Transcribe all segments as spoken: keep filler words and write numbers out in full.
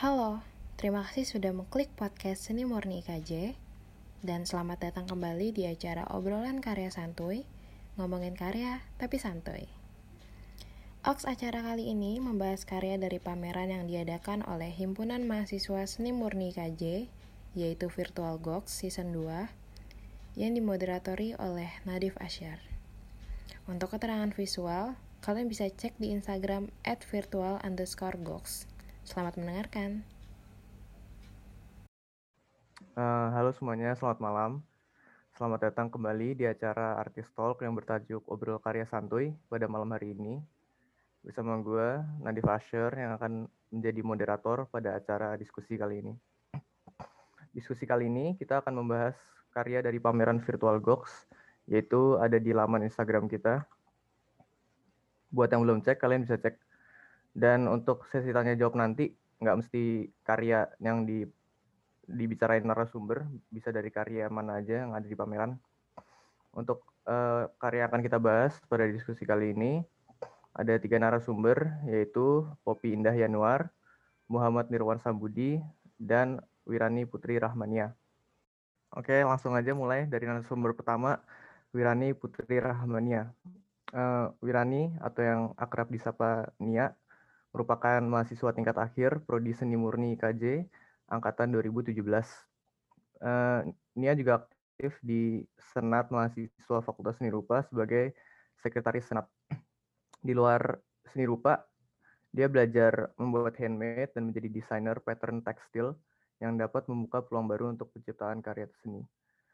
Halo, terima kasih sudah mengklik podcast Seni Murni I K J dan selamat datang kembali di acara obrolan karya santuy, ngomongin karya tapi santuy. Oks acara kali ini membahas karya dari pameran yang diadakan oleh Himpunan Mahasiswa Seni Murni I K J, yaitu Virtual Goks Season dua, yang dimoderatori oleh Nadif Asyar. Untuk keterangan visual, kalian bisa cek di Instagram at virtual underscore goks. Selamat mendengarkan. Uh, halo semuanya, selamat malam. Selamat datang kembali di acara Artis Talk yang bertajuk Obrol Karya Santuy pada malam hari ini. Bersama gue, Nadif Asher, yang akan menjadi moderator pada acara diskusi kali ini. Diskusi kali ini kita akan membahas karya dari pameran Virtual Goks, yaitu ada di laman Instagram kita. Buat yang belum cek, kalian bisa cek. Dan untuk sesi tanya jawab nanti, nggak mesti karya yang di dibicarain narasumber, bisa dari karya mana aja yang ada di pameran. Untuk uh, karya yang akan kita bahas pada diskusi kali ini, ada tiga narasumber, yaitu Poppy Indah Yanuar, Muhammad Nirwan Sambudi, dan Wirani Putri Rahmania. Oke, langsung aja mulai dari narasumber pertama, Wirani Putri Rahmania. Uh, Wirani, atau yang akrab disapa Nia, merupakan mahasiswa tingkat akhir Prodi Seni Murni I K J, angkatan dua ribu tujuh belas. Uh, Nia juga aktif di Senat Mahasiswa Fakultas Seni Rupa sebagai sekretaris Senat. Di luar seni rupa, dia belajar membuat handmade dan menjadi desainer pattern tekstil yang dapat membuka peluang baru untuk penciptaan karya seni.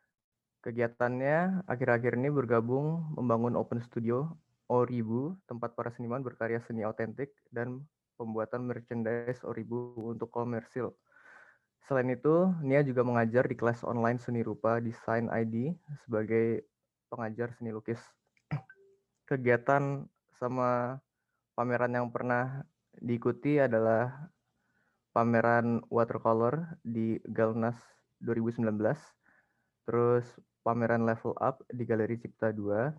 Kegiatannya akhir-akhir ini bergabung membangun open studio Oribu, tempat para seniman berkarya seni autentik dan pembuatan merchandise Oribu untuk komersil. Selain itu, Nia juga mengajar di kelas online seni rupa Design I D sebagai pengajar seni lukis. Kegiatan sama pameran yang pernah diikuti adalah pameran watercolor di Galnas dua ribu sembilan belas, terus pameran Level Up di Galeri Cipta dua,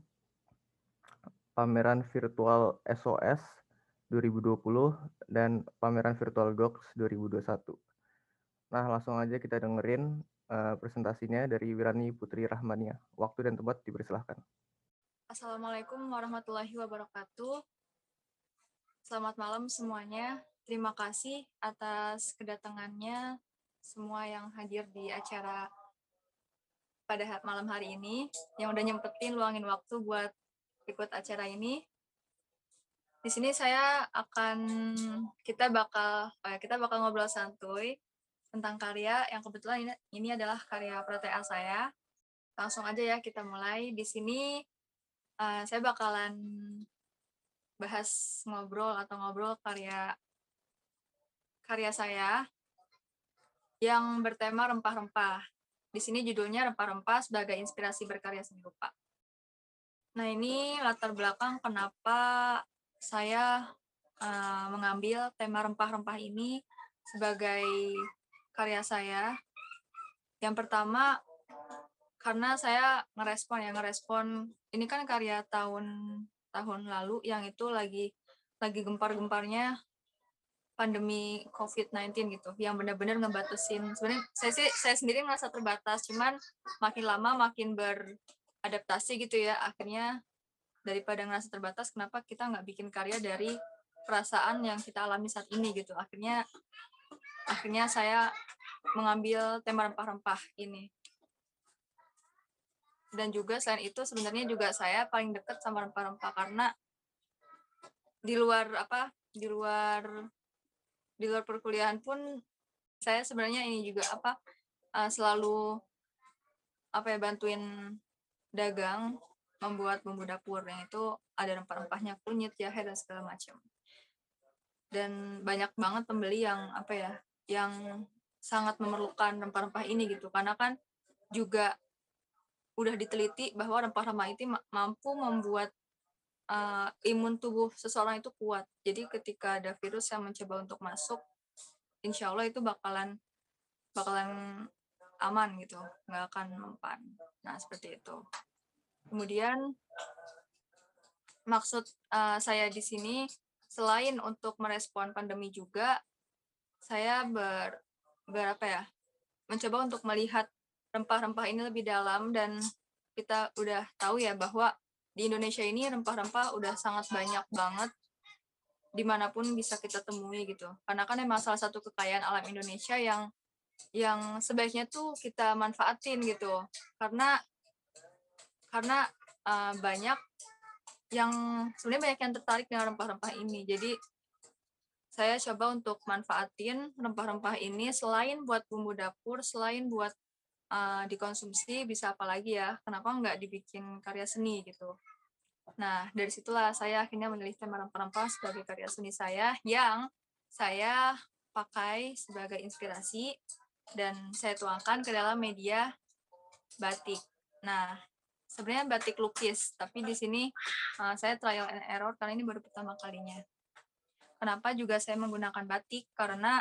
pameran virtual S O S dua ribu dua puluh, dan pameran virtual Goks dua ribu dua puluh satu. Nah, langsung aja kita dengerin uh, presentasinya dari Wirani Putri Rahmania. Waktu dan tempat dipersilahkan. Assalamualaikum warahmatullahi wabarakatuh. Selamat malam semuanya. Terima kasih atas kedatangannya semua yang hadir di acara pada malam hari ini, yang udah nyempetin luangin waktu buat ikut acara ini. Di sini saya akan kita bakal kita bakal ngobrol santuy tentang karya yang kebetulan ini, ini adalah karya protea saya. Langsung aja ya kita mulai. Di sini uh, saya bakalan bahas ngobrol atau ngobrol karya karya saya yang bertema rempah-rempah. Di sini judulnya Rempah-rempah sebagai inspirasi berkarya seni rupa. Nah, ini latar belakang kenapa saya uh, mengambil tema rempah-rempah ini sebagai karya saya. Yang pertama, karena saya ngerespon ya ngerespon ini kan karya tahun tahun lalu yang itu lagi lagi gempar-gemparnya pandemi covid sembilan belas gitu, yang benar-benar ngebatasin. Sebenarnya saya sih saya sendiri merasa terbatas, cuman makin lama makin beradaptasi gitu ya. Akhirnya daripada ngerasa terbatas, kenapa kita nggak bikin karya dari perasaan yang kita alami saat ini gitu. Akhirnya akhirnya saya mengambil tema rempah-rempah ini. Dan juga selain itu sebenarnya juga saya paling dekat sama rempah-rempah karena di luar apa di luar di luar perkuliahan pun saya sebenarnya ini juga apa uh, selalu apa ya bantuin dagang membuat bumbu dapur yang itu ada rempah-rempahnya, kunyit, jahe dan segala macam. Dan banyak banget pembeli yang apa ya yang sangat memerlukan rempah-rempah ini gitu, karena kan juga udah diteliti bahwa rempah-rempah itu mampu membuat uh, imun tubuh seseorang itu kuat. Jadi ketika ada virus yang mencoba untuk masuk, insya Allah itu bakalan bakalan aman gitu, nggak akan mempan. Nah, seperti itu. Kemudian maksud uh, saya di sini selain untuk merespon pandemi juga, saya ber, berapa ya, mencoba untuk melihat rempah-rempah ini lebih dalam, dan kita udah tahu ya bahwa di Indonesia ini rempah-rempah udah sangat banyak banget dimanapun bisa kita temui gitu. Karena kan emang salah satu kekayaan alam Indonesia yang yang sebaiknya tuh kita manfaatin gitu. Karena karena uh, banyak yang sebenarnya banyak yang tertarik dengan rempah-rempah ini. Jadi saya coba untuk manfaatin rempah-rempah ini selain buat bumbu dapur, selain buat uh, dikonsumsi, bisa apa lagi ya? Kenapa nggak dibikin karya seni gitu? Nah, dari situlah saya akhirnya memilih tema rempah-rempah sebagai karya seni saya yang saya pakai sebagai inspirasi dan saya tuangkan ke dalam media batik. Nah, sebenarnya batik lukis, tapi di sini uh, saya trial and error karena ini baru pertama kalinya. Kenapa juga saya menggunakan batik? Karena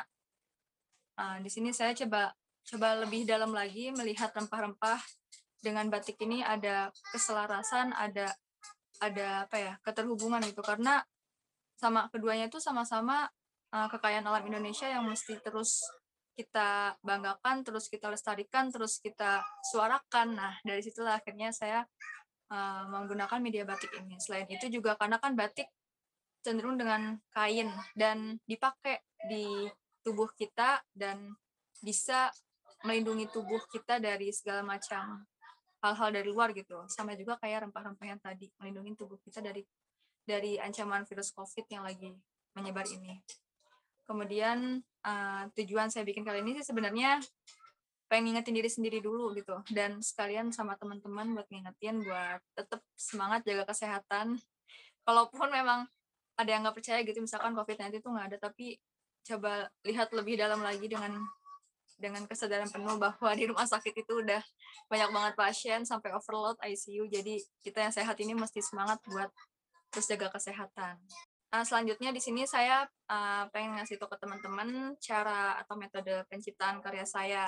uh, di sini saya coba coba lebih dalam lagi melihat rempah-rempah dengan batik ini ada keselarasan, ada ada apa ya, keterhubungan gitu, karena sama keduanya itu sama-sama uh, kekayaan alam Indonesia yang mesti terus kita banggakan, terus kita lestarikan, terus kita suarakan. Nah, dari situlah akhirnya saya uh, menggunakan media batik ini. Selain itu juga karena kan batik cenderung dengan kain dan dipakai di tubuh kita dan bisa melindungi tubuh kita dari segala macam hal-hal dari luar gitu. Sama juga kayak rempah-rempah yang tadi, melindungi tubuh kita dari dari ancaman virus COVID yang lagi menyebar ini. Kemudian uh, tujuan saya bikin kali ini sih sebenarnya pengen ngingetin diri sendiri dulu gitu, dan sekalian sama teman-teman buat ngingetin buat tetap semangat jaga kesehatan. Kalaupun memang ada yang nggak percaya gitu, misalkan covid sembilan belas itu nggak ada, tapi coba lihat lebih dalam lagi dengan dengan kesadaran penuh bahwa di rumah sakit itu udah banyak banget pasien sampai overload I C U. Jadi kita yang sehat ini mesti semangat buat terus jaga kesehatan. Nah, selanjutnya di sini saya uh, pengen ngasih tahu ke teman-teman cara atau metode penciptaan karya saya.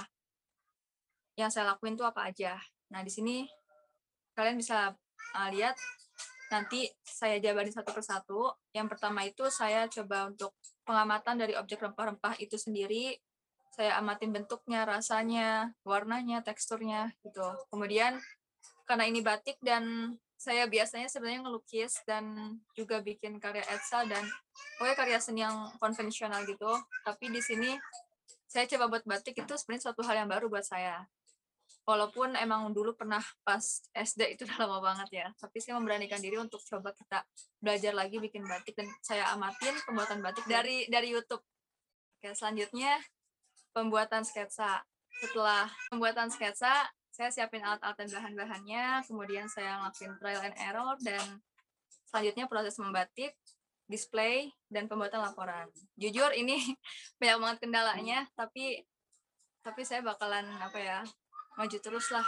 Yang saya lakuin tuh apa aja. Nah, di sini kalian bisa uh, lihat nanti saya jabarin satu persatu. Yang pertama itu saya coba untuk pengamatan dari objek rempah-rempah itu sendiri. Saya amatin bentuknya, rasanya, warnanya, teksturnya gitu. Kemudian karena ini batik dan saya biasanya sebenarnya ngelukis dan juga bikin karya Etsa dan pokoknya karya seni yang konvensional gitu. Tapi di sini saya coba buat batik itu sebenarnya suatu hal yang baru buat saya. Walaupun emang dulu pernah pas S D itu udah lama banget ya, tapi saya memberanikan diri untuk coba kita belajar lagi bikin batik dan saya amatin pembuatan batik dari dari YouTube. Oke, selanjutnya pembuatan sketsa. Setelah pembuatan sketsa, saya siapin alat-alat dan bahan-bahannya, kemudian saya ngelakuin trial and error, dan selanjutnya proses membatik, display, dan pembuatan laporan. Jujur ini banyak banget kendalanya, tapi tapi saya bakalan apa ya, maju terus lah.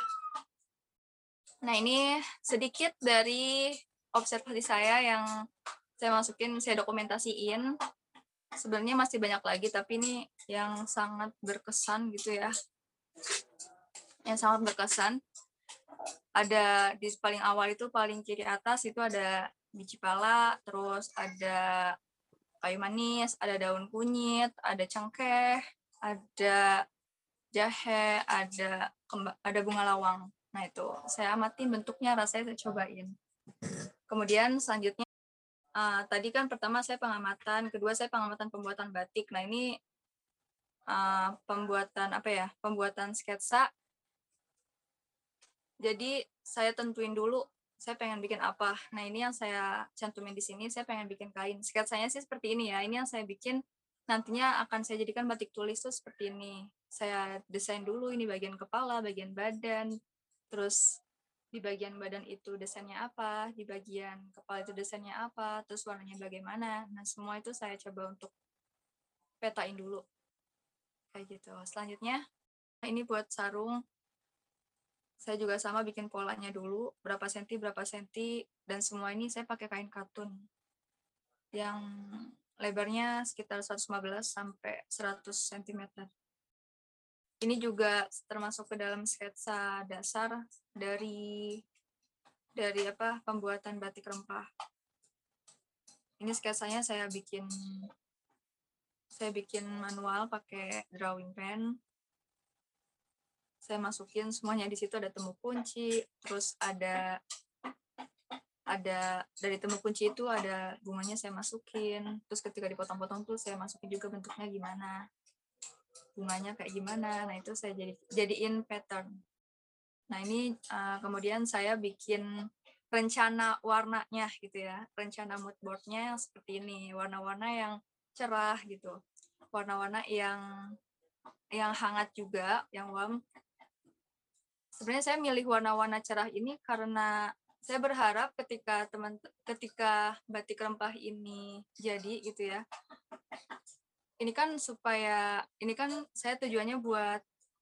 Nah, ini sedikit dari observasi saya yang saya masukin, saya dokumentasiin. Sebenarnya masih banyak lagi, tapi ini yang sangat berkesan gitu ya. Yang sangat berkesan. Ada di paling awal itu, paling kiri atas itu ada biji pala, terus ada kayu manis, ada daun kunyit, ada cengkeh, ada jahe, ada kemba, ada bunga lawang. Nah, itu saya amatin bentuknya, rasanya saya cobain. Kemudian selanjutnya uh, tadi kan pertama saya pengamatan, kedua saya pengamatan pembuatan batik. Nah, ini uh, pembuatan apa ya? Pembuatan sketsa. Jadi saya tentuin dulu saya pengen bikin apa. Nah, ini yang saya cantumin di sini, saya pengen bikin kain. Sketsanya sih seperti ini ya. Ini yang saya bikin nantinya akan saya jadikan batik tulis tuh seperti ini. Saya desain dulu ini bagian kepala, bagian badan, terus di bagian badan itu desainnya apa, di bagian kepala itu desainnya apa, terus warnanya bagaimana. Nah, semua itu saya coba untuk petain dulu. Kayak gitu. Selanjutnya, ini buat sarung. Saya juga sama bikin polanya dulu, berapa senti, berapa senti, dan semua ini saya pakai kain katun yang lebarnya sekitar seratus lima belas sampai seratus sentimeter. Ini juga termasuk ke dalam sketsa dasar dari dari apa pembuatan batik rempah. Ini sketsanya saya bikin saya bikin manual pakai drawing pen. Saya masukin semuanya di situ, ada temu kunci, terus ada ada dari temu kunci itu ada bunganya saya masukin. Terus ketika dipotong-potong tuh saya masukin juga bentuknya gimana, bunganya kayak gimana. Nah itu saya jadi jadiin pattern. Nah ini uh, kemudian saya bikin rencana warnanya gitu ya, rencana mood boardnya seperti ini, warna-warna yang cerah gitu, warna-warna yang yang hangat juga, yang warm. Sebenarnya saya milih warna-warna cerah ini karena saya berharap ketika teman ketika batik rempah ini jadi gitu ya, ini kan supaya ini kan saya tujuannya buat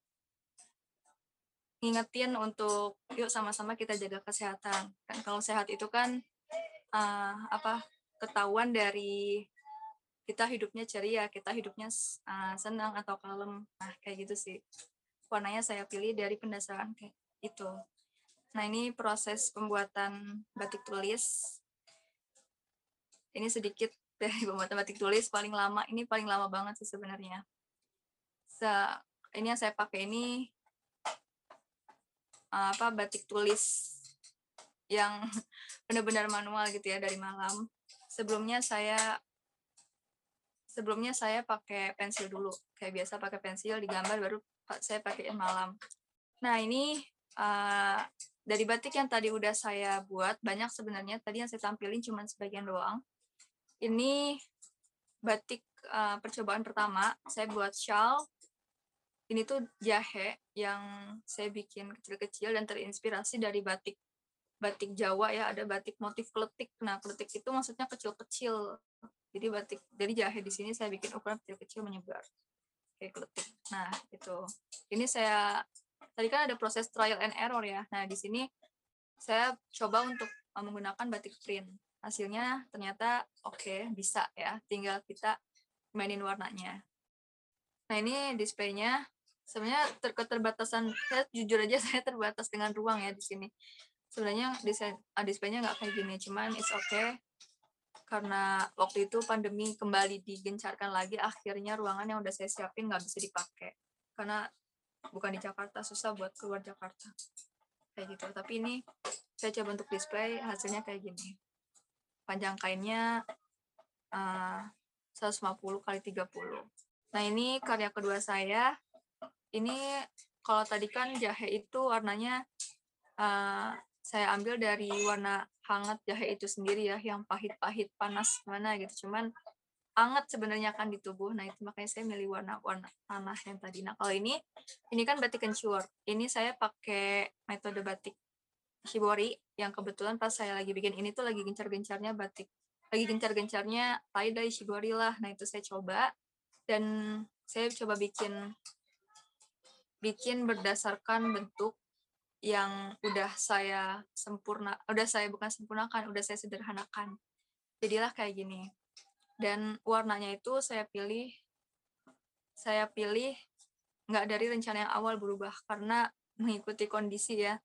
ngingetin untuk yuk sama-sama kita jaga kesehatan. Kan kalau sehat itu kan uh, apa ketahuan dari kita hidupnya ceria, kita hidupnya uh, senang atau kalem. Nah, kayak gitu sih. Warnanya saya pilih dari pendasaran kayak itu. Nah, ini proses pembuatan batik tulis. Ini sedikit dari pembuatan batik tulis paling lama. Ini paling lama banget sih sebenarnya. Se ini yang saya pakai ini uh, apa batik tulis yang benar-benar manual gitu ya dari malam. Sebelumnya saya sebelumnya saya pakai pensil dulu. Kayak biasa pakai pensil digambar baru saya pakai malam. Nah, ini uh, dari batik yang tadi udah saya buat banyak sebenarnya. Tadi yang saya tampilin cuma sebagian doang. Ini batik uh, percobaan pertama, saya buat shawl. Ini tuh jahe yang saya bikin kecil-kecil dan terinspirasi dari batik batik Jawa ya, ada batik motif kletik. Nah, kletik itu maksudnya kecil-kecil. Jadi batik dari jahe di sini saya bikin ukuran kecil-kecil menyebar kayak kletik. Nah, itu. Ini saya tadi kan ada proses trial and error ya. Nah, di sini saya coba untuk menggunakan batik print. Hasilnya ternyata oke, okay, bisa ya. Tinggal kita mainin warnanya. Nah, ini displaynya sebenarnya ter keterbatasan saya jujur aja saya terbatas dengan ruang ya di sini. Sebenarnya displaynya nggak kayak gini, cuman it's okay karena waktu itu pandemi kembali digencarkan lagi, akhirnya ruangan yang udah saya siapin nggak bisa dipakai karena bukan di Jakarta, susah buat keluar Jakarta kayak gitu. Tapi ini saya coba untuk display, hasilnya kayak gini. Panjang kainnya uh, seratus lima puluh kali tiga puluh. Nah, ini karya kedua saya. Ini kalau tadi kan jahe itu warnanya uh, saya ambil dari warna hangat jahe itu sendiri ya, yang pahit-pahit panas mana gitu, cuman hangat sebenarnya kan di tubuh. Nah, itu makanya saya milih warna-warna tanah yang tadi. Nah, kalau ini ini kan batik kencur. Ini saya pakai metode batik shibori yang kebetulan pas saya lagi bikin ini tuh lagi gencar-gencarnya batik, lagi gencar-gencarnya tie-dye shibori lah. Nah, itu saya coba dan saya coba bikin bikin berdasarkan bentuk yang udah saya sempurna, udah saya bukan sempurnakan, udah saya sederhanakan. Jadilah kayak gini. Dan warnanya itu saya pilih, saya pilih nggak dari rencana yang awal berubah, karena mengikuti kondisi ya.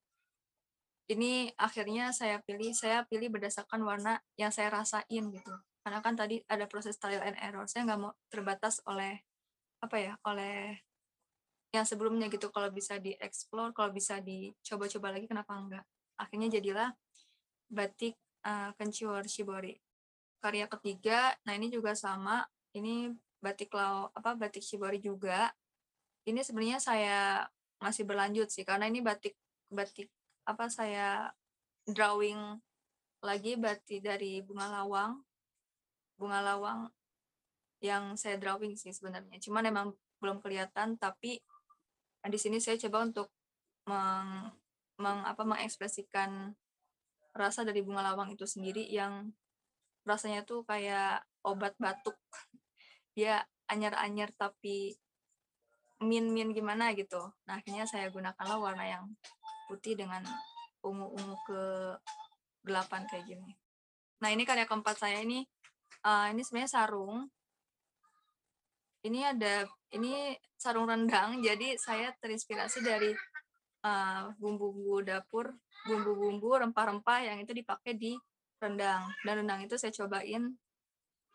Ini akhirnya saya pilih, saya pilih berdasarkan warna yang saya rasain gitu. Karena kan tadi ada proses trial and error, saya nggak mau terbatas oleh, apa ya, oleh yang sebelumnya gitu. Kalau bisa dieksplor, kalau bisa dicoba-coba lagi, kenapa enggak? Akhirnya jadilah batik uh, kencur shibori. Karya ketiga, nah ini juga sama, ini batik lau apa batik shibori juga. Ini sebenarnya saya masih berlanjut sih, karena ini batik batik apa saya drawing lagi batik dari bunga lawang, bunga lawang yang saya drawing sih sebenarnya. Cuman memang belum kelihatan, tapi di sini saya coba untuk meng, meng apa mengekspresikan rasa dari bunga lawang itu sendiri yang rasanya tuh kayak obat batuk. Dia anyar-anyar tapi min-min gimana gitu. Nah, akhirnya saya gunakanlah warna yang putih dengan ungu-ungu ke delapan kayak gini. Nah, ini karya keempat saya ini, uh, ini sebenarnya sarung. Ini ada, ini sarung rendang, jadi saya terinspirasi dari uh, bumbu-bumbu dapur, bumbu-bumbu rempah-rempah yang itu dipakai di rendang. Dan rendang itu saya cobain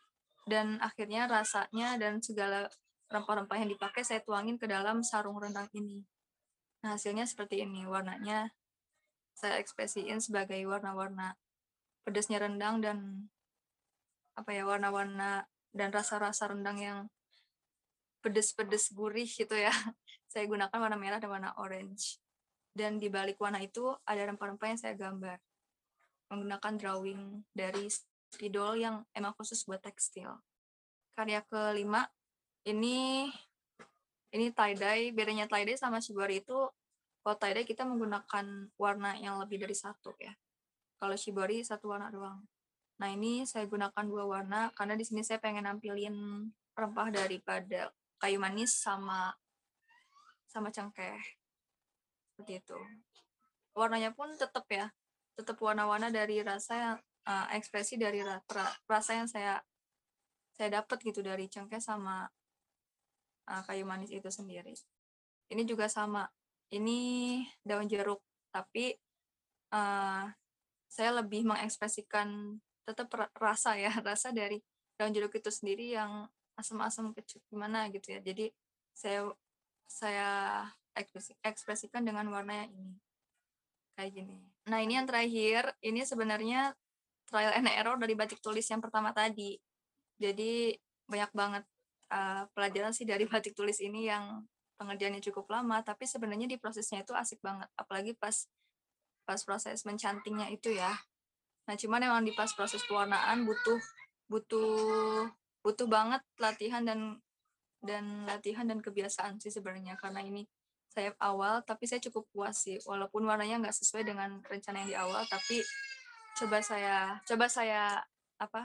dan akhirnya rasanya dan segala rempah-rempah yang dipakai saya tuangin ke dalam sarung rendang ini. Nah, hasilnya seperti ini. Warnanya saya ekspresiin sebagai warna-warna pedasnya rendang dan apa ya, warna-warna dan rasa-rasa rendang yang pedes-pedes gurih gitu ya. Saya gunakan warna merah dan warna orange. Dan di balik warna itu ada rempah-rempah yang saya gambar menggunakan drawing dari spidol yang emang khusus buat tekstil. Karya kelima ini ini tie-dye. Bedanya tie-dye sama shibori itu, kalau tie-dye kita menggunakan warna yang lebih dari satu ya. Kalau shibori satu warna doang. Nah, ini saya gunakan dua warna karena di sini saya pengen nampilin rempah daripada kayu manis sama sama cengkeh. Seperti itu. Warnanya pun tetap ya, tetap warna-warna dari rasa uh, ekspresi dari ra- ra- rasa yang saya saya dapat gitu dari cengkeh sama uh, kayu manis itu sendiri. Ini juga sama. Ini daun jeruk, tapi uh, saya lebih mengekspresikan tetap rasa ya, rasa dari daun jeruk itu sendiri yang asam-asam kecil gimana gitu ya. Jadi saya saya ekspresikan dengan warna yang ini. Kayak gini. Nah, ini yang terakhir, ini sebenarnya trial and error dari batik tulis yang pertama tadi. Jadi banyak banget uh, pelajaran sih dari batik tulis ini yang pengerjaannya cukup lama, tapi sebenarnya di prosesnya itu asik banget, apalagi pas pas proses mencantingnya itu ya. Nah, cuman emang di pas proses pewarnaan butuh butuh butuh banget latihan dan dan latihan dan kebiasaan sih sebenarnya, karena ini saya awal, tapi saya cukup puas sih, walaupun warnanya nggak sesuai dengan rencana yang di awal, tapi coba saya coba saya apa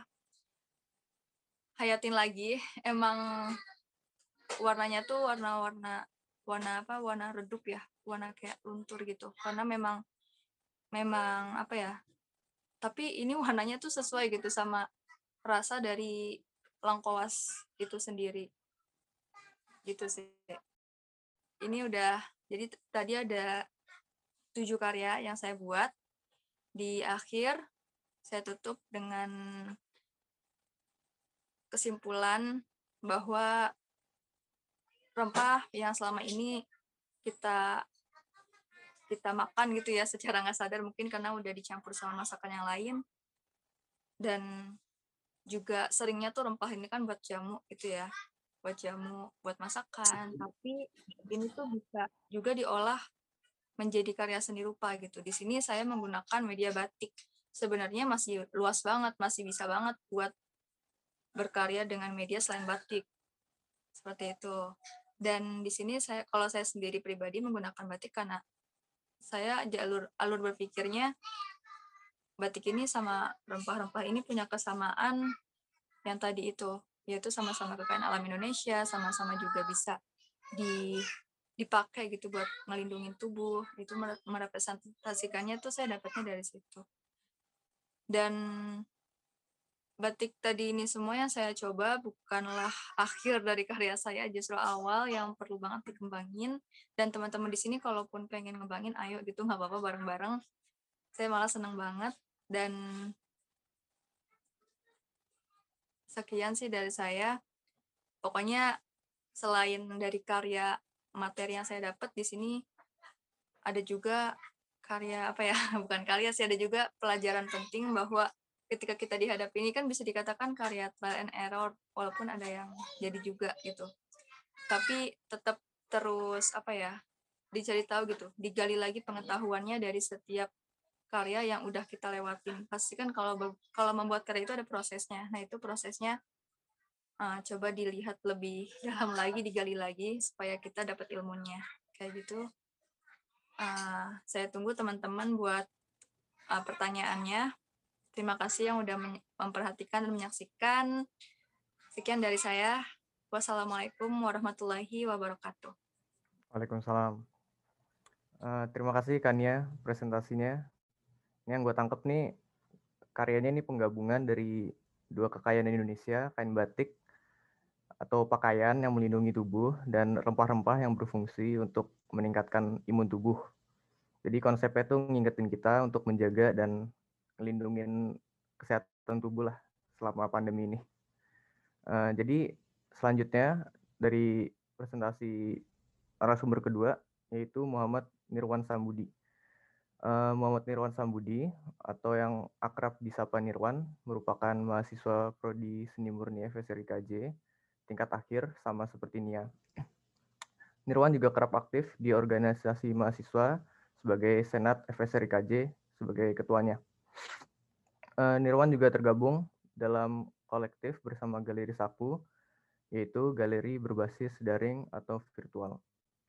hayatin lagi. Emang warnanya tuh warna-warna warna apa warna redup ya, warna kayak luntur gitu, karena memang memang apa ya, tapi ini warnanya tuh sesuai gitu sama rasa dari lengkoas itu sendiri gitu sih. Ini udah, jadi tadi ada tujuh karya yang saya buat. Di akhir saya tutup dengan kesimpulan bahwa rempah yang selama ini kita kita makan gitu ya secara nggak sadar, mungkin karena udah dicampur sama masakan yang lain, dan juga seringnya tuh rempah ini kan buat jamu gitu ya, buat jamu, buat masakan, tapi ini tuh bisa juga diolah menjadi karya seni rupa gitu. Di sini saya menggunakan media batik. Sebenarnya masih luas banget, masih bisa banget buat berkarya dengan media selain batik. Seperti itu. Dan di sini saya kalau saya sendiri pribadi menggunakan batik karena saya jalur alur berpikirnya batik ini sama rempah-rempah ini punya kesamaan yang tadi itu, yaitu sama-sama kekayaan alam Indonesia, sama-sama juga bisa di dipakai gitu buat melindungi tubuh. Itu merepresentasikannya tuh saya dapatnya dari situ. Dan batik tadi ini semua yang saya coba bukanlah akhir dari karya saya, justru awal yang perlu banget dikembangin. Dan teman-teman di sini kalaupun pengen ngembangin, ayo gitu, nggak apa-apa, bareng-bareng. Saya malah senang banget. Dan sekian sih dari saya. Pokoknya selain dari karya materi yang saya dapat di sini, ada juga karya apa ya, bukan karya sih, ada juga pelajaran penting bahwa ketika kita dihadapi ini kan bisa dikatakan karya trial and error, walaupun ada yang jadi juga gitu. Tapi tetap terus apa ya, dicari tahu gitu, digali lagi pengetahuannya dari setiap karya yang udah kita lewatin. Pasti kan kalau kalau membuat karya itu ada prosesnya. Nah, itu prosesnya uh, coba dilihat lebih dalam lagi, digali lagi supaya kita dapat ilmunya. Kayak gitu. Uh, saya tunggu teman-teman buat uh, pertanyaannya. Terima kasih yang udah memperhatikan dan menyaksikan. Sekian dari saya. Wassalamualaikum warahmatullahi wabarakatuh. Waalaikumsalam. Uh, terima kasih Kania presentasinya. Ini yang gue tangkep nih, karyanya ini penggabungan dari dua kekayaan Indonesia, kain batik atau pakaian yang melindungi tubuh, dan rempah-rempah yang berfungsi untuk meningkatkan imun tubuh. Jadi konsepnya tuh ngingetin kita untuk menjaga dan melindungi kesehatan tubuh lah selama pandemi ini. Uh, jadi selanjutnya dari presentasi narasumber kedua yaitu Muhammad Nirwan Sambudi. Uh, Muhammad Nirwan Sambudi atau yang akrab disapa Nirwan merupakan mahasiswa Prodi Seni Murni F S R I K J tingkat akhir sama seperti Nia. Nirwan juga kerap aktif di organisasi mahasiswa sebagai Senat F S R I K J sebagai ketuanya. Uh, Nirwan juga tergabung dalam kolektif bersama Galeri Saku, yaitu galeri berbasis daring atau virtual.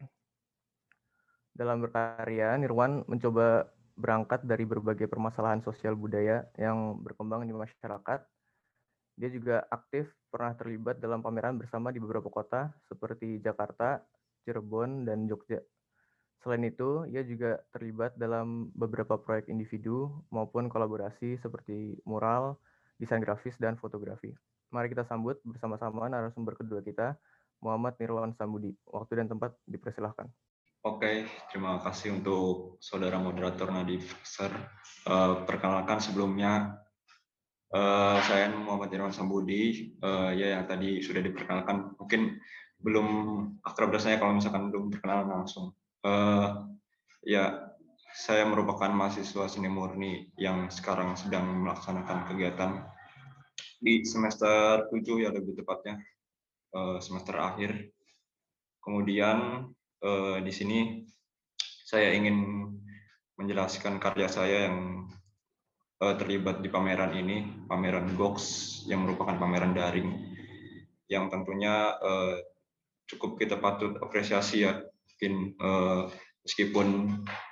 Dalam berkarya, Nirwan mencoba berangkat dari berbagai permasalahan sosial budaya yang berkembang di masyarakat. Dia juga aktif pernah terlibat dalam pameran bersama di beberapa kota seperti Jakarta, Cirebon, dan Jogja. Selain itu, ia juga terlibat dalam beberapa proyek individu maupun kolaborasi seperti mural, desain grafis, dan fotografi. Mari kita sambut bersama-sama narasumber kedua kita, Muhammad Nirwan Sambudi. Waktu dan tempat dipersilahkan. Oke, terima kasih untuk saudara moderator Nadif Sir. Uh, perkenalkan sebelumnya, uh, saya Muhammad Nirwan Sambudi. Uh, ya yang tadi sudah diperkenalkan, mungkin belum akrab rasanya kalau misalkan belum perkenalan langsung. Uh, ya, saya merupakan mahasiswa seni murni yang sekarang sedang melaksanakan kegiatan di semester tujuh ya lebih tepatnya, uh, semester akhir. Kemudian uh, di sini saya ingin menjelaskan karya saya yang uh, terlibat di pameran ini, pameran Gox yang merupakan pameran daring yang tentunya uh, cukup kita patut apresiasi ya, mungkin uh, meskipun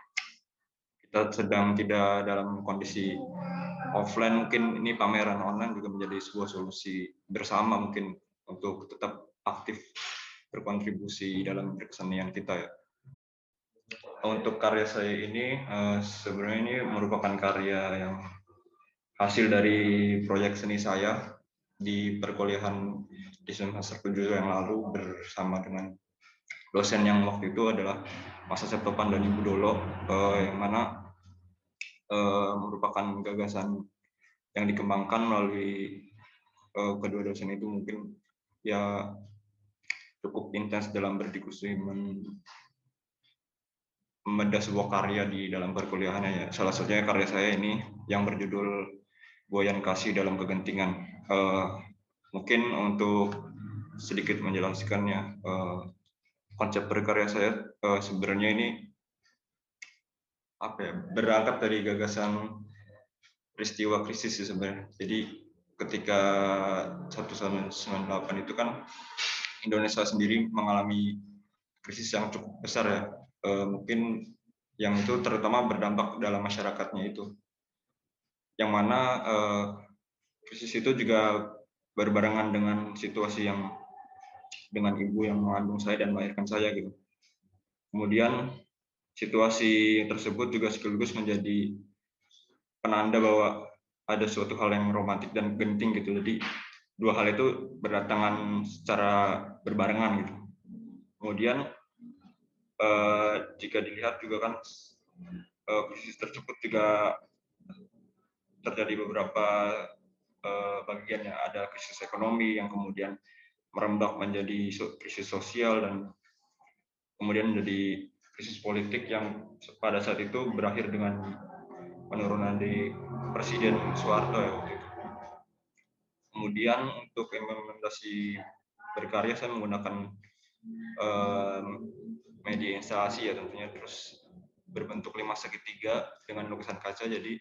kita sedang tidak dalam kondisi offline, mungkin ini pameran online juga menjadi sebuah solusi bersama mungkin untuk tetap aktif berkontribusi dalam kesenian kita ya. Untuk karya saya ini uh, sebenarnya ini merupakan karya yang hasil dari proyek seni saya di perkuliahan di semester tujuh yang lalu bersama dengan dosen yang waktu itu adalah Mas Asep Topan dan Ibu Dolo, uh, yang mana uh, merupakan gagasan yang dikembangkan melalui uh, kedua dosen itu mungkin ya cukup intens dalam berdiskusi men membedah sebuah karya di dalam perkuliahannya ya. Salah satunya karya saya ini yang berjudul Goyan Kasih dalam Kegentingan. Uh, mungkin untuk sedikit menjelaskannya, uh, konsep berkarya saya uh, sebenarnya ini apa ya, berangkat dari gagasan peristiwa krisis sih sebenarnya. Jadi ketika seribu sembilan ratus sembilan puluh delapan itu kan Indonesia sendiri mengalami krisis yang cukup besar ya. Uh, mungkin yang itu terutama berdampak dalam masyarakatnya itu. Yang mana uh, krisis itu juga berbarengan dengan situasi yang dengan ibu yang mengandung saya dan melahirkan saya gitu. Kemudian situasi tersebut juga sekaligus menjadi penanda bahwa ada suatu hal yang romantik dan genting gitu. Jadi dua hal itu berdatangan secara berbarengan gitu. Kemudian eh, jika dilihat juga kan eh, krisis tersebut juga terjadi beberapa eh, bagiannya. Ada krisis ekonomi yang kemudian merembak menjadi krisis sosial dan kemudian menjadi krisis politik yang pada saat itu berakhir dengan penurunan di Presiden Soeharto ya waktu itu. Kemudian untuk implementasi berkarya saya menggunakan um, media instalasi ya tentunya, terus berbentuk lima segitiga dengan lukisan kaca, jadi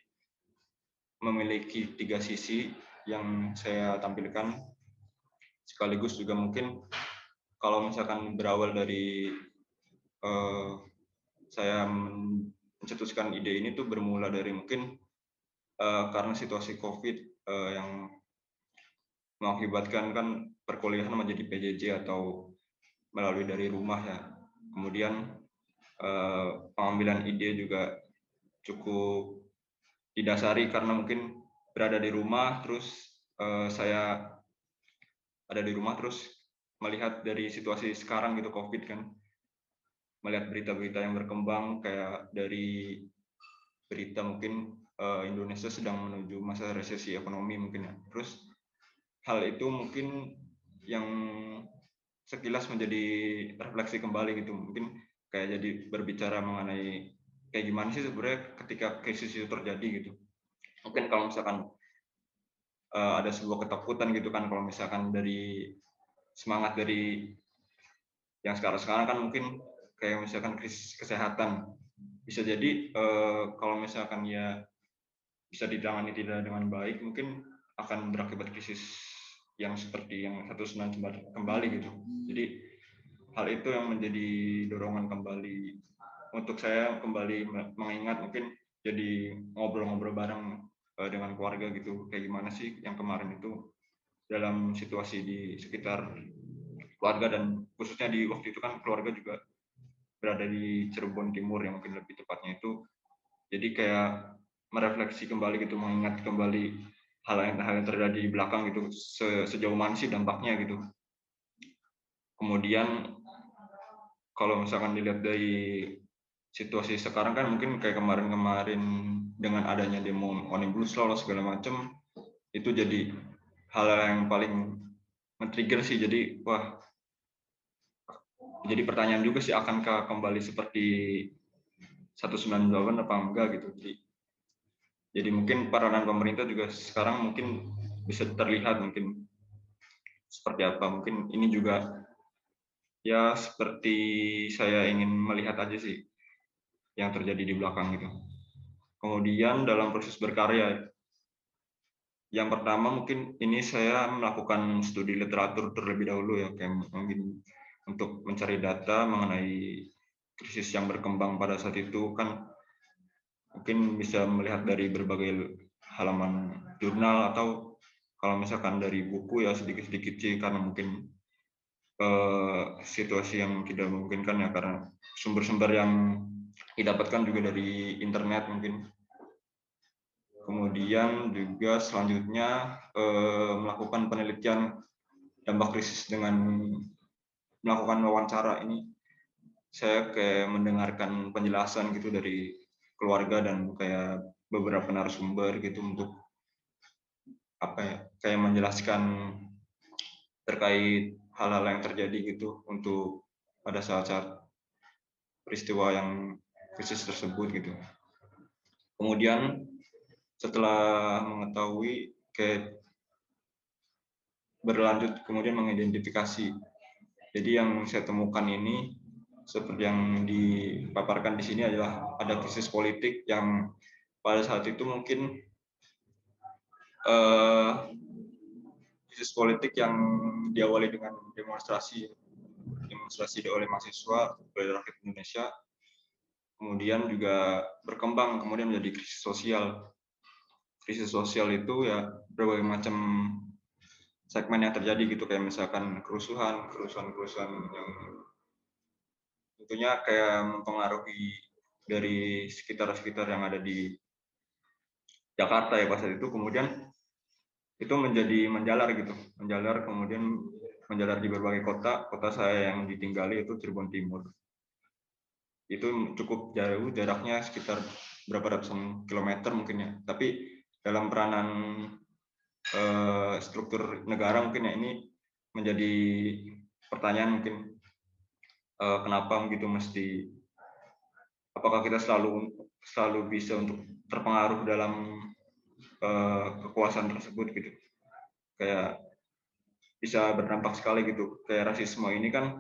memiliki tiga sisi yang saya tampilkan, sekaligus juga mungkin kalau misalkan berawal dari uh, saya mencetuskan ide ini tuh bermula dari mungkin uh, karena situasi COVID uh, yang mengakibatkan kan perkuliahan menjadi P J J atau melalui dari rumah ya. Kemudian uh, pengambilan ide juga cukup didasari karena mungkin berada di rumah, terus uh, saya ada di rumah terus melihat dari situasi sekarang gitu COVID kan, melihat berita-berita yang berkembang kayak dari berita mungkin uh, Indonesia sedang menuju masa resesi ekonomi mungkin ya. Terus hal itu mungkin yang sekilas menjadi refleksi kembali gitu. Mungkin kayak jadi berbicara mengenai kayak gimana sih sebenarnya ketika krisis itu terjadi gitu. Mungkin kalau misalkan uh, ada sebuah ketakutan gitu kan, kalau misalkan dari semangat dari yang sekarang-sekarang kan mungkin kayak misalkan krisis kesehatan, bisa jadi uh, kalau misalkan ya bisa ditangani tidak dengan baik, mungkin akan berakibat krisis yang seperti yang satu sembilan sembilan kembali gitu. Jadi hal itu yang menjadi dorongan kembali untuk saya kembali mengingat, mungkin jadi ngobrol-ngobrol bareng uh, dengan keluarga gitu, kayak gimana sih yang kemarin itu dalam situasi di sekitar keluarga, dan khususnya di waktu itu kan keluarga juga berada di Cirebon Timur yang mungkin lebih tepatnya itu. Jadi kayak merefleksi kembali gitu, mengingat kembali hal yang hal yang terjadi di belakang gitu, se, sejauh mana sih dampaknya gitu. Kemudian kalau misalkan dilihat dari situasi sekarang kan mungkin kayak kemarin-kemarin dengan adanya demo Omnibus Law segala macam, itu jadi hal yang paling men-trigger sih. Jadi wah, jadi pertanyaan juga sih, akankah kembali seperti satu sembilan delapan apa enggak gitu. Jadi, jadi mungkin peranan pemerintah juga sekarang mungkin bisa terlihat mungkin seperti apa. Mungkin ini juga ya seperti saya ingin melihat aja sih yang terjadi di belakang gitu. Kemudian dalam proses berkarya, yang pertama mungkin ini saya melakukan studi literatur terlebih dahulu ya, kayak mungkin untuk mencari data mengenai krisis yang berkembang pada saat itu kan, mungkin bisa melihat dari berbagai halaman jurnal atau kalau misalkan dari buku ya sedikit-sedikit sih, karena mungkin eh, situasi yang tidak memungkinkan ya, karena sumber-sumber yang didapatkan juga dari internet mungkin. Kemudian juga selanjutnya eh, melakukan penelitian dampak krisis dengan melakukan wawancara. Ini saya kayak mendengarkan penjelasan gitu dari keluarga dan kayak beberapa narasumber gitu untuk apa ya, kayak menjelaskan terkait hal-hal yang terjadi gitu untuk pada saat-saat peristiwa yang krisis tersebut gitu. Kemudian setelah mengetahui, kayak berlanjut kemudian mengidentifikasi. Jadi yang saya temukan ini seperti yang dipaparkan di sini adalah ada krisis politik yang pada saat itu mungkin eh, krisis politik yang diawali dengan demonstrasi demonstrasi oleh mahasiswa oleh rakyat Indonesia, kemudian juga berkembang kemudian menjadi krisis sosial. Krisis sosial itu ya berbagai macam segmen yang terjadi gitu, kayak misalkan kerusuhan, kerusuhan-kerusuhan yang tentunya kayak mempengaruhi dari sekitar-sekitar yang ada di Jakarta ya pas saat itu. Kemudian itu menjadi menjalar gitu, menjalar kemudian menjalar di berbagai kota. Kota saya yang ditinggali itu Cirebon Timur. Itu cukup jauh, jaraknya sekitar berapa ratusan kilometer mungkin ya. Tapi dalam peranan eh, struktur negara mungkin ya, ini menjadi pertanyaan mungkin, eh, kenapa gitu mesti, apakah kita selalu selalu bisa untuk terpengaruh dalam eh, kekuasaan tersebut gitu. Kayak bisa berdampak sekali gitu. Kayak rasisme ini kan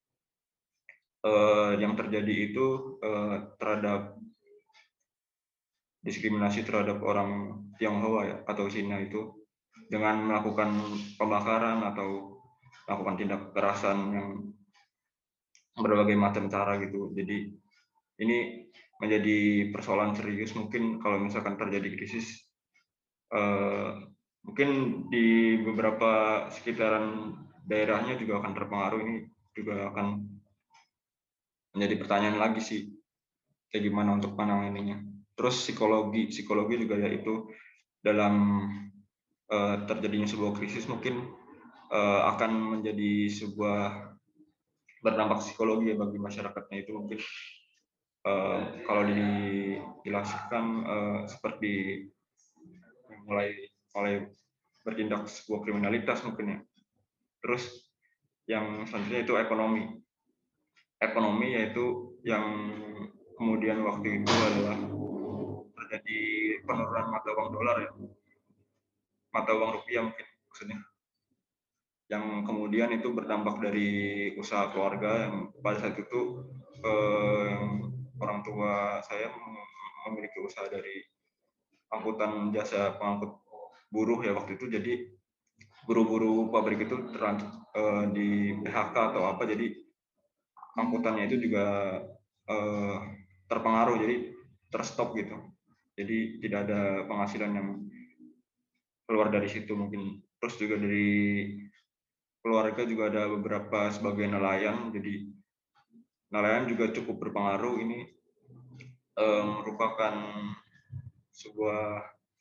eh, yang terjadi itu eh, terhadap diskriminasi terhadap orang Tionghoa ya, atau Cina itu, dengan melakukan pembakaran atau melakukan tindak kekerasan yang berbagai macam cara gitu. Jadi ini menjadi persoalan serius mungkin kalau misalkan terjadi krisis. Eh, mungkin di beberapa sekitaran daerahnya juga akan terpengaruh. Ini juga akan menjadi pertanyaan lagi sih, kayak gimana untuk penanganannya. Terus psikologi, psikologi juga yaitu dalam uh, terjadinya sebuah krisis mungkin uh, akan menjadi sebuah berdampak psikologi ya bagi masyarakatnya. Itu mungkin uh, kalau dijelaskan uh, seperti mulai mulai bertindak sebuah kriminalitas mungkin ya. Terus yang selanjutnya itu ekonomi. Ekonomi yaitu yang kemudian waktu itu adalah terjadi penurunan mata uang dolar ya, mata uang rupiah mungkin maksudnya, yang kemudian itu berdampak dari usaha keluarga yang pada saat itu eh, orang tua saya memiliki usaha dari angkutan jasa pengangkut buruh ya waktu itu. Jadi buruh-buruh pabrik itu terlanjur eh, di P H K atau apa, jadi angkutannya itu juga eh, terpengaruh, jadi terstop gitu. Jadi tidak ada penghasilan yang keluar dari situ mungkin. Terus juga dari keluarga juga ada beberapa sebagai nelayan, jadi nelayan juga cukup berpengaruh. Ini eh, merupakan sebuah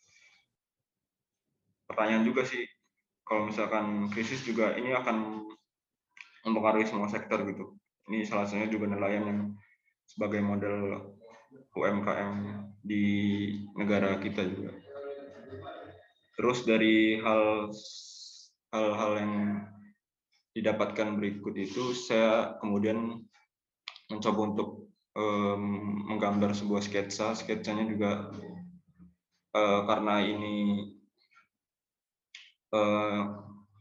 pertanyaan juga sih, kalau misalkan krisis juga ini akan mempengaruhi semua sektor gitu. Ini salah satunya juga nelayan yang sebagai model U M K M di negara kita juga. Terus dari hal hal-hal yang didapatkan berikut itu, saya kemudian mencoba untuk um, menggambar sebuah sketsa. Sketsanya juga uh, karena ini uh,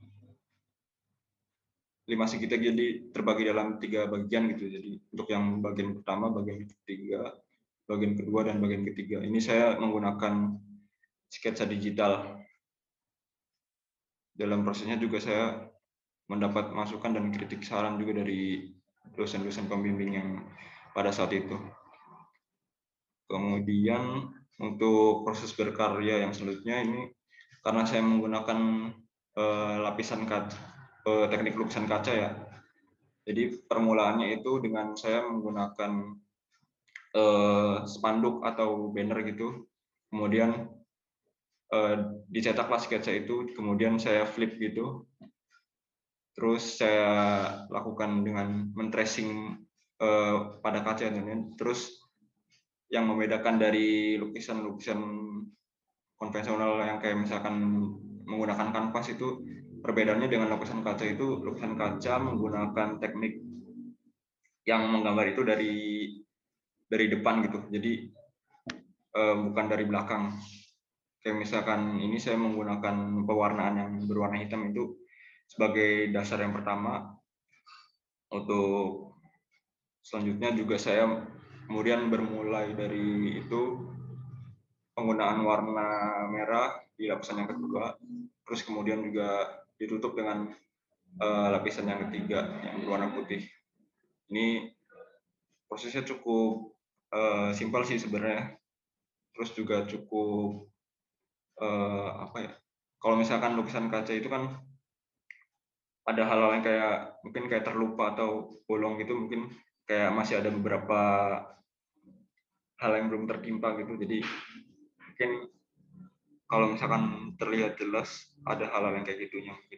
lima segitiga jadi terbagi dalam tiga bagian gitu. Jadi untuk yang bagian pertama, bagian ketiga, bagian kedua, dan bagian ketiga. Ini saya menggunakan sketsa digital. Dalam prosesnya juga saya mendapat masukan dan kritik saran juga dari dosen-dosen pembimbing yang pada saat itu. Kemudian untuk proses berkarya yang selanjutnya ini, karena saya menggunakan eh, lapisan kaca, eh, teknik lukisan kaca ya. Jadi permulaannya itu dengan saya menggunakan eh, spanduk atau banner gitu, kemudian eh, dicetaklah sketsa itu, kemudian saya flip gitu, terus saya lakukan dengan men-tracing eh, pada kaca ini. Terus yang membedakan dari lukisan-lukisan konvensional yang kayak misalkan menggunakan kanvas itu, perbedaannya dengan lukisan kaca itu, lukisan kaca menggunakan teknik yang menggambar itu dari dari depan gitu, jadi eh, bukan dari belakang. Kayak misalkan ini saya menggunakan pewarnaan yang berwarna hitam itu sebagai dasar yang pertama. Untuk selanjutnya juga saya kemudian bermulai dari itu penggunaan warna merah di lapisan yang kedua, terus kemudian juga ditutup dengan uh, lapisan yang ketiga yang berwarna putih. Ini prosesnya cukup uh, simpel sih sebenarnya, terus juga cukup uh, apa ya, kalau misalkan lukisan kaca itu kan ada hal-hal yang kayak mungkin kayak terlupa atau bolong gitu, mungkin kayak masih ada beberapa hal yang belum tertimpa gitu. Jadi mungkin kalau misalkan terlihat jelas ada hal-hal yang kayak gitunya mungkin.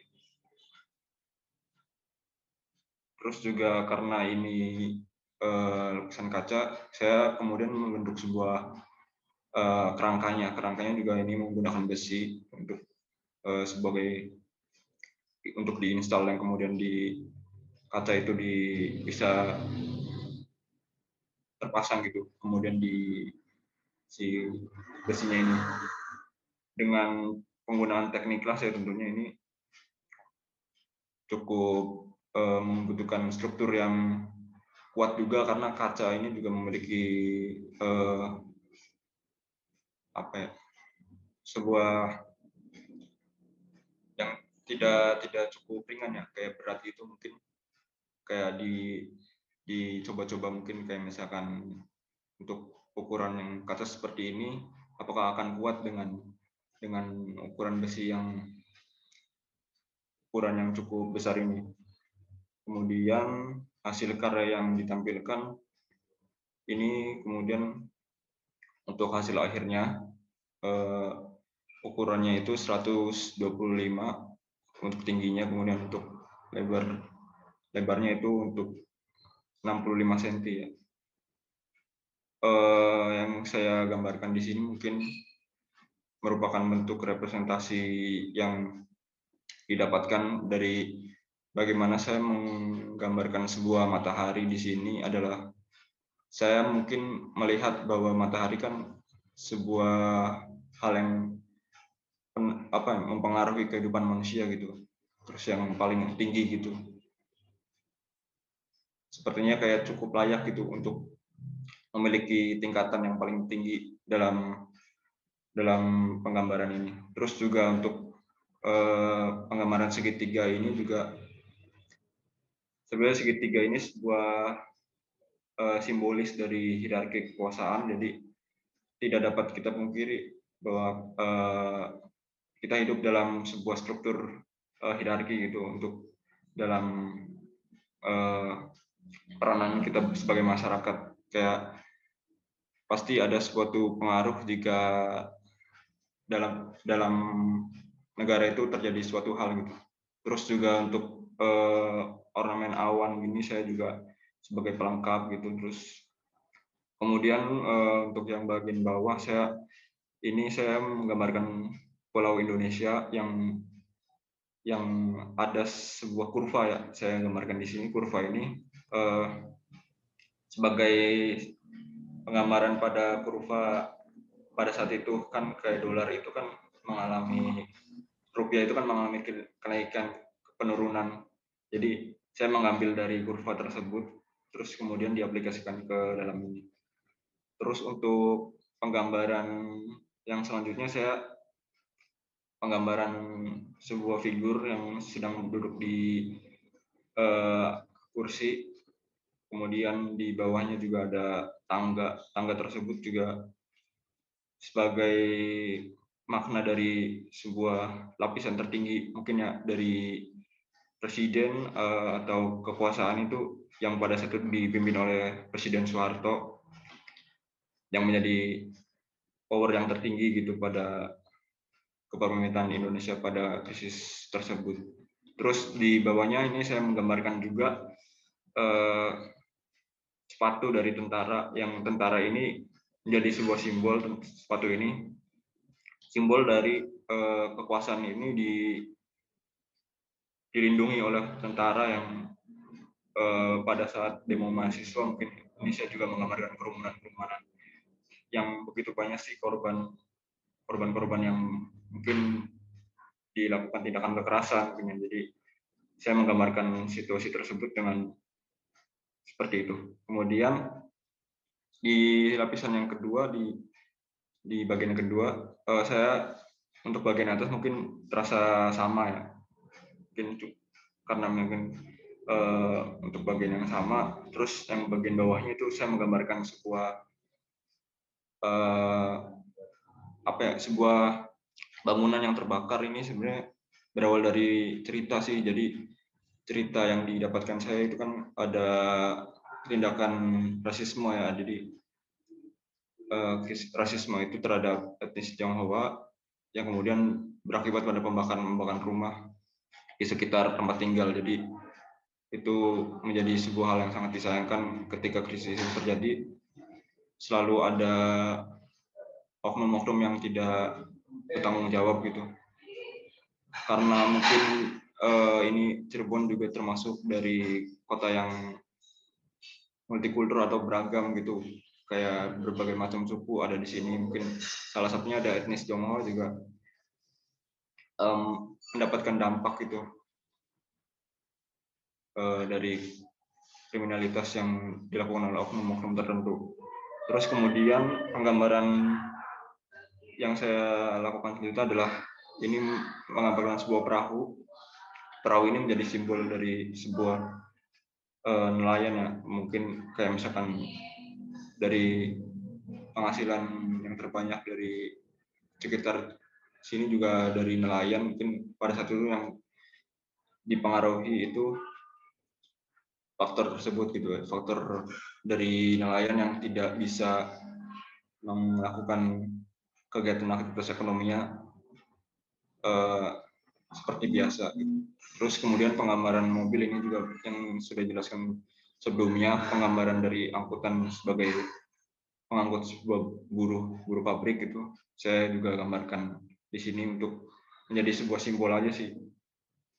Terus juga karena ini eh, lukisan kaca, saya kemudian membentuk sebuah eh, kerangkanya. Kerangkanya juga ini menggunakan besi untuk eh, sebagai untuk diinstal, yang kemudian di kaca itu di, bisa terpasang gitu. Kemudian di si besinya ini dengan penggunaan teknik las ya tentunya ini cukup eh, membutuhkan struktur yang kuat juga, karena kaca ini juga memiliki eh, apa ya, sebuah yang tidak tidak cukup ringan ya, kayak berat itu, mungkin kayak di dicoba-coba mungkin kayak misalkan untuk ukuran yang kaca seperti ini apakah akan kuat dengan dengan ukuran besi yang ukuran yang cukup besar ini. Kemudian hasil karya yang ditampilkan ini, kemudian untuk hasil akhirnya eh, ukurannya itu seratus dua puluh lima untuk tingginya, kemudian untuk lebar lebarnya itu untuk enam puluh lima sentimeter ya. Eh, yang saya gambarkan di sini mungkin merupakan bentuk representasi yang didapatkan dari bagaimana saya menggambarkan sebuah matahari di sini adalah saya mungkin melihat bahwa matahari kan sebuah hal yang apa mempengaruhi kehidupan manusia gitu. Terus yang paling tinggi gitu. Sepertinya kayak cukup layak gitu untuk memiliki tingkatan yang paling tinggi dalam dalam penggambaran ini. Terus juga untuk eh, penggambaran segitiga ini juga sebenarnya segitiga ini sebuah eh, simbolis dari hierarki kekuasaan. Jadi tidak dapat kita pungkiri bahwa eh, kita hidup dalam sebuah struktur eh, hierarki gitu untuk dalam eh, peranan kita sebagai masyarakat. Kayak pasti ada suatu pengaruh jika dalam dalam negara itu terjadi suatu hal gitu. Terus juga untuk eh, ornamen awan gini saya juga sebagai pelengkap gitu. Terus kemudian eh, untuk yang bagian bawah saya ini saya menggambarkan Pulau Indonesia yang yang ada sebuah kurva ya. Saya gambarkan di sini kurva ini eh, sebagai penggambaran pada kurva pada saat itu kan kayak dolar itu kan mengalami rupiah itu kan mengalami kenaikan penurunan. Jadi saya mengambil dari kurva tersebut terus kemudian diaplikasikan ke dalam ini. Terus untuk penggambaran yang selanjutnya saya penggambaran sebuah figur yang sedang duduk di uh, kursi. Kemudian di bawahnya juga ada tangga. Tangga tersebut juga sebagai makna dari sebuah lapisan tertinggi mungkin ya dari presiden uh, atau kekuasaan itu yang pada saat itu dipimpin oleh Presiden Soeharto yang menjadi power yang tertinggi gitu pada kepemimpinan Indonesia pada krisis tersebut. Terus di bawahnya ini saya menggambarkan juga uh, sepatu dari tentara yang tentara ini menjadi sebuah simbol. Sepatu ini simbol dari eh, kekuasaan ini di, dilindungi oleh tentara yang eh, pada saat demo mahasiswa mungkin ini saya juga menggambarkan kerumunan-kerumunan yang begitu banyak sih korban korban-korban yang mungkin dilakukan tindakan kekerasan. Jadi saya menggambarkan situasi tersebut dengan seperti itu. Kemudian di lapisan yang kedua di di bagian kedua uh, saya untuk bagian atas mungkin terasa sama ya mungkin karena mungkin uh, untuk bagian yang sama. Terus yang bagian bawahnya itu saya menggambarkan sebuah uh, apa ya sebuah bangunan yang terbakar. Ini sebenarnya berawal dari cerita sih. Jadi cerita yang didapatkan saya itu kan ada tindakan rasisme ya. Jadi Uh, rasisme itu terhadap etnis Tionghoa yang kemudian berakibat pada pembakaran-pembakaran rumah di sekitar tempat tinggal. Jadi itu menjadi sebuah hal yang sangat disayangkan ketika krisis itu terjadi. Selalu ada oknum-oknum yang tidak bertanggung jawab gitu. Karena mungkin uh, ini Cirebon juga termasuk dari kota yang multikultur atau beragam gitu. Kayak berbagai macam suku ada di sini. Mungkin salah satunya ada etnis Tionghoa juga um, mendapatkan dampak itu uh, dari kriminalitas yang dilakukan oleh oknum-oknum tertentu. Terus kemudian penggambaran yang saya lakukan itu adalah ini menggambarkan sebuah perahu. Perahu ini menjadi simbol dari sebuah uh, nelayan ya. Mungkin kayak misalkan dari penghasilan yang terbanyak dari sekitar sini juga dari nelayan. Mungkin pada saat itu yang dipengaruhi itu faktor tersebut gitu ya, faktor dari nelayan yang tidak bisa melakukan kegiatan aktivitas ekonominya eh, seperti biasa gitu. Terus kemudian penggambaran mobil ini juga yang sudah dijelaskan sebelumnya, penggambaran dari angkutan sebagai pengangkut sebuah buruh buruh pabrik itu saya juga gambarkan di sini untuk menjadi sebuah simbol aja sih.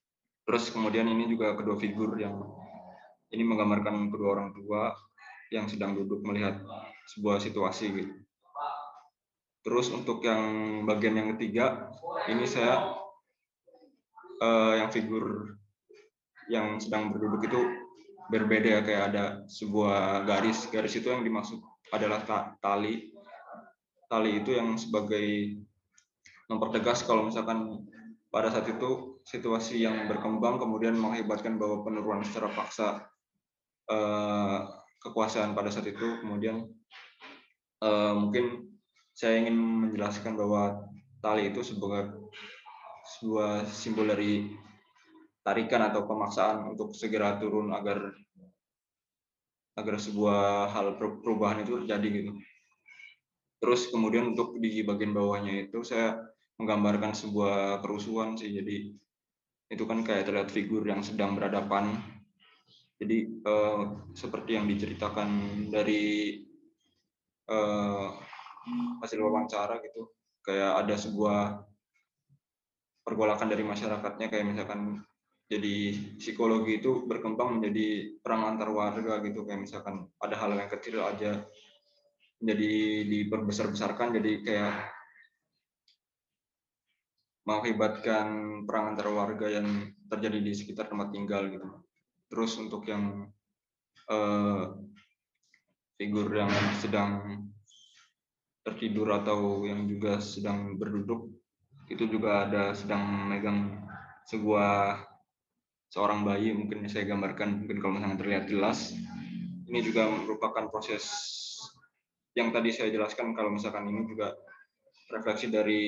Terus kemudian ini juga kedua figur yang ini menggambarkan kedua orang tua yang sedang duduk melihat sebuah situasi gitu. Terus untuk yang bagian yang ketiga, ini saya uh, yang figur yang sedang berduduk itu berbeda, kayak ada sebuah garis. Garis itu yang dimaksud adalah tali. Tali itu yang sebagai mempertegas kalau misalkan pada saat itu situasi yang berkembang kemudian mengakibatkan bahwa penurunan secara paksa uh, kekuasaan pada saat itu, kemudian uh, mungkin saya ingin menjelaskan bahwa tali itu sebagai sebuah simbol dari tarikan atau pemaksaan untuk segera turun agar agar sebuah hal perubahan itu terjadi gitu. Terus kemudian untuk di bagian bawahnya itu saya menggambarkan sebuah kerusuhan sih. Jadi itu kan kayak terlihat figur yang sedang berhadapan. Jadi eh, seperti yang diceritakan dari eh, hasil wawancara gitu, kayak ada sebuah pergolakan dari masyarakatnya, kayak misalkan jadi psikologi itu berkembang menjadi perang antar warga gitu, kayak misalkan ada hal yang kecil aja jadi diperbesar-besarkan, jadi kayak mengakibatkan perang antar warga yang terjadi di sekitar tempat tinggal gitu. Terus untuk yang eh, figur yang sedang tertidur atau yang juga sedang berduduk itu juga ada sedang memegang sebuah seorang bayi, mungkin saya gambarkan, mungkin kalau misalnya terlihat jelas. Ini juga merupakan proses yang tadi saya jelaskan, kalau misalkan ini juga refleksi dari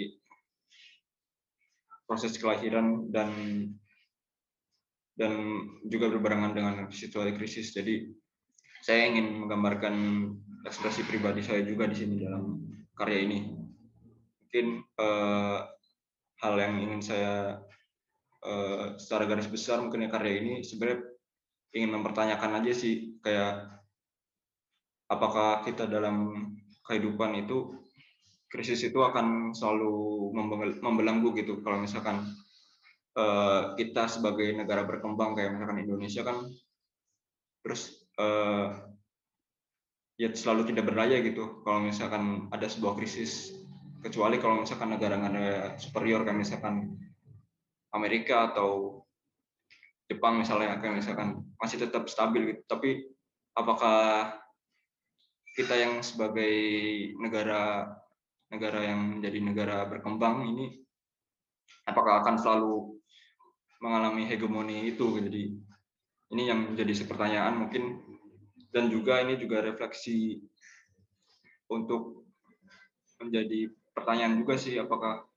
proses kelahiran dan dan juga berbarengan dengan situasi krisis. Jadi saya ingin menggambarkan ekspresi pribadi saya juga di sini dalam karya ini. Mungkin eh, hal yang ingin saya eh, secara garis besar mungkin ya, karya ini sebenarnya ingin mempertanyakan aja sih, kayak apakah kita dalam kehidupan itu krisis itu akan selalu membelenggu gitu. Kalau misalkan uh, kita sebagai negara berkembang kayak misalkan Indonesia kan, terus uh, ya selalu tidak berdaya gitu kalau misalkan ada sebuah krisis, kecuali kalau misalkan negara-negara superior kayak misalkan Amerika atau Jepang misalnya, kayak misalkan masih tetap stabil gitu. Tapi apakah kita yang sebagai negara negara yang menjadi negara berkembang ini, apakah akan selalu mengalami hegemoni itu? Jadi ini yang menjadi pertanyaan mungkin, dan juga ini juga refleksi untuk menjadi pertanyaan juga sih, apakah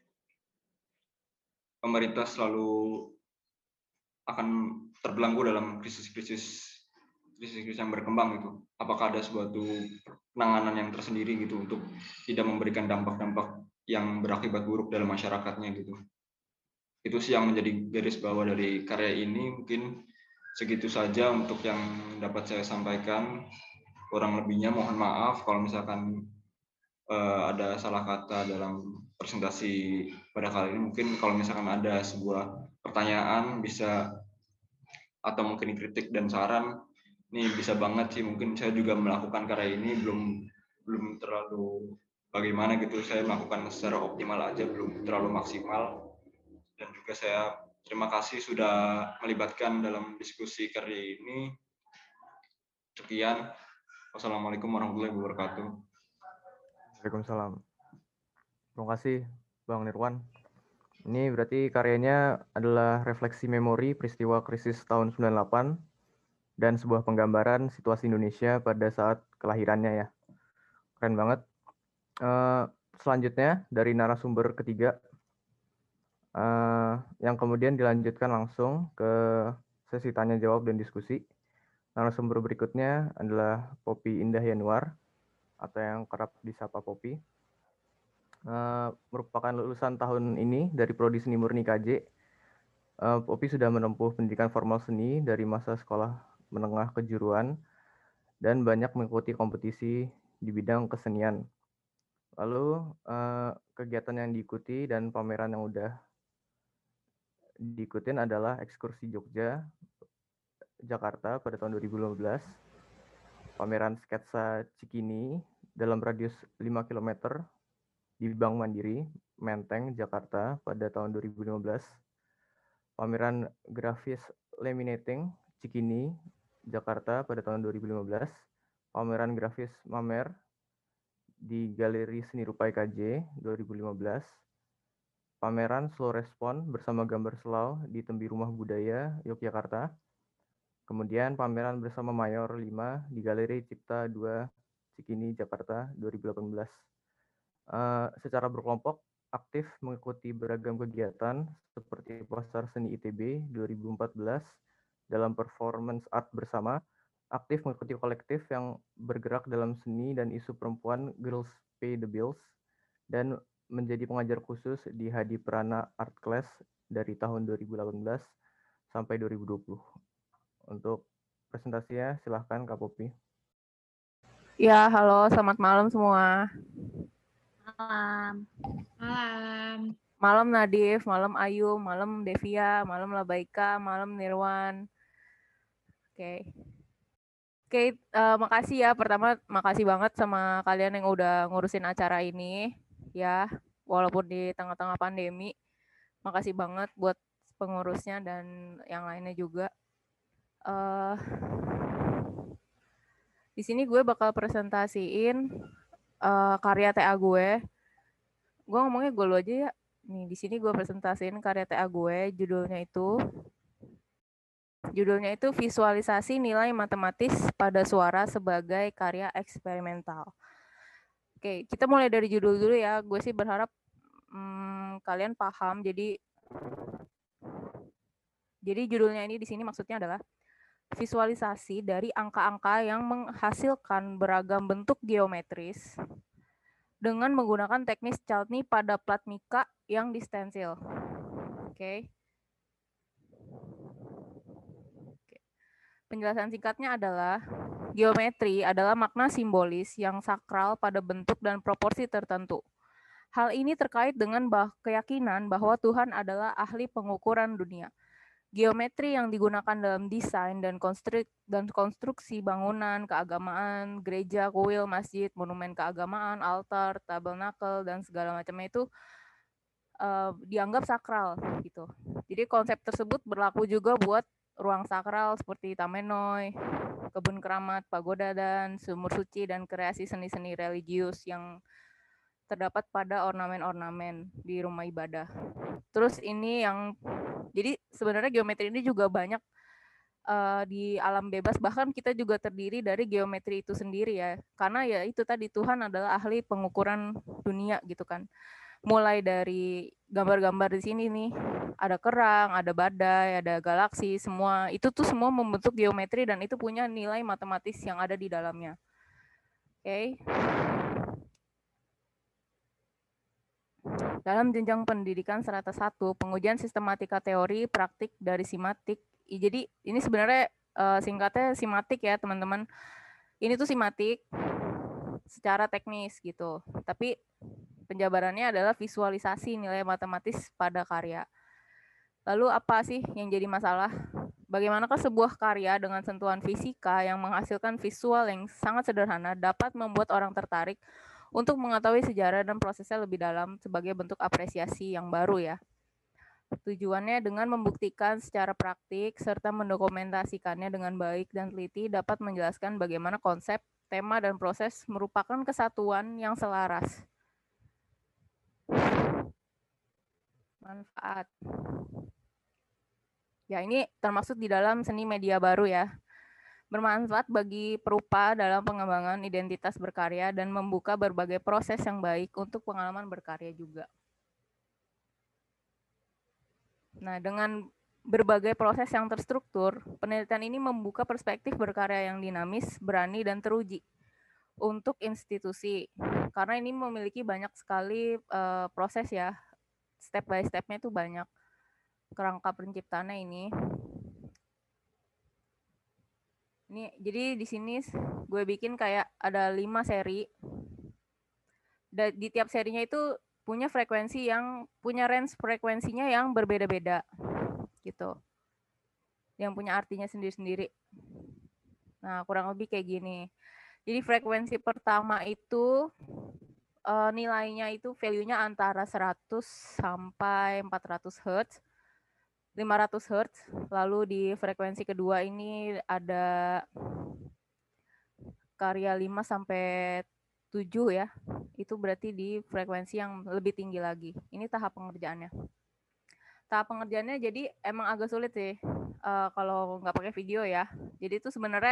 pemerintah selalu akan terbelenggu dalam krisis-krisis krisis-krisis yang berkembang gitu? Apakah ada suatu penanganan yang tersendiri gitu untuk tidak memberikan dampak-dampak yang berakibat buruk dalam masyarakatnya gitu? Itu sih yang menjadi garis bawah dari karya ini. Mungkin segitu saja untuk yang dapat saya sampaikan. Kurang lebihnya mohon maaf kalau misalkan uh, ada salah kata dalam presentasi pada kali ini. Mungkin kalau misalkan ada sebuah pertanyaan bisa, atau mungkin kritik dan saran, ini bisa banget sih. Mungkin saya juga melakukan karya ini belum belum terlalu bagaimana gitu, saya melakukan secara optimal aja, belum terlalu maksimal. Dan juga saya terima kasih sudah melibatkan dalam diskusi kali ini. Sekian. Wassalamualaikum warahmatullahi wabarakatuh. Waalaikumsalam. Terima kasih Bang Nirwan. Ini berarti karyanya adalah refleksi memori peristiwa krisis tahun sembilan puluh delapan dan sebuah penggambaran situasi Indonesia pada saat kelahirannya ya. Keren banget. Uh, selanjutnya dari narasumber ketiga, uh, yang kemudian dilanjutkan langsung ke sesi tanya jawab dan diskusi. Narasumber berikutnya adalah Poppy Indah Yanuar, atau yang kerap disapa Poppy. Uh, merupakan lulusan tahun ini dari Prodi Seni Murni K J. Uh, Poppy sudah menempuh pendidikan formal seni dari masa sekolah menengah kejuruan dan banyak mengikuti kompetisi di bidang kesenian. Lalu uh, kegiatan yang diikuti dan pameran yang udah diikutin adalah ekskursi Jogja, Jakarta pada tahun dua ribu lima belas, pameran sketsa Cikini dalam radius lima kilometer di Bank Mandiri, Menteng, Jakarta pada tahun dua ribu lima belas, pameran grafis laminating Cikini, Jakarta pada tahun dua ribu lima belas, pameran grafis Mamer di Galeri Seni Rupa I K J dua ribu lima belas, pameran Slow Respon bersama gambar Slow di Tembi Rumah Budaya Yogyakarta, kemudian pameran bersama Mayor lima di Galeri Cipta dua Cikini, Jakarta dua ribu delapan belas. Uh, secara berkelompok, aktif mengikuti beragam kegiatan seperti Pasar Seni I T B dua ribu empat belas dalam performance art bersama, aktif mengikuti kolektif yang bergerak dalam seni dan isu perempuan Girls Pay the Bills, dan menjadi pengajar khusus di Hadi Prana Art Class dari tahun dua ribu delapan belas sampai dua ribu dua puluh. Untuk presentasinya silahkan Kak Popi. Ya, halo, selamat malam semua. Malam. Malam. Malam Nadif, malam Ayu, malam Devia, malam Labaika, malam Nirwan. Oke. Oke, uh, makasih ya. Pertama, makasih banget sama kalian yang udah ngurusin acara ini. Ya, walaupun di tengah-tengah pandemi. Makasih banget buat pengurusnya dan yang lainnya juga. Uh, di sini gue bakal presentasiin Uh, karya T A gue. Gue ngomongnya gue lu aja ya. Nih di sini gue presentasiin karya T A gue. Judulnya itu, judulnya itu visualisasi nilai matematis pada suara sebagai karya eksperimental. Oke, kita mulai dari judul dulu ya. Gue sih berharap hmm, kalian paham. Jadi, jadi judulnya ini di sini maksudnya adalah visualisasi dari angka-angka yang menghasilkan beragam bentuk geometris dengan menggunakan teknik Chladni pada plat mika yang distensil. Oke. Okay. Okay. Penjelasan singkatnya adalah geometri adalah makna simbolis yang sakral pada bentuk dan proporsi tertentu. Hal ini terkait dengan bah- keyakinan bahwa Tuhan adalah ahli pengukuran dunia. Geometri yang digunakan dalam desain dan, konstruk dan konstruksi bangunan, keagamaan, gereja, kuil, masjid, monumen keagamaan, altar, tabernakel, dan segala macamnya itu uh, dianggap sakral gitu. Jadi konsep tersebut berlaku juga buat ruang sakral seperti Tamenoi, kebun keramat, pagoda, dan sumur suci, dan kreasi seni-seni religius yang terdapat pada ornamen-ornamen di rumah ibadah. Terus ini yang jadi sebenarnya geometri ini juga banyak uh, di alam bebas, bahkan kita juga terdiri dari geometri itu sendiri ya. Karena ya itu tadi Tuhan adalah ahli pengukuran dunia gitu kan. Mulai dari gambar-gambar di sini nih, ada kerang, ada badai, ada galaksi, semua itu tuh semua membentuk geometri dan itu punya nilai matematis yang ada di dalamnya. Oke. Okay. Dalam jenjang pendidikan strata satu, pengujian sistematika teori praktik dari simatik. Jadi ini sebenarnya uh, singkatnya simatik ya teman-teman. Ini tuh simatik secara teknis gitu. Tapi penjabarannya adalah visualisasi nilai matematis pada karya. Lalu apa sih yang jadi masalah? Bagaimanakah sebuah karya dengan sentuhan fisika yang menghasilkan visual yang sangat sederhana dapat membuat orang tertarik untuk mengetahui sejarah dan prosesnya lebih dalam sebagai bentuk apresiasi yang baru ya. Tujuannya dengan membuktikan secara praktik serta mendokumentasikannya dengan baik dan teliti dapat menjelaskan bagaimana konsep, tema, dan proses merupakan kesatuan yang selaras. Manfaat. Ya ini termasuk di dalam seni media baru ya. Bermanfaat bagi perupa dalam pengembangan identitas berkarya dan membuka berbagai proses yang baik untuk pengalaman berkarya juga. Nah, dengan berbagai proses yang terstruktur, penelitian ini membuka perspektif berkarya yang dinamis, berani, dan teruji untuk institusi. Karena ini memiliki banyak sekali uh, proses ya, step by step-nya itu banyak. Kerangka penciptaannya ini. Ini jadi di sini gue bikin kayak ada lima seri. Dan di tiap serinya itu punya frekuensi yang punya range frekuensinya yang berbeda-beda. gitu. Yang punya artinya sendiri-sendiri. Nah, kurang lebih kayak gini. Jadi frekuensi pertama itu uh, nilainya itu value-nya antara seratus sampai empat ratus hertz, lima ratus hertz. Lalu di frekuensi kedua ini ada karya lima sampai tujuh ya. Itu berarti di frekuensi yang lebih tinggi lagi. Ini tahap pengerjaannya. Tahap pengerjaannya jadi emang agak sulit sih uh, kalau nggak pakai video ya. Jadi itu sebenarnya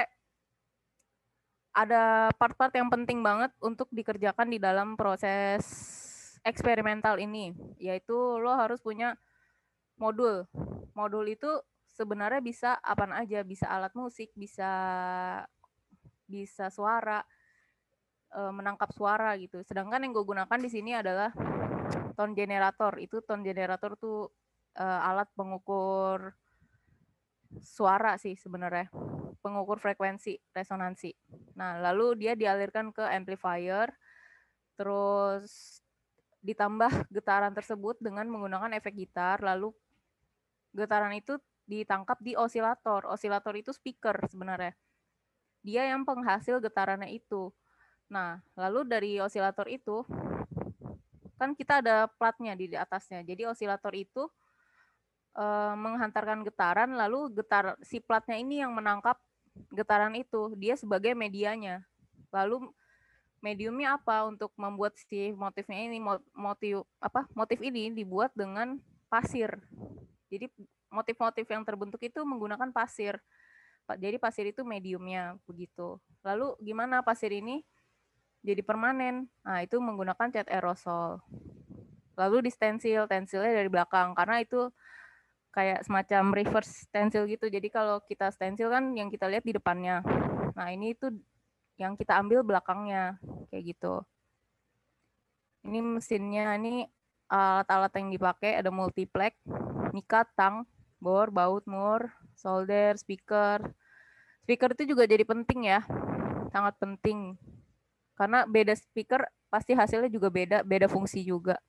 ada part-part yang penting banget untuk dikerjakan di dalam proses eksperimental ini, yaitu lo harus punya modul. Modul itu sebenarnya bisa apaan aja, bisa alat musik, bisa bisa suara, menangkap suara gitu. Sedangkan yang gue gunakan di sini adalah tone generator. Itu tone generator tuh alat pengukur suara sih sebenarnya, pengukur frekuensi resonansi. Nah, lalu dia dialirkan ke amplifier, terus ditambah getaran tersebut dengan menggunakan efek gitar, lalu getaran itu ditangkap di osilator. Osilator itu speaker sebenarnya. Dia yang penghasil getarannya itu. Nah, lalu dari osilator itu, kan kita ada platnya di atasnya. Jadi osilator itu menghantarkan getaran, lalu getar si platnya ini yang menangkap getaran itu, dia sebagai medianya. Lalu mediumnya apa untuk membuat si motifnya ini, motif apa motif ini dibuat dengan pasir. Jadi motif-motif yang terbentuk itu menggunakan pasir. Jadi pasir itu mediumnya begitu. Lalu gimana pasir ini jadi permanen? Nah, itu menggunakan cat aerosol. Lalu di stensil, stensilnya dari belakang karena itu kayak semacam reverse stencil gitu. Jadi kalau kita stencil kan yang kita lihat di depannya. Nah, ini tuh yang kita ambil belakangnya kayak gitu. Ini mesinnya, ini alat-alat yang dipakai ada multiplex, mica, tang, bor, baut, mur, solder, speaker. Speaker itu juga jadi penting ya. Sangat penting. Karena beda speaker pasti hasilnya juga beda, beda fungsi juga.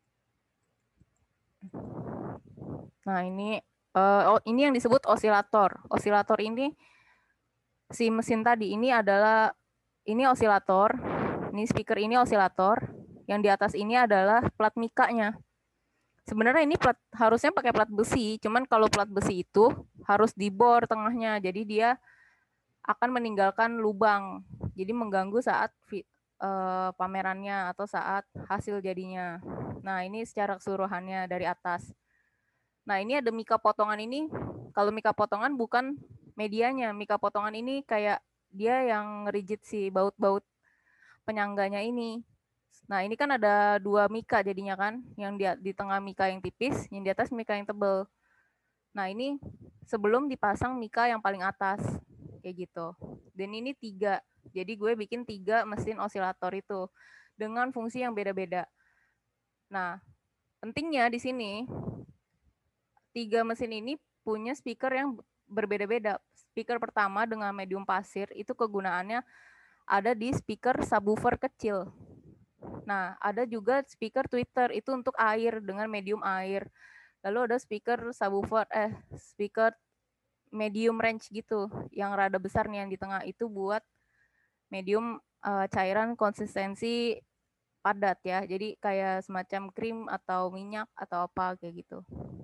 Nah, ini uh, oh, ini yang disebut osilator. Osilator ini si mesin tadi ini adalah ini osilator. Ini speaker ini osilator. Yang di atas ini adalah plat mikanya. Sebenarnya ini plat harusnya pakai plat besi, cuman kalau plat besi itu harus dibor tengahnya. Jadi dia akan meninggalkan lubang. Jadi mengganggu saat uh, pamerannya atau saat hasil jadinya. Nah, ini secara keseluruhannya dari atas. Nah, ini ada mica potongan ini. Kalau mica potongan bukan medianya. Mica potongan ini kayak dia yang rigid si baut-baut penyangganya ini. Nah, ini kan ada dua mica jadinya kan. Yang di, di tengah mica yang tipis, yang di atas mica yang tebal. Nah, ini sebelum dipasang mica yang paling atas. Kayak gitu. Dan ini tiga. Jadi gue bikin tiga mesin osilator itu. Dengan fungsi yang beda-beda. Nah, pentingnya di sini, tiga mesin ini punya speaker yang berbeda-beda. Speaker pertama dengan medium pasir itu kegunaannya ada di speaker subwoofer kecil. Nah, ada juga speaker tweeter itu untuk air dengan medium air. Lalu ada speaker subwoofer eh speaker medium range gitu yang rada besar nih yang di tengah itu buat medium uh, cairan konsistensi padat ya. Jadi kayak semacam krim atau minyak atau apa kayak gitu.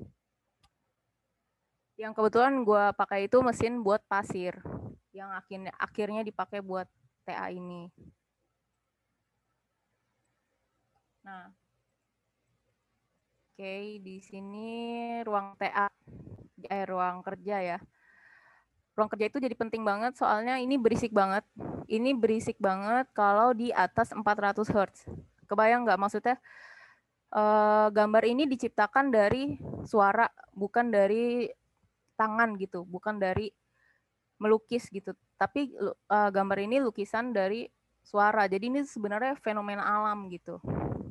Yang kebetulan gue pakai itu mesin buat pasir, yang akhirnya akhirnya dipakai buat T A ini. Nah, oke okay, di sini ruang T A, eh ruang kerja ya. Ruang kerja itu jadi penting banget soalnya ini berisik banget. Ini berisik banget kalau di atas empat ratus hertz. Kebayang nggak maksudnya? Uh, gambar ini diciptakan dari suara, bukan dari tangan gitu, bukan dari melukis gitu. Tapi uh, gambar ini lukisan dari suara. Jadi ini sebenarnya fenomena alam gitu.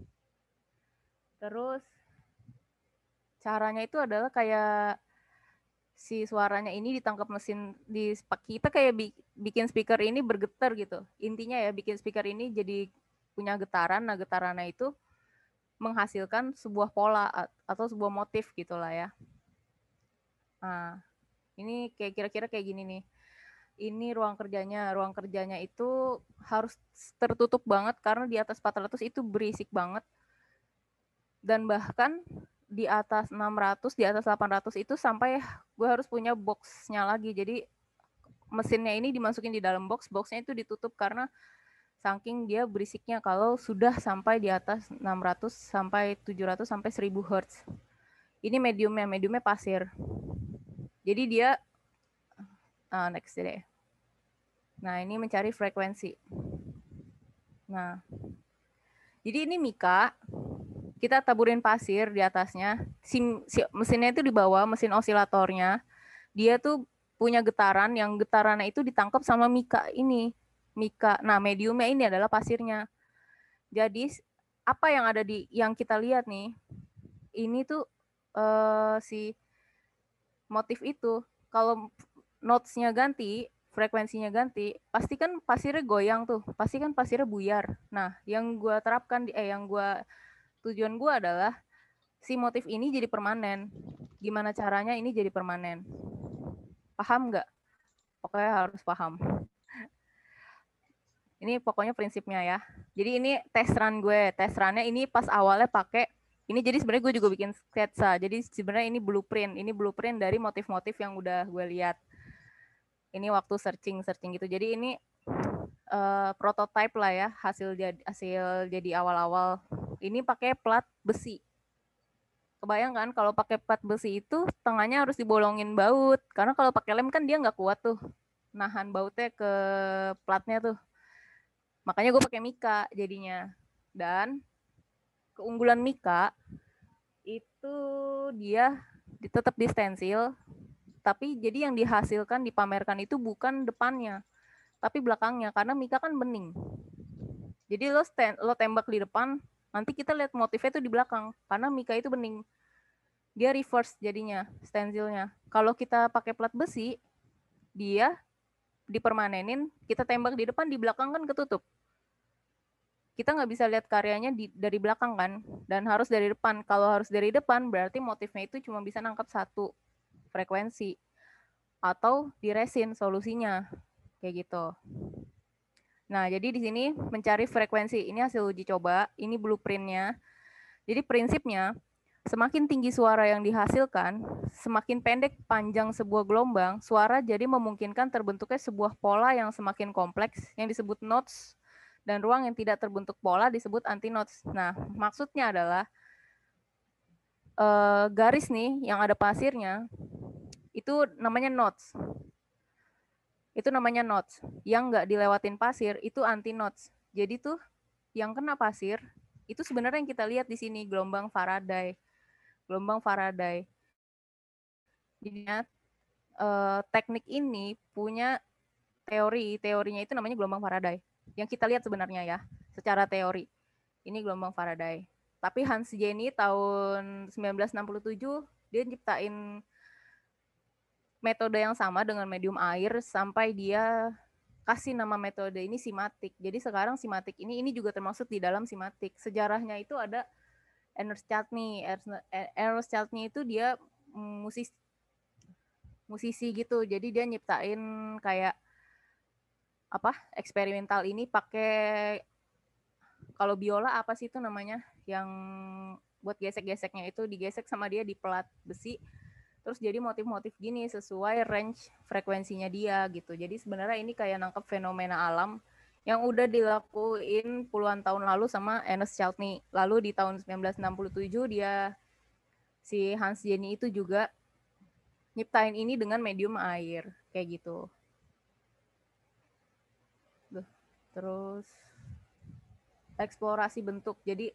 Terus caranya itu adalah kayak si suaranya ini ditangkap mesin di kita kayak bikin speaker ini bergetar gitu. Intinya ya bikin speaker ini jadi punya getaran. Nah, getarannya itu menghasilkan sebuah pola atau sebuah motif gitulah ya. Nah, ini kayak kira-kira kayak gini nih. Ini ruang kerjanya. Ruang kerjanya itu harus tertutup banget karena di atas empat ratus itu berisik banget. Dan bahkan di atas enam ratus, di atas delapan ratus itu sampai gue harus punya boxnya lagi. Jadi mesinnya ini dimasukin di dalam box, boxnya itu ditutup karena saking dia berisiknya kalau sudah sampai di atas enam ratus sampai tujuh ratus sampai seribu hertz. Ini mediumnya, mediumnya pasir. Jadi dia uh, next deh. Nah, ini mencari frekuensi. Nah, jadi ini mika, kita taburin pasir di atasnya. Si, si, mesinnya itu di bawah, mesin osilatornya. Dia tuh punya getaran, yang getarannya itu ditangkap sama mika ini. Mika. Nah, mediumnya ini adalah pasirnya. Jadi apa yang ada di yang kita lihat nih, ini tuh uh, si motif itu. Kalau notes-nya ganti, frekuensinya ganti, pasti kan pasirnya goyang tuh, pasti kan pasirnya buyar. Nah, yang gue terapkan, eh yang gue tujuan gue adalah si motif ini jadi permanen. Gimana caranya ini jadi permanen? Paham nggak? Pokoknya harus paham. Ini pokoknya prinsipnya ya. Jadi ini test run gue. Test runnya ini pas awalnya pakai ini, jadi sebenarnya gue juga bikin sketsa. Jadi sebenarnya ini blueprint. Ini blueprint dari motif-motif yang udah gue lihat. Ini waktu searching-searching gitu. Jadi ini uh, prototype lah ya, hasil jadi hasil jadi awal-awal. Ini pakai plat besi. Kebayang kan kalau pakai plat besi itu tengahnya harus dibolongin baut. Karena kalau pakai lem kan dia nggak kuat tuh nahan bautnya ke platnya tuh. Makanya gue pakai mika jadinya. Dan keunggulan mika itu dia tetap di stensil, tapi jadi yang dihasilkan dipamerkan itu bukan depannya, tapi belakangnya, karena mika kan bening. Jadi lo stand, lo tembak di depan, nanti kita lihat motifnya itu di belakang, karena mika itu bening. Dia reverse jadinya stensilnya. Kalau kita pakai plat besi, dia dipermanenin, kita tembak di depan, di belakang kan ketutup. Kita nggak bisa lihat karyanya di, dari belakang kan, dan harus dari depan. Kalau harus dari depan, berarti motifnya itu cuma bisa nangkap satu frekuensi. Atau di resin solusinya, kayak gitu. Nah, jadi di sini mencari frekuensi. Ini hasil uji coba, ini blueprintnya. Jadi prinsipnya, semakin tinggi suara yang dihasilkan, semakin pendek panjang sebuah gelombang, suara jadi memungkinkan terbentuknya sebuah pola yang semakin kompleks, yang disebut notes, dan ruang yang tidak terbentuk pola disebut antinodes. Nah, maksudnya adalah eh, garis nih yang ada pasirnya, itu namanya nodes. Itu namanya nodes. Yang nggak dilewatin pasir, itu antinodes. Jadi tuh yang kena pasir, itu sebenarnya yang kita lihat di sini, gelombang Faraday. Gelombang Faraday. Jadi eh, teknik ini punya teori, teorinya itu namanya gelombang Faraday. Yang kita lihat sebenarnya ya, secara teori. Ini gelombang Faraday. Tapi Hans Jenny tahun sembilan belas enam puluh tujuh, dia nyiptain metode yang sama dengan medium air sampai dia kasih nama metode ini simatik. Jadi sekarang simatik ini ini juga termasuk di dalam simatik. Sejarahnya itu ada Ernest Chladni. Ernest Chladni itu dia musisi, musisi gitu. Jadi dia nyiptain kayak apa eksperimental ini pakai, kalau biola apa sih itu namanya, yang buat gesek-geseknya itu digesek sama dia di pelat besi, terus jadi motif-motif gini sesuai range frekuensinya dia gitu. Jadi sebenarnya ini kayak nangkep fenomena alam yang udah dilakuin puluhan tahun lalu sama Ernest Chladni. Lalu di tahun sembilan belas enam puluh tujuh dia si Hans Jenny itu juga nyiptain ini dengan medium air kayak gitu. Terus eksplorasi bentuk. Jadi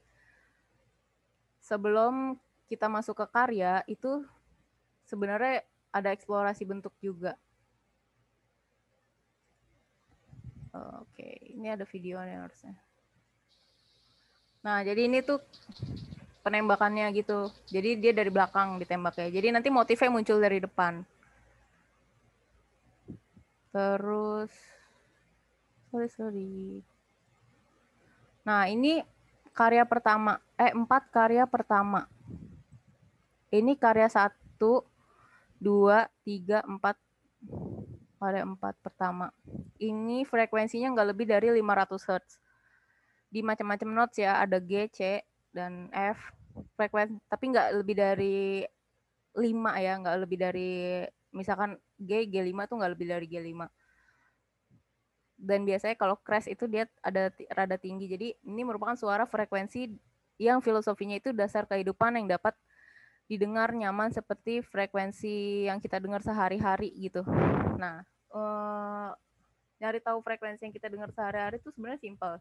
sebelum kita masuk ke karya itu sebenarnya ada eksplorasi bentuk juga. Oke, ini ada videonya harusnya. Nah, jadi ini tuh penembakannya gitu. Jadi dia dari belakang ditembaknya. Jadi nanti motifnya muncul dari depan. Terus sorry sorry. Nah, ini karya pertama, eh empat karya pertama. Ini karya satu dua, tiga, empat. Pada empat pertama. Ini frekuensinya nggak lebih dari lima ratus hertz. Di macam-macam notes ya, ada G, C, dan F. Frekuensi, tapi nggak lebih dari lima ya, nggak lebih dari, misalkan G, G lima tuh nggak lebih dari G lima. Dan biasanya kalau crash itu dia ada rada tinggi. Jadi ini merupakan suara frekuensi yang filosofinya itu dasar kehidupan yang dapat didengar nyaman seperti frekuensi yang kita dengar sehari-hari gitu. Nah, eh, nyari tahu frekuensi yang kita dengar sehari-hari itu sebenarnya simpel.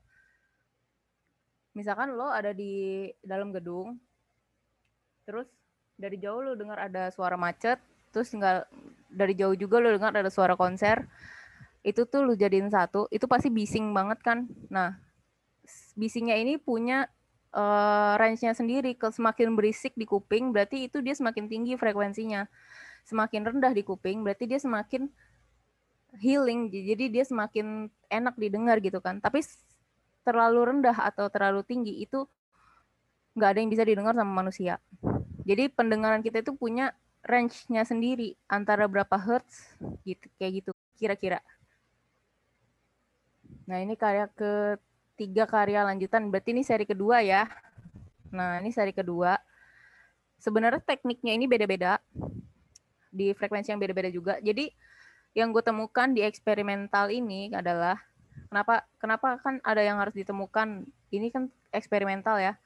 Misalkan lo ada di dalam gedung, terus dari jauh lo dengar ada suara macet, terus nggak dari jauh juga lo dengar ada suara konser, itu tuh lo jadiin satu, itu pasti bising banget kan. Nah, bisingnya ini punya uh, range-nya sendiri. Kalau semakin berisik di kuping, berarti itu dia semakin tinggi frekuensinya. Semakin rendah di kuping, berarti dia semakin healing, jadi dia semakin enak didengar gitu kan. Tapi terlalu rendah atau terlalu tinggi itu nggak ada yang bisa didengar sama manusia. Jadi pendengaran kita itu punya range-nya sendiri antara berapa hertz gitu, kayak gitu kira-kira. Nah, ini karya ketiga, karya lanjutan, berarti ini seri kedua ya. Nah, ini seri kedua. Sebenarnya tekniknya ini beda-beda di frekuensi yang beda-beda juga. Jadi yang gue temukan di eksperimental ini adalah kenapa kenapa kan ada yang harus ditemukan, ini kan eksperimental ya.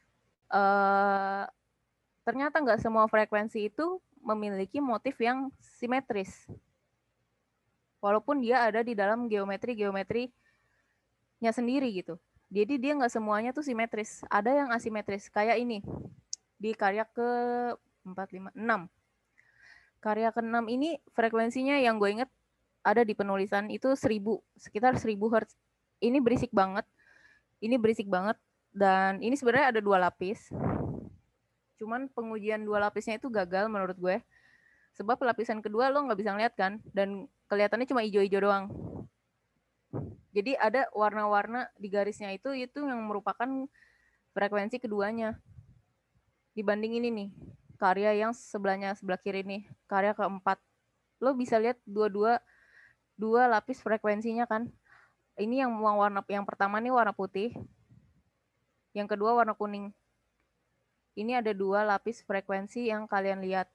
Uh, ternyata nggak semua frekuensi itu memiliki motif yang simetris. Walaupun dia ada di dalam geometri-geometrinya sendiri gitu. Jadi dia nggak semuanya tuh simetris. Ada yang asimetris. Kayak ini. Di karya ke empat, lima, enam. Karya ke enam ini frekuensinya yang gue inget ada di penulisan itu seribu. Sekitar seribu hertz. Ini berisik banget. Ini berisik banget. Dan ini sebenarnya ada dua lapis. Cuman pengujian dua lapisnya itu gagal menurut gue. Sebab lapisan kedua lo nggak bisa ngeliat kan. Dan kelihatannya cuma hijau-hijau doang. Jadi ada warna-warna di garisnya itu, itu yang merupakan frekuensi keduanya. Dibanding ini nih, karya yang sebelahnya, sebelah kiri nih, karya keempat. Lo bisa lihat dua-dua, dua lapis frekuensinya kan. Ini yang warna, yang pertama nih warna putih. Yang kedua warna kuning. Ini ada dua lapis frekuensi yang kalian lihat.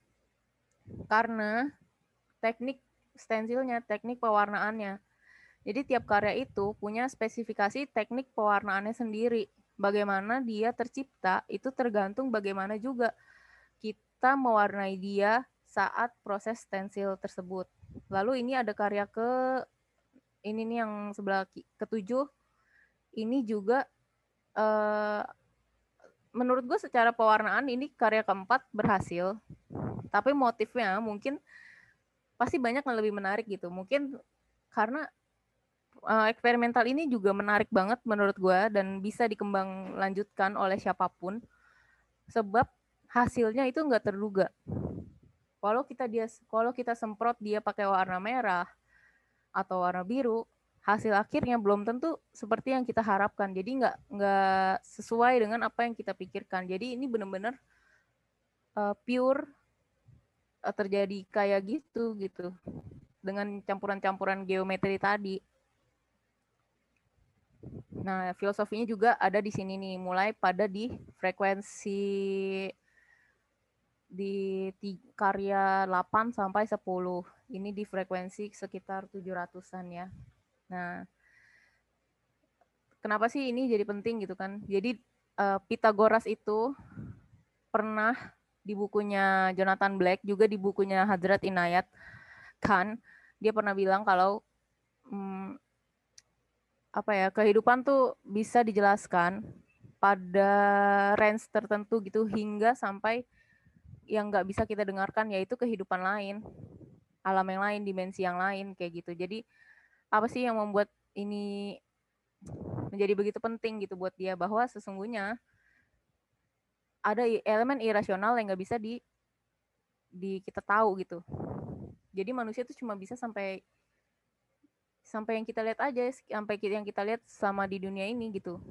Karena teknik stensilnya, teknik pewarnaannya. Jadi tiap karya itu punya spesifikasi teknik pewarnaannya sendiri. Bagaimana dia tercipta itu tergantung bagaimana juga kita mewarnai dia saat proses stensil tersebut. Lalu ini ada karya ke ini nih yang sebelah ketujuh. Ini juga eh, menurut gue secara pewarnaan ini karya keempat berhasil. Tapi motifnya mungkin pasti banyak yang lebih menarik gitu. Mungkin karena uh, eksperimental ini juga menarik banget menurut gue dan bisa dikembang lanjutkan oleh siapapun. Sebab hasilnya itu nggak terduga. Kalau kita dia, kalau kita semprot dia pakai warna merah atau warna biru, hasil akhirnya belum tentu seperti yang kita harapkan. Jadi nggak nggak sesuai dengan apa yang kita pikirkan. Jadi ini benar-benar uh, pure uh, terjadi kayak gitu gitu dengan campuran-campuran geometri tadi. Nah, filosofinya juga ada di sini nih, mulai pada di frekuensi di karya delapan sampai sepuluh. Ini di frekuensi sekitar tujuh ratusan ya. Nah, kenapa sih ini jadi penting gitu kan? Jadi uh, Pythagoras itu pernah di bukunya Jonathan Black, juga di bukunya Hadrat Inayat Khan, dia pernah bilang kalau hmm, apa ya, kehidupan tuh bisa dijelaskan pada range tertentu gitu hingga sampai yang nggak bisa kita dengarkan, yaitu kehidupan lain, alam yang lain, dimensi yang lain kayak gitu. Jadi apa sih yang membuat ini menjadi begitu penting gitu buat dia, bahwa sesungguhnya ada elemen irasional yang nggak bisa di di kita tahu gitu. Jadi manusia itu cuma bisa sampai sampai yang kita lihat aja, sampai yang kita lihat sama di dunia ini gitu.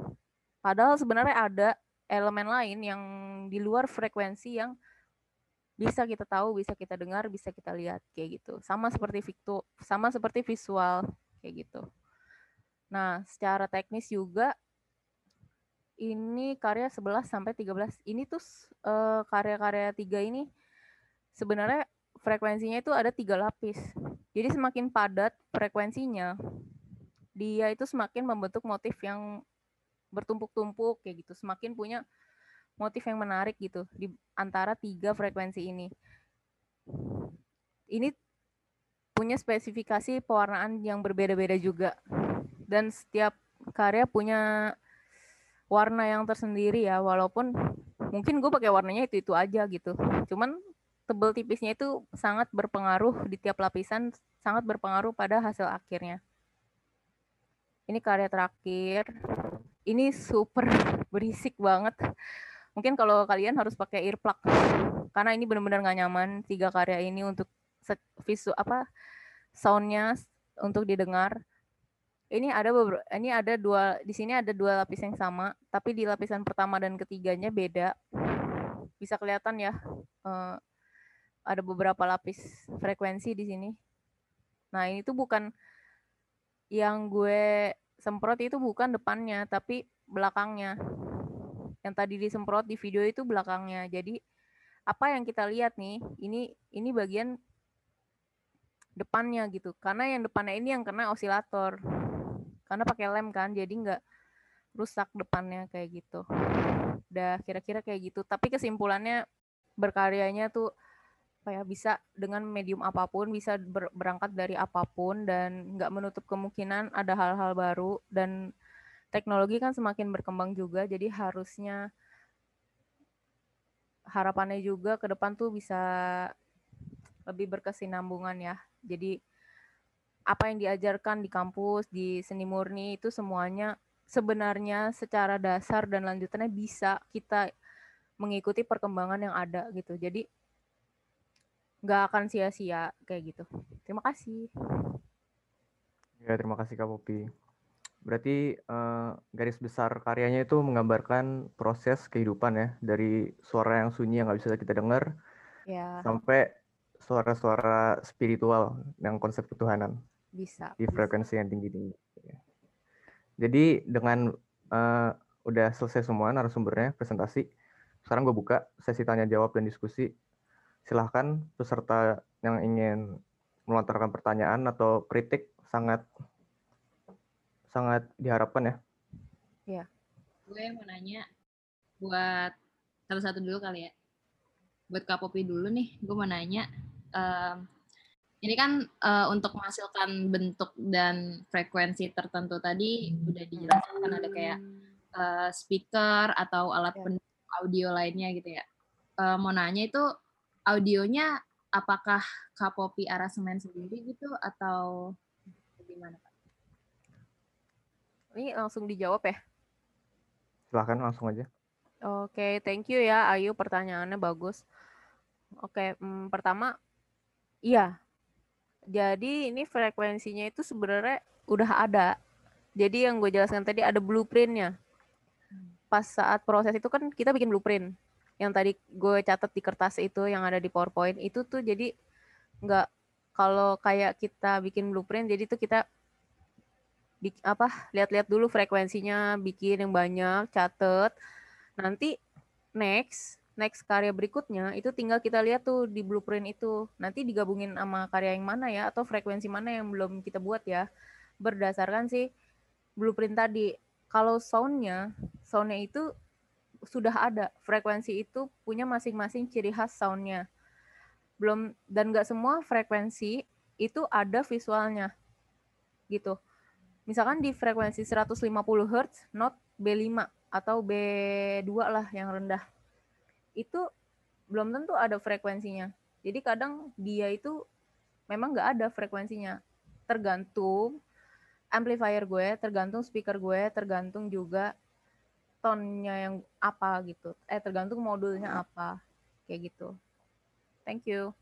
Padahal sebenarnya ada elemen lain yang di luar frekuensi yang bisa kita tahu, bisa kita dengar, bisa kita lihat kayak gitu. Sama seperti victu, sama seperti visual kayak gitu. Nah, secara teknis juga ini karya sebelas sampai tiga belas. Ini tuh uh, karya-karya tiga ini sebenarnya frekuensinya itu ada tiga lapis. Jadi semakin padat frekuensinya, dia itu semakin membentuk motif yang bertumpuk-tumpuk kayak gitu. Semakin punya motif yang menarik gitu di antara tiga frekuensi ini. Ini punya spesifikasi pewarnaan yang berbeda-beda juga. Dan setiap karya punya warna yang tersendiri ya, walaupun mungkin gue pakai warnanya itu-itu aja gitu. Cuman tebel tipisnya itu sangat berpengaruh di tiap lapisan, sangat berpengaruh pada hasil akhirnya. Ini karya terakhir. Ini super berisik banget. Mungkin kalau kalian harus pakai earplug karena ini benar-benar nggak nyaman tiga karya ini untuk visual apa soundnya untuk didengar. Ini ada beberapa, ini ada dua di sini ada dua lapis yang sama, tapi di lapisan pertama dan ketiganya beda. Bisa kelihatan ya, uh, ada beberapa lapis frekuensi di sini. Nah ini tuh bukan yang gue semprot itu bukan depannya, tapi belakangnya. Yang tadi disemprot di video itu belakangnya. Jadi apa yang kita lihat nih, ini ini bagian depannya gitu. Karena yang depannya ini yang kena osilator. Karena pakai lem kan, jadi nggak rusak depannya kayak gitu. Udah kira-kira kayak gitu. Tapi kesimpulannya berkaryanya tuh kayak bisa dengan medium apapun, bisa ber- berangkat dari apapun dan nggak menutup kemungkinan ada hal-hal baru. Dan teknologi kan semakin berkembang juga, jadi harusnya harapannya juga ke depan tuh bisa lebih berkesinambungan ya. Jadi apa yang diajarkan di kampus, di seni murni itu semuanya sebenarnya secara dasar dan lanjutannya bisa kita mengikuti perkembangan yang ada gitu. Jadi nggak akan sia-sia kayak gitu. Terima kasih. Ya, terima kasih Kak Popi. Berarti uh, garis besar karyanya itu menggambarkan proses kehidupan ya, dari suara yang sunyi yang nggak bisa kita dengar ya, sampai suara-suara spiritual yang konsep ketuhanan bisa di bisa. frekuensi yang tinggi-tinggi. Jadi dengan uh, udah selesai semua narasumbernya, presentasi, sekarang gue buka sesi tanya jawab dan diskusi. Silahkan peserta yang ingin melontarkan pertanyaan atau kritik sangat sangat diharapkan ya. Iya. Gue mau nanya buat satu-satu dulu kali ya. Buat Kak Popi dulu nih, gue mau nanya. Um, ini kan uh, untuk menghasilkan bentuk dan frekuensi tertentu tadi udah dijelaskan ada kayak uh, speaker atau alat Ya. pendukung audio lainnya gitu ya. Uh, mau nanya itu audionya apakah Kak Popi aransemen sendiri gitu atau gimana Pak? Ini langsung dijawab ya? Silahkan langsung aja. Oke, okay, thank you ya Ayu, pertanyaannya bagus. Oke, okay, hmm, pertama, iya. Jadi ini frekuensinya itu sebenarnya udah ada. Jadi yang gue jelaskan tadi ada blueprintnya. Pas saat proses itu kan kita bikin blueprint. Yang tadi gue catat di kertas itu yang ada di PowerPoint itu tuh jadi nggak kalau kayak kita bikin blueprint jadi tuh kita bik, apa lihat-lihat dulu frekuensinya, bikin yang banyak, catet. Nanti next next karya berikutnya itu tinggal kita lihat tuh di blueprint itu. Nanti digabungin sama karya yang mana ya atau frekuensi mana yang belum kita buat ya. Berdasarkan sih blueprint tadi. Kalau soundnya, soundnya itu sudah ada. Frekuensi itu punya masing-masing ciri khas soundnya. Belum dan nggak semua frekuensi itu ada visualnya. Gitu. Misalkan di frekuensi seratus lima puluh hertz, not B lima atau B dua lah yang rendah. Itu belum tentu ada frekuensinya. Jadi kadang dia itu memang nggak ada frekuensinya. Tergantung amplifier gue, tergantung speaker gue, tergantung juga tone-nya yang apa gitu. Eh tergantung modulnya apa. Kayak gitu. Thank you.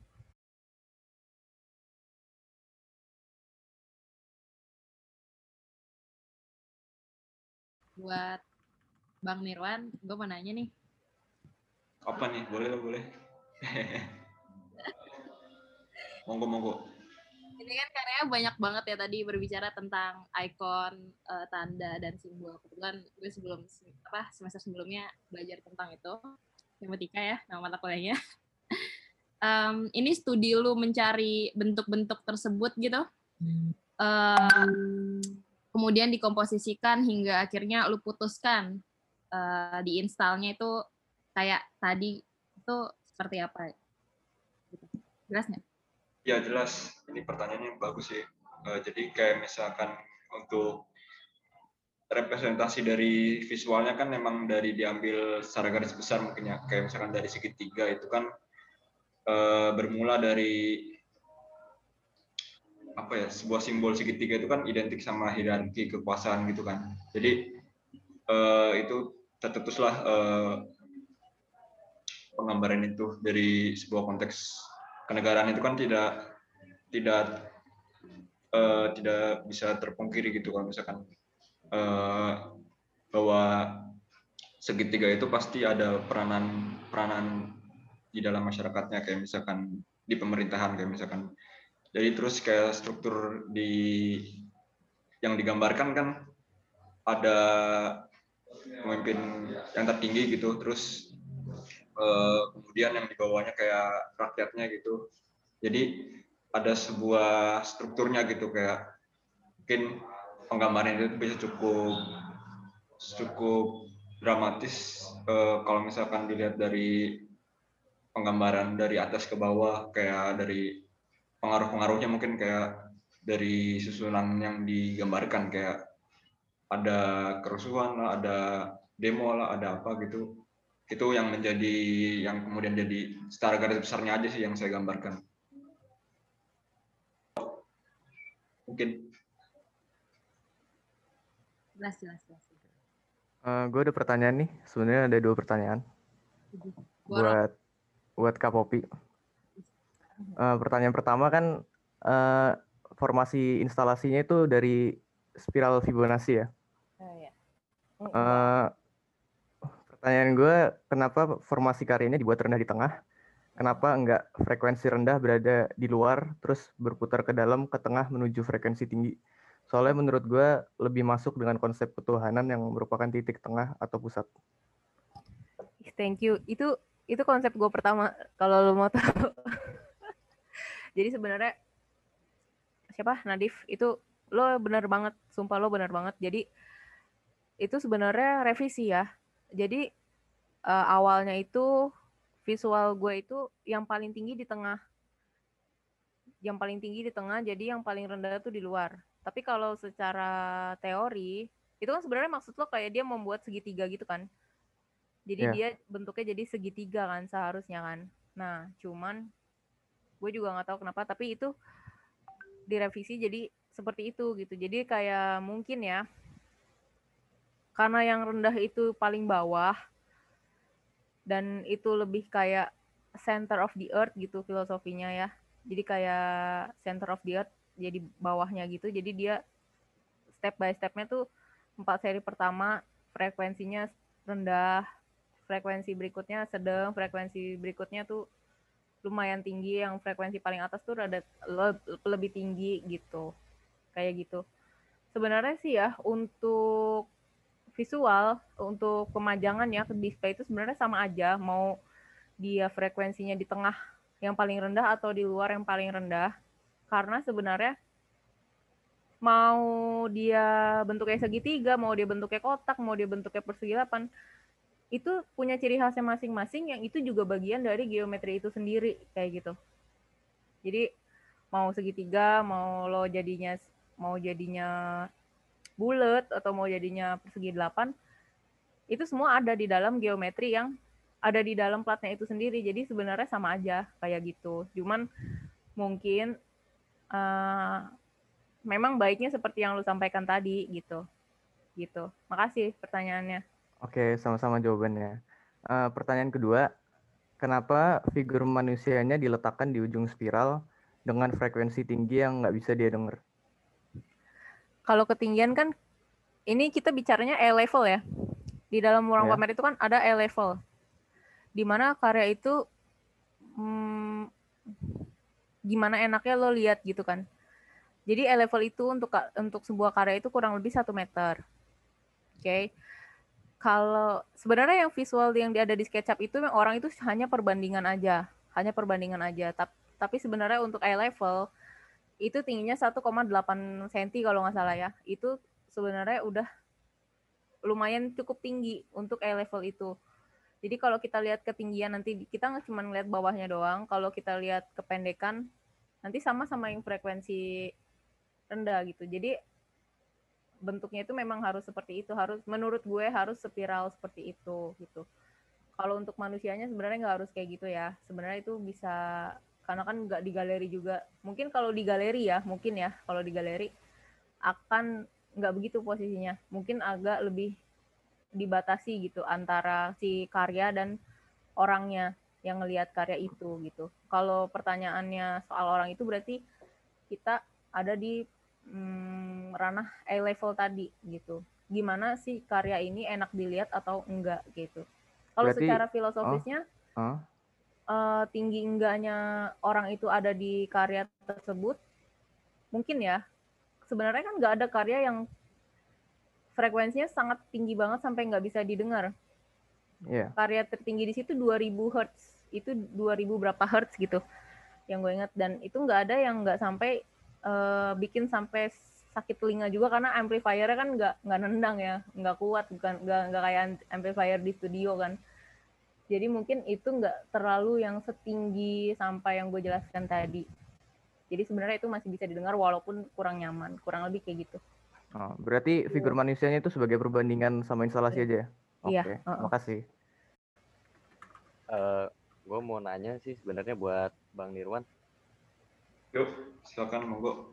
Buat Bang Nirwan, gue mau nanya nih. Apa nih? Boleh, boleh. Monggo, monggo. Ini kan karyanya banyak banget ya tadi berbicara tentang ikon, uh, tanda dan simbol. Kebetulan gue sebelum apa semester sebelumnya belajar tentang itu, semiotika ya nama mata kuliahnya. um, ini studi lu mencari bentuk-bentuk tersebut gitu, uh, kemudian dikomposisikan hingga akhirnya lu putuskan uh, diinstalnya itu kayak tadi itu seperti apa? Jelas nggak? Ya jelas, ini pertanyaannya bagus sih. Uh, jadi kayak misalkan untuk representasi dari visualnya kan memang dari diambil secara garis besar mungkin ya, kayak misalkan dari segitiga itu kan uh, bermula dari apa ya, sebuah simbol segitiga itu kan identik sama hierarki kekuasaan gitu kan. Jadi uh, itu tercetuslah uh, penggambaran itu dari sebuah konteks kenegaraan itu kan tidak tidak uh, tidak bisa terpungkiri gitu kalau misalkan uh, bahwa segitiga itu pasti ada peranan peranan di dalam masyarakatnya, kayak misalkan di pemerintahan kayak misalkan. Jadi terus kayak struktur di yang digambarkan kan ada pemimpin yang tertinggi gitu, terus eh, kemudian yang di bawahnya kayak rakyatnya gitu. Jadi ada sebuah strukturnya gitu, kayak mungkin penggambaran itu bisa cukup cukup dramatis eh, kalau misalkan dilihat dari penggambaran dari atas ke bawah, kayak dari pengaruh-pengaruhnya mungkin kayak dari susunan yang digambarkan, kayak ada kerusuhan lah, ada demo lah, ada apa gitu. Itu yang menjadi, yang kemudian jadi secara garis besarnya aja sih yang saya gambarkan. Mungkin. Jelas, jelas, jelas. Uh, gue ada pertanyaan nih, sebenarnya ada dua pertanyaan buat buat Kak Popi. Uh, pertanyaan pertama kan uh, formasi instalasinya itu dari spiral Fibonacci ya. Oh, ya. Uh, pertanyaan gue, kenapa formasi karyanya dibuat rendah di tengah? Kenapa enggak frekuensi rendah berada di luar, terus berputar ke dalam, ke tengah menuju frekuensi tinggi? Soalnya menurut gue lebih masuk dengan konsep ketuhanan yang merupakan titik tengah atau pusat. Thank you. Itu itu konsep gue pertama, kalau lo mau tahu. Jadi sebenarnya siapa Nadif itu lo benar banget, sumpah lo benar banget. Jadi itu sebenarnya revisi ya. Jadi uh, awalnya itu visual gue itu yang paling tinggi di tengah, yang paling tinggi di tengah. Jadi yang paling rendah tuh di luar. Tapi kalau secara teori itu kan sebenarnya maksud lo kayak dia membuat segitiga gitu kan. Jadi yeah. dia bentuknya jadi segitiga kan seharusnya kan. Nah cuman gue juga nggak tahu kenapa, tapi itu direvisi jadi seperti itu gitu. Jadi kayak mungkin ya, karena yang rendah itu paling bawah dan itu lebih kayak center of the earth gitu filosofinya ya. Jadi kayak center of the earth jadi bawahnya gitu. Jadi dia step by stepnya tuh empat seri pertama frekuensinya rendah, frekuensi berikutnya sedang, frekuensi berikutnya tuh lumayan tinggi, yang frekuensi paling atas tuh rada lebih tinggi gitu. Kayak gitu. Sebenarnya sih ya untuk visual, untuk pemajangan ya ke display itu sebenarnya sama aja, mau dia frekuensinya di tengah yang paling rendah atau di luar yang paling rendah. Karena sebenarnya mau dia bentuknya segitiga, mau dia bentuknya kotak, mau dia bentuknya persegi delapan, itu punya ciri khasnya masing-masing yang itu juga bagian dari geometri itu sendiri kayak gitu. Jadi mau segitiga, mau lo jadinya mau jadinya bulat atau mau jadinya persegi delapan, itu semua ada di dalam geometri yang ada di dalam platnya itu sendiri. Jadi sebenarnya sama aja kayak gitu. Cuman mungkin uh, memang baiknya seperti yang lo sampaikan tadi gitu. Gitu. Makasih pertanyaannya. Oke, sama-sama jawabannya. Uh, pertanyaan kedua, kenapa figur manusianya diletakkan di ujung spiral dengan frekuensi tinggi yang nggak bisa dia dengar? Kalau ketinggian kan, ini kita bicaranya eye level ya. Di dalam ruang Ya. pamer itu kan ada eye level. Di mana karya itu hmm, gimana enaknya lo lihat gitu kan. Jadi eye level itu untuk untuk sebuah karya itu kurang lebih satu meter. Oke. Okay. Kalau sebenarnya yang visual yang ada di SketchUp itu orang itu hanya perbandingan aja, hanya perbandingan aja. Tapi, tapi sebenarnya untuk eye level itu tingginya satu koma delapan sentimeter kalau nggak salah ya. Itu sebenarnya udah lumayan cukup tinggi untuk eye level itu. Jadi kalau kita lihat ketinggian nanti kita nggak cuma ngeliat bawahnya doang. Kalau kita lihat kependekan nanti sama sama yang frekuensi rendah gitu. Jadi bentuknya itu memang harus seperti itu, harus menurut gue harus spiral seperti itu gitu. Kalau untuk manusianya sebenarnya nggak harus kayak gitu ya. Sebenarnya itu bisa karena kan nggak di galeri juga. Mungkin kalau di galeri ya, mungkin ya kalau di galeri akan nggak begitu posisinya. Mungkin agak lebih dibatasi gitu antara si karya dan orangnya yang ngelihat karya itu gitu. Kalau pertanyaannya soal orang itu berarti kita ada di hmm, ranah eye level tadi gitu. Gimana sih karya ini enak dilihat atau enggak gitu. Kalau secara filosofisnya oh, uh. uh, tinggi enggaknya orang itu ada di karya tersebut mungkin ya. Sebenarnya kan nggak ada karya yang frekuensinya sangat tinggi banget sampai nggak bisa didengar. Yeah. Karya tertinggi di situ dua ribu hertz. Itu dua ribu berapa hertz gitu. Yang gue ingat. Dan itu nggak ada yang nggak sampai uh, bikin sampai sakit telinga juga karena amplifiernya kan nggak nggak nendang ya, nggak kuat, bukan nggak nggak kayak amplifier di studio kan. Jadi mungkin itu nggak terlalu yang setinggi sampai yang gue jelaskan tadi. Jadi sebenarnya itu masih bisa didengar walaupun kurang nyaman, kurang lebih kayak gitu. Oh, berarti figur yeah. manusianya itu sebagai perbandingan sama instalasi yeah. aja ya? Oke, yeah. okay. uh-uh. Makasih. Uh, gue mau nanya sih sebenarnya buat Bang Nirwan. Yuk, silakan monggo.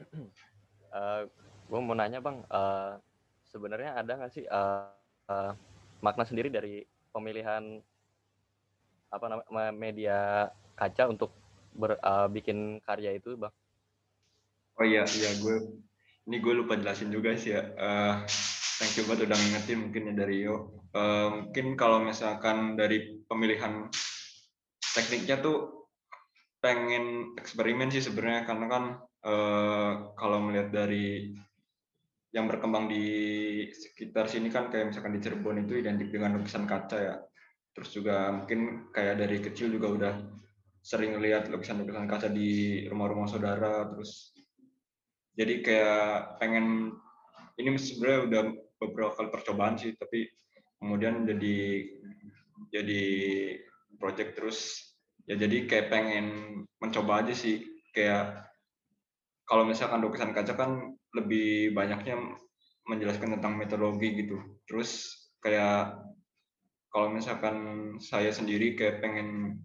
Uh, gue mau nanya Bang, uh, sebenarnya ada nggak sih uh, uh, makna sendiri dari pemilihan apa namanya media kaca untuk ber, uh, bikin karya itu Bang? Oh iya, iya gue ini gue lupa jelasin juga sih ya. Uh, thank you banget udah ngingetin mungkin ya dari Yo. Uh, mungkin kalau misalkan dari pemilihan tekniknya tuh pengen eksperimen sih sebenarnya karena kan uh, kalau melihat dari yang berkembang di sekitar sini kan kayak misalkan di Cirebon itu identik dengan lukisan kaca ya. Terus juga mungkin kayak dari kecil juga udah sering lihat lukisan-lukisan kaca di rumah-rumah saudara. Terus jadi kayak pengen ini sebenarnya udah beberapa kali percobaan sih, tapi kemudian jadi jadi project terus ya jadi kayak pengen mencoba aja sih kayak kalau misalkan lukisan kaca kan lebih banyaknya menjelaskan tentang metodologi gitu. Terus kayak kalau misalkan saya sendiri kayak pengen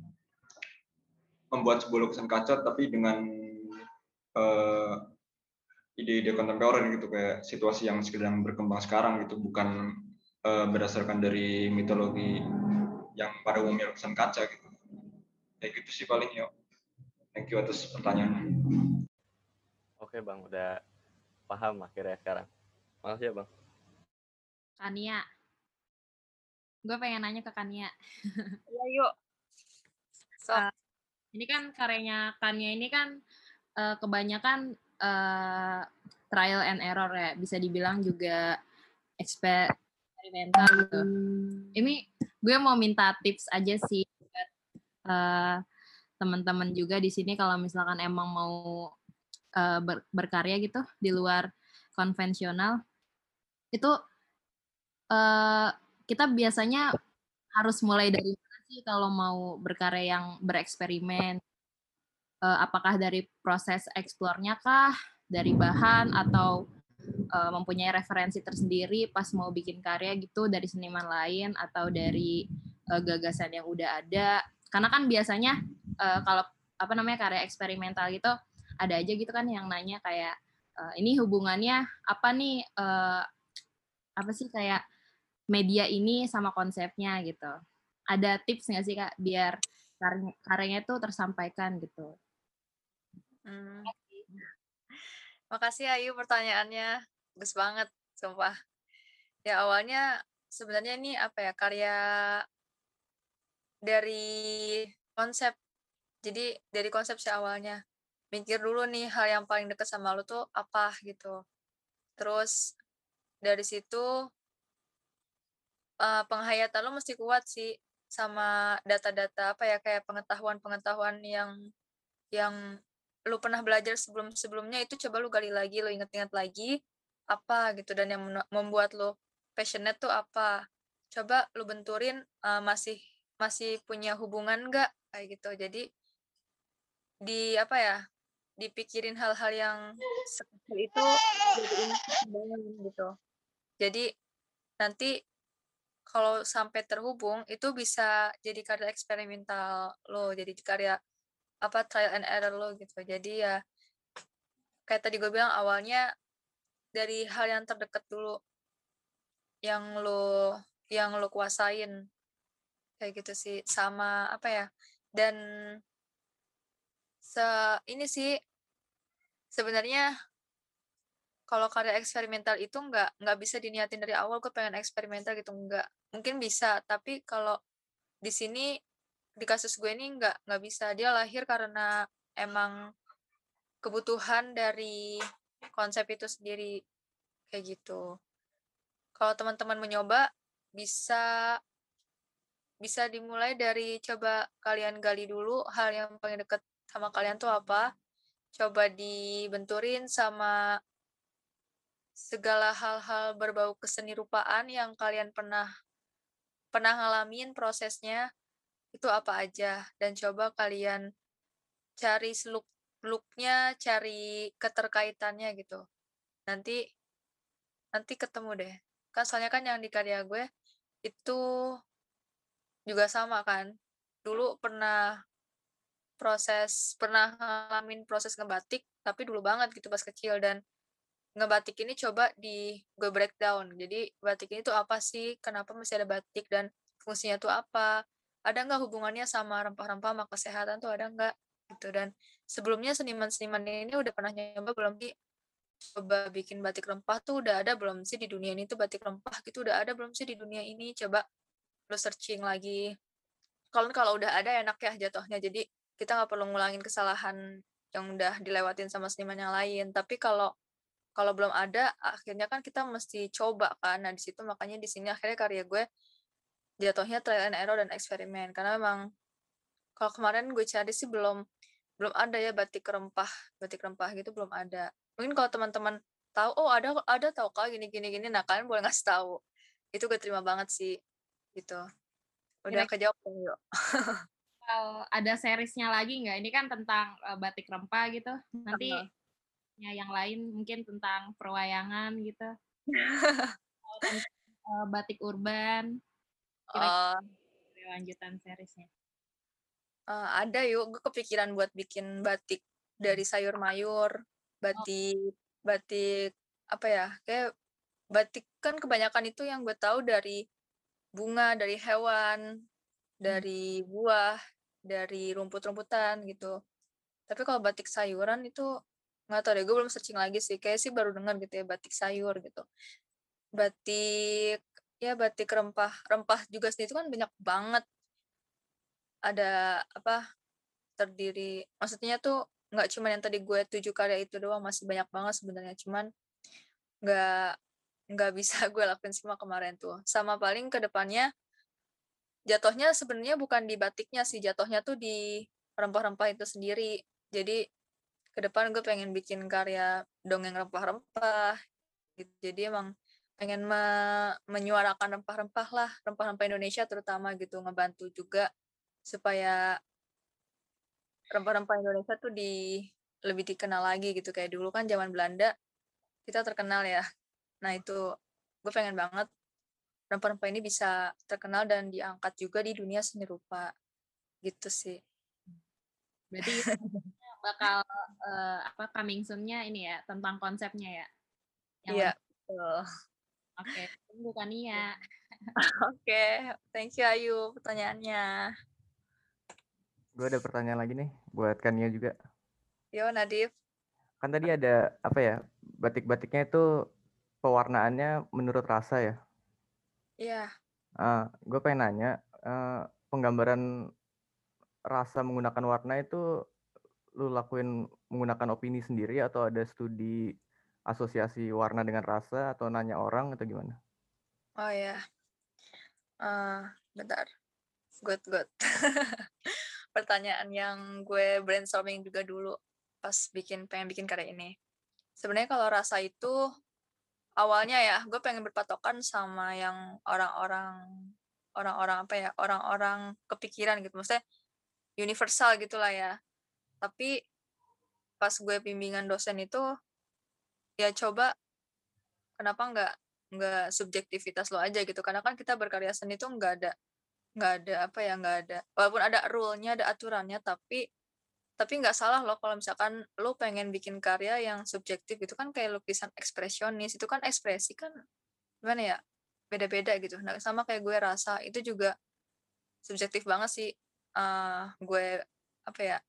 membuat sebuah lukisan kaca tapi dengan uh, ide-ide kontemporer gitu kayak situasi yang sedang berkembang sekarang gitu, bukan uh, berdasarkan dari mitologi yang pada umumnya lukisan kaca gitu. Kayak gitu sih paling yuk. Thank you atas pertanyaannya. Oke Bang, udah paham akhirnya sekarang. Makasih ya Bang. Kania. Gue pengen nanya ke Kania. Iya yuk. So. Uh, ini kan karyanya Kania ini kan uh, kebanyakan uh, trial and error ya. Bisa dibilang juga eksperimental gitu. Ini gue mau minta tips aja sih buat uh, teman-teman juga di sini kalau misalkan emang mau uh, ber, berkarya gitu di luar konvensional itu uh, kita biasanya harus mulai dari mana sih kalau mau berkarya yang bereksperimen? Uh, apakah dari proses eksplornya kah, dari bahan atau uh, mempunyai referensi tersendiri pas mau bikin karya gitu dari seniman lain atau dari uh, gagasan yang udah ada? Karena kan biasanya uh, kalau apa namanya karya eksperimental gitu ada aja gitu kan yang nanya kayak uh, ini hubungannya apa nih uh, apa sih kayak media ini sama konsepnya gitu. Ada tips nggak sih Kak biar karya, karyanya tuh tersampaikan gitu? Hmm. Makasih Ayu pertanyaannya, bagus banget, sumpah. Ya awalnya sebenarnya ini apa ya karya dari konsep. Jadi dari konsep sih awalnya. mikir dulu nih hal yang paling dekat sama lu tuh apa gitu. Terus dari situ uh, penghayatan lu mesti kuat sih sama data-data apa ya kayak pengetahuan-pengetahuan yang yang lu pernah belajar sebelum-sebelumnya itu coba lu gali lagi, lu inget-inget lagi apa gitu dan yang membuat lu passionate tuh apa. Coba lu benturin uh, masih masih punya hubungan nggak kayak gitu. Jadi di apa ya dipikirin hal-hal yang sekecil itu jadiin pertimbangan gitu. Jadi nanti kalau sampai terhubung itu bisa jadi karya eksperimental lo, jadi karya apa trial and error lo gitu. Jadi ya kayak tadi gue bilang awalnya dari hal yang terdekat dulu yang lo yang lo kuasain kayak gitu sih sama apa ya dan se ini sih sebenarnya kalau karya eksperimental itu nggak nggak bisa diniatin dari awal gue pengen eksperimental gitu nggak mungkin bisa tapi kalau di sini di kasus gue ini nggak nggak bisa dia lahir karena emang kebutuhan dari konsep itu sendiri kayak gitu. Kalau teman-teman mencoba bisa bisa dimulai dari coba kalian gali dulu hal yang paling dekat sama kalian tuh apa. Coba dibenturin sama segala hal-hal berbau keseni rupaan yang kalian pernah pernah ngalamin prosesnya itu apa aja dan coba kalian cari seluk beluknya, cari keterkaitannya gitu. Nanti nanti ketemu deh. Kan soalnya kan yang di karya gue itu juga sama kan. Dulu pernah proses pernah ngalamin proses ngebatik tapi dulu banget gitu pas kecil dan ngebatik ini coba di gue breakdown. Jadi batik ini tuh apa sih? Kenapa masih ada batik dan fungsinya tuh apa? Ada nggak hubungannya sama rempah-rempah sama kesehatan tuh ada nggak? Gitu dan sebelumnya seniman-seniman ini udah pernah nyoba belum sih? Coba bikin batik rempah tuh udah ada belum sih di dunia ini tuh batik rempah gitu udah ada belum sih di dunia ini? Coba lo searching lagi. Kalau kalau udah ada enak ya jatuhnya. Jadi kita nggak perlu ngulangin kesalahan yang udah dilewatin sama seniman yang lain. Tapi kalau kalau belum ada, akhirnya kan kita mesti coba kan. Nah, di situ makanya di sini akhirnya karya gue jatuhnya trial and error dan eksperimen. Karena memang kalau kemarin gue cari sih belum belum ada ya batik rempah, batik rempah gitu belum ada. Mungkin kalau teman-teman tahu, oh ada ada tahu kak gini gini gini, nah kalian boleh ngasih tahu. Itu gue terima banget sih, gitu. Udah kejawab yuk. Kalau ada seriesnya lagi nggak? Ini kan tentang uh, batik rempah gitu. Nanti uh. ya, yang lain mungkin tentang perwayangan gitu. tentang, uh, batik urban. Kira-kira uh, lanjutan seriesnya. Uh, ada yuk, gue kepikiran buat bikin batik dari sayur mayur, batik oh. batik apa ya? Kayak batik kan kebanyakan itu yang gue tahu dari bunga, dari hewan, dari buah, dari rumput-rumputan gitu. Tapi kalau batik sayuran itu nggak tahu deh, gue belum searching lagi sih. Kayak sih baru dengar gitu ya batik sayur gitu. Batik ya batik rempah, rempah juga sendiri itu kan banyak banget. Ada apa terdiri, maksudnya tuh nggak cuma yang tadi gue tujuh karya itu doang, masih banyak banget sebenarnya. Cuman nggak nggak bisa gue lakuin semua kemarin tuh. Sama paling ke depannya jatuhnya sebenarnya bukan di batiknya sih, jatuhnya tuh di rempah-rempah itu sendiri. Jadi ke depan gue pengen bikin karya dongeng rempah-rempah gitu. Jadi emang pengen me- menyuarakan rempah-rempah lah, rempah-rempah Indonesia terutama gitu, ngebantu juga supaya rempah-rempah Indonesia tuh di lebih dikenal lagi gitu. Kayak dulu kan zaman Belanda kita terkenal ya. Nah itu gue pengen banget rempah-rempah ini bisa terkenal dan diangkat juga di dunia seni rupa gitu sih. Berarti bakal uh, apa coming soon-nya ini ya tentang konsepnya ya. Iya, betul. Oke, tunggu Kania. Oke, thank you Ayu pertanyaannya. Gue ada pertanyaan lagi nih buat Kania juga. Yo Nadif. Kan tadi ada apa ya, batik-batiknya itu pewarnaannya menurut rasa ya? Iya. Uh, gue pengen nanya, uh, penggambaran rasa menggunakan warna itu lu lakuin menggunakan opini sendiri atau ada studi asosiasi warna dengan rasa atau nanya orang atau gimana? Oh ya, uh, bentar. Good, good. Pertanyaan yang gue brainstorming juga dulu pas bikin pengen bikin karya ini. Sebenarnya kalau rasa itu awalnya ya, gue pengen berpatokan sama yang orang-orang orang-orang apa ya, orang-orang kepikiran gitu. Maksudnya universal gitulah ya. Tapi pas gue bimbingan dosen itu, ya coba kenapa nggak nggak subjektivitas lo aja gitu. Karena kan kita berkarya seni itu nggak ada nggak ada apa ya nggak ada walaupun ada rule-nya ada aturannya tapi tapi nggak salah loh kalau misalkan lo pengen bikin karya yang subjektif gitu kan kayak lukisan ekspresionis itu kan ekspresi kan gimana ya beda-beda gitu. Nah sama kayak gue rasa itu juga subjektif banget sih. uh, gue apa ya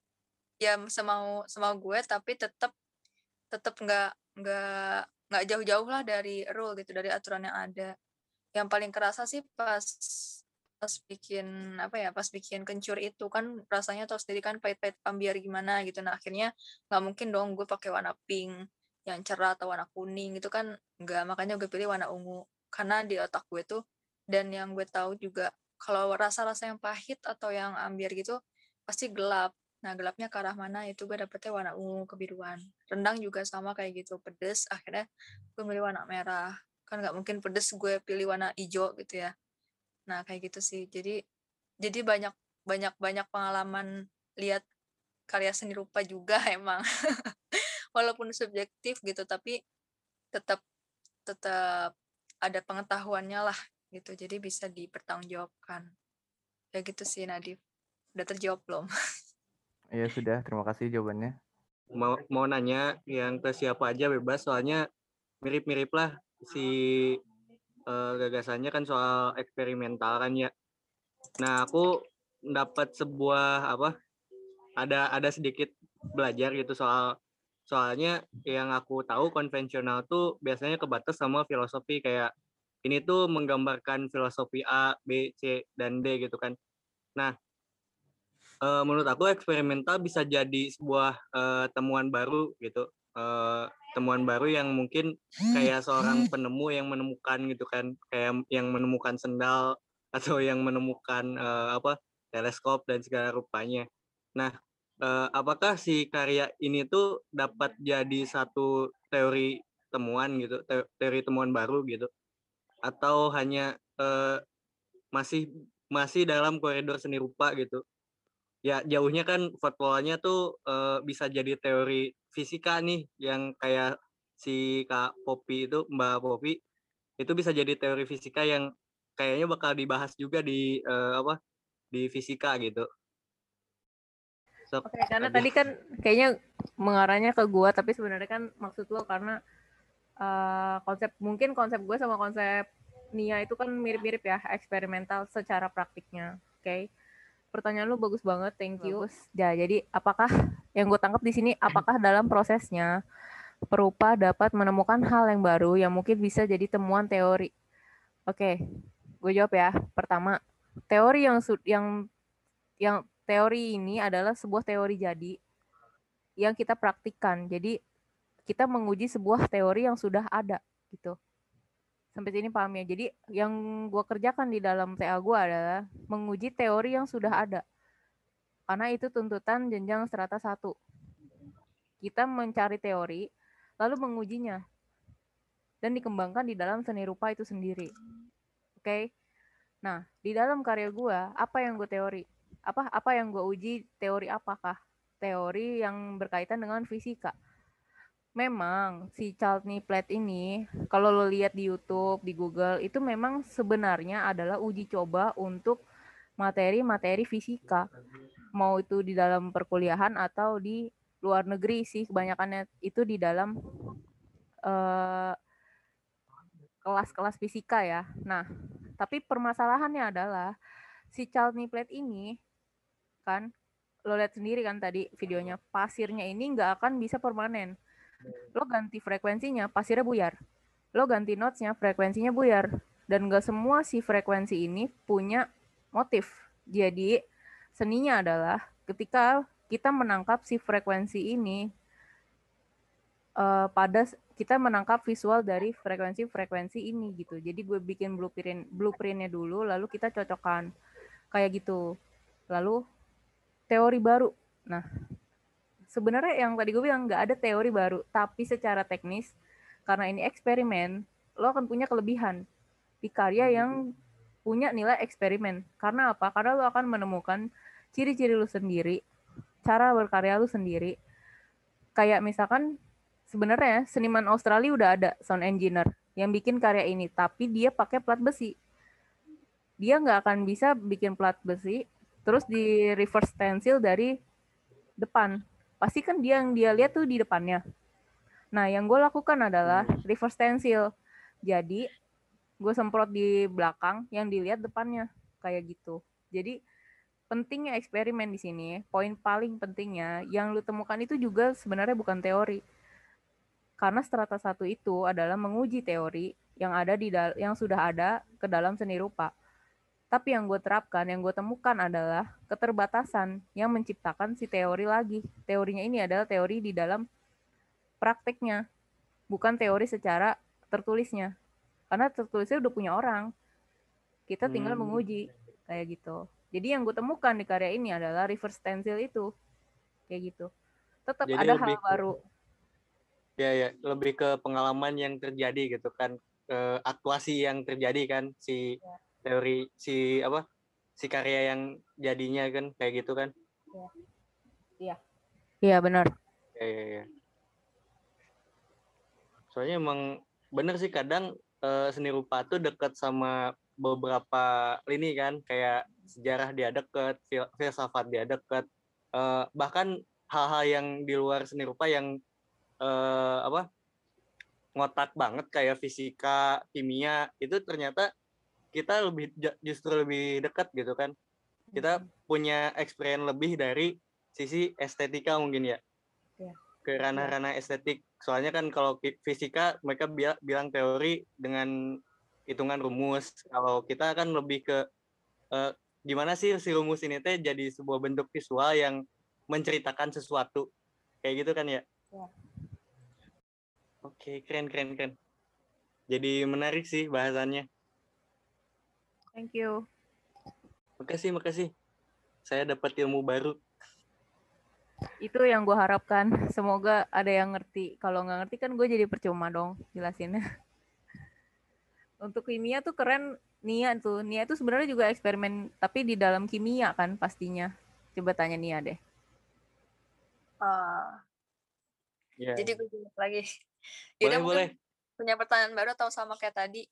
ya semau semau gue tapi tetap tetap nggak nggak nggak jauh-jauh lah dari rule gitu dari aturan yang ada. Yang paling kerasa sih pas pas bikin apa ya pas bikin kencur itu kan rasanya tau sendiri kan pahit-pahit ambiar gimana gitu. Nah akhirnya nggak mungkin dong gue pakai warna pink yang cerah atau warna kuning gitu kan nggak, makanya gue pilih warna ungu karena di otak gue tuh dan yang gue tahu juga kalau rasa-rasa yang pahit atau yang ambiar gitu pasti gelap. Nah gelapnya ke arah mana itu gue dapetnya warna ungu kebiruan. Rendang juga sama kayak gitu pedes akhirnya gue pilih warna merah kan nggak mungkin pedes gue pilih warna hijau gitu ya. Nah kayak gitu sih. Jadi jadi banyak banyak banyak pengalaman lihat karya seni rupa juga emang. Walaupun subjektif gitu tapi tetap tetap ada pengetahuannya lah gitu. Jadi bisa dipertanggungjawabkan. Kayak gitu sih Nadif. Udah terjawab belum? Ya sudah, terima kasih jawabannya. Mau mau nanya yang ke siapa aja bebas soalnya mirip-mirip lah si uh, gagasannya kan soal eksperimental kan ya. Nah aku dapat sebuah apa ada ada sedikit belajar gitu soal soalnya yang aku tahu konvensional tuh biasanya kebatas sama filosofi kayak ini tuh menggambarkan filosofi A, B, C dan D gitu kan. Nah uh, menurut aku eksperimental bisa jadi sebuah uh, temuan baru gitu. Uh, temuan baru yang mungkin kayak seorang penemu yang menemukan gitu kan kayak yang menemukan sendal atau yang menemukan uh, apa teleskop dan segala rupanya. Nah, uh, apakah si karya ini tuh dapat jadi satu teori temuan gitu, teori temuan baru gitu, atau hanya uh, masih masih dalam koridor seni rupa gitu? Ya jauhnya kan fatwanya tuh uh, bisa jadi teori fisika nih yang kayak si Kak Poppy itu Mbak Poppy itu bisa jadi teori fisika yang kayaknya bakal dibahas juga di uh, apa di fisika gitu. So, Oke, karena aja. tadi kan kayaknya mengarahnya ke gua tapi sebenarnya kan maksud lo karena uh, konsep mungkin konsep gue sama konsep Nia itu kan mirip-mirip ya eksperimental secara praktiknya. Oke. Okay? Pertanyaan lu bagus banget, thank you. Bagus. Ya, jadi apakah yang gue tangkap di sini, apakah dalam prosesnya perupa dapat menemukan hal yang baru yang mungkin bisa jadi temuan teori? Oke, gue jawab ya. Pertama, teori yang yang yang teori ini adalah sebuah teori jadi yang kita praktikkan. Jadi kita menguji sebuah teori yang sudah ada, gitu. Sampai sini paham ya. Jadi yang gue kerjakan di dalam T A gue adalah menguji teori yang sudah ada. Karena itu tuntutan jenjang strata satu. Kita mencari teori, lalu mengujinya. Dan dikembangkan di dalam seni rupa itu sendiri. Oke? Okay? Nah, di dalam karya gue, apa yang gue teori? Apa apa yang gue uji, teori apakah? Teori yang berkaitan dengan fisika. Memang si Chladni plate ini, kalau lo lihat di YouTube, di Google, itu memang sebenarnya adalah uji coba untuk materi-materi fisika. Mau itu di dalam perkuliahan atau di luar negeri sih, kebanyakannya itu di dalam uh, kelas-kelas fisika ya. Nah, tapi permasalahannya adalah si Chladni plate ini, kan, lo lihat sendiri kan tadi videonya, pasirnya ini nggak akan bisa permanen. Lo ganti frekuensinya, pasirnya buyar. Lo ganti notes-nya, frekuensinya buyar. Dan gak semua si frekuensi ini punya motif. Jadi, seninya adalah ketika kita menangkap si frekuensi ini uh, pada kita menangkap visual dari frekuensi-frekuensi ini gitu. Jadi gue bikin blueprint blueprintnya dulu, lalu kita cocokkan kayak gitu. Lalu teori baru. Nah, sebenarnya yang tadi gue bilang nggak ada teori baru, tapi secara teknis karena ini eksperimen, lo akan punya kelebihan di karya yang punya nilai eksperimen. Karena apa? Karena lo akan menemukan ciri-ciri lo sendiri, cara berkarya lo sendiri. Kayak misalkan sebenarnya seniman Australia udah ada sound engineer yang bikin karya ini, tapi dia pakai plat besi. Dia nggak akan bisa bikin plat besi, terus di reverse stencil dari depan. Pasti kan dia yang dia lihat tuh di depannya. Nah, yang gue lakukan adalah reverse stencil. Jadi, gue semprot di belakang, yang dilihat depannya. Kayak gitu. Jadi, pentingnya eksperimen di sini, poin paling pentingnya, yang lu temukan itu juga sebenarnya bukan teori. Karena strata satu itu adalah menguji teori yang ada di yang sudah ada ke dalam seni rupa. Tapi yang gue terapkan, yang gue temukan adalah keterbatasan yang menciptakan si teori lagi. Teorinya ini adalah teori di dalam prakteknya, bukan teori secara tertulisnya. Karena tertulisnya udah punya orang. Kita tinggal hmm. menguji, kayak gitu. Jadi yang gue temukan di karya ini adalah reverse stencil itu. Kayak gitu. Tetap Jadi ada hal baru. Ya, ya, lebih ke pengalaman yang terjadi gitu kan, ke aktuasi yang terjadi kan, si ya. teori, si apa, si karya yang jadinya kan, kayak gitu kan? Iya. Iya, benar. Ya, ya, ya. Soalnya emang bener sih kadang eh, seni rupa tuh dekat sama beberapa lini kan, kayak sejarah dia dekat, fil- filsafat dia dekat, eh, bahkan hal-hal yang di luar seni rupa yang Uh, apa ngotak banget kayak fisika, kimia itu ternyata kita lebih justru lebih dekat gitu kan. Kita punya experience lebih dari sisi estetika mungkin ya. Yeah. Ke ranah-ranah yeah. estetik. Soalnya kan kalau fisika mereka bilang teori dengan hitungan rumus. Kalau kita kan lebih ke uh, gimana sih si rumus ini teh jadi sebuah bentuk visual yang menceritakan sesuatu. Kayak gitu kan ya. Yeah. Oke, keren, keren, keren. Jadi menarik sih bahasannya. Thank you. Makasih, makasih. Saya dapat ilmu baru. Itu yang gue harapkan. Semoga ada yang ngerti. Kalau nggak ngerti kan gue jadi percuma dong jelasinnya. Untuk kimia tuh keren. Nia tuh. Nia tuh sebenarnya juga eksperimen. Tapi di dalam kimia kan pastinya. Coba tanya Nia deh. Uh, yeah. Jadi gue jawab lagi. Boleh, Yaudah, boleh. Punya pertanyaan baru atau sama kayak tadi?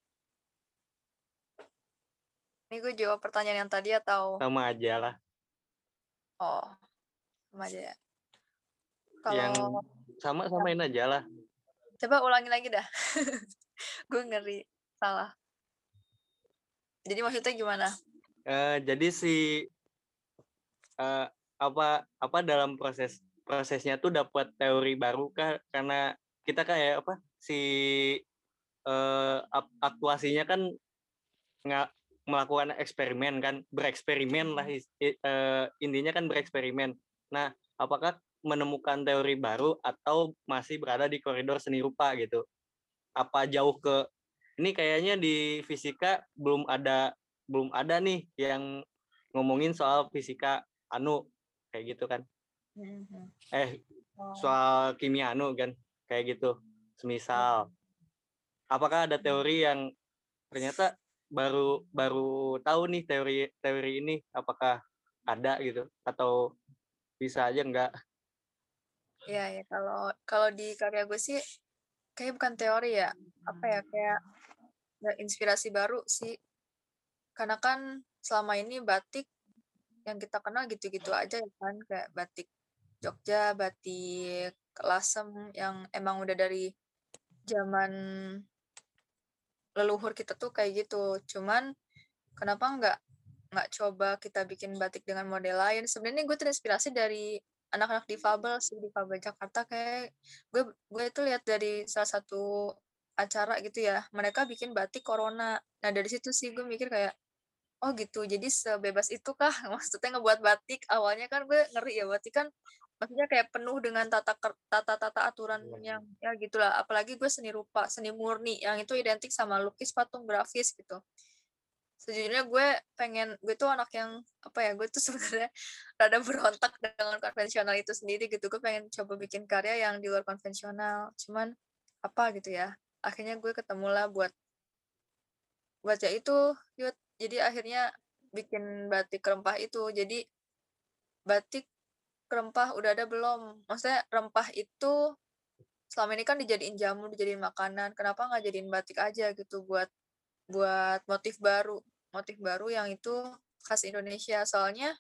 Ini gue jawab pertanyaan yang tadi atau? Sama aja lah. Oh, sama aja ya. Kalau yang sama samain aja lah. Coba ulangi lagi dah. Gue ngeri salah. Jadi maksudnya gimana? Uh, jadi si uh, apa apa dalam proses prosesnya tuh dapat teori baru kah karena kita kayak apa si uh, aktuasinya kan nggak melakukan eksperimen kan bereksperimen lah uh, intinya kan bereksperimen. Nah apakah menemukan teori baru atau masih berada di koridor seni rupa gitu? Apa jauh ke ini kayaknya di fisika belum ada belum ada nih yang ngomongin soal fisika anu kayak gitu kan? Mm-hmm. Eh soal kimia anu kan kayak gitu semisal apakah ada teori yang ternyata baru baru tahu nih teori teori ini apakah ada gitu atau bisa aja enggak? Ya ya kalau kalau di karya gue sih kayak bukan teori ya apa ya kayak inspirasi baru sih karena kan selama ini batik yang kita kenal gitu-gitu aja ya kan kayak batik Jogja, batik Lasem yang emang udah dari zaman leluhur kita tuh kayak gitu. Cuman kenapa nggak nggak coba kita bikin batik dengan model lain? Sebenarnya gue terinspirasi dari anak-anak difabel sih, difabel Jakarta kayak gue gue itu lihat dari salah satu acara gitu ya. Mereka bikin batik corona. Nah dari situ sih gue mikir kayak oh gitu, jadi sebebas itu kah maksudnya ngebuat batik? Awalnya kan gue ngeri ya, batik kan maksudnya kayak penuh dengan tata ker- tata-tata aturan yang ya gitulah. Apalagi gue seni rupa, seni murni yang itu identik sama lukis, patung, grafis gitu. Sejujurnya gue pengen, gue tuh anak yang apa ya, gue tuh sebenarnya rada berontak dengan konvensional itu sendiri gitu. Gue pengen coba bikin karya yang di luar konvensional. Cuman apa gitu ya. Akhirnya gue ketemulah buat baca itu, Yud. Jadi akhirnya bikin batik rempah itu. Jadi batik rempah udah ada belum? Maksudnya rempah itu selama ini kan dijadiin jamu, dijadiin makanan. Kenapa nggak jadiin batik aja gitu buat buat motif baru, motif baru yang itu khas Indonesia. Soalnya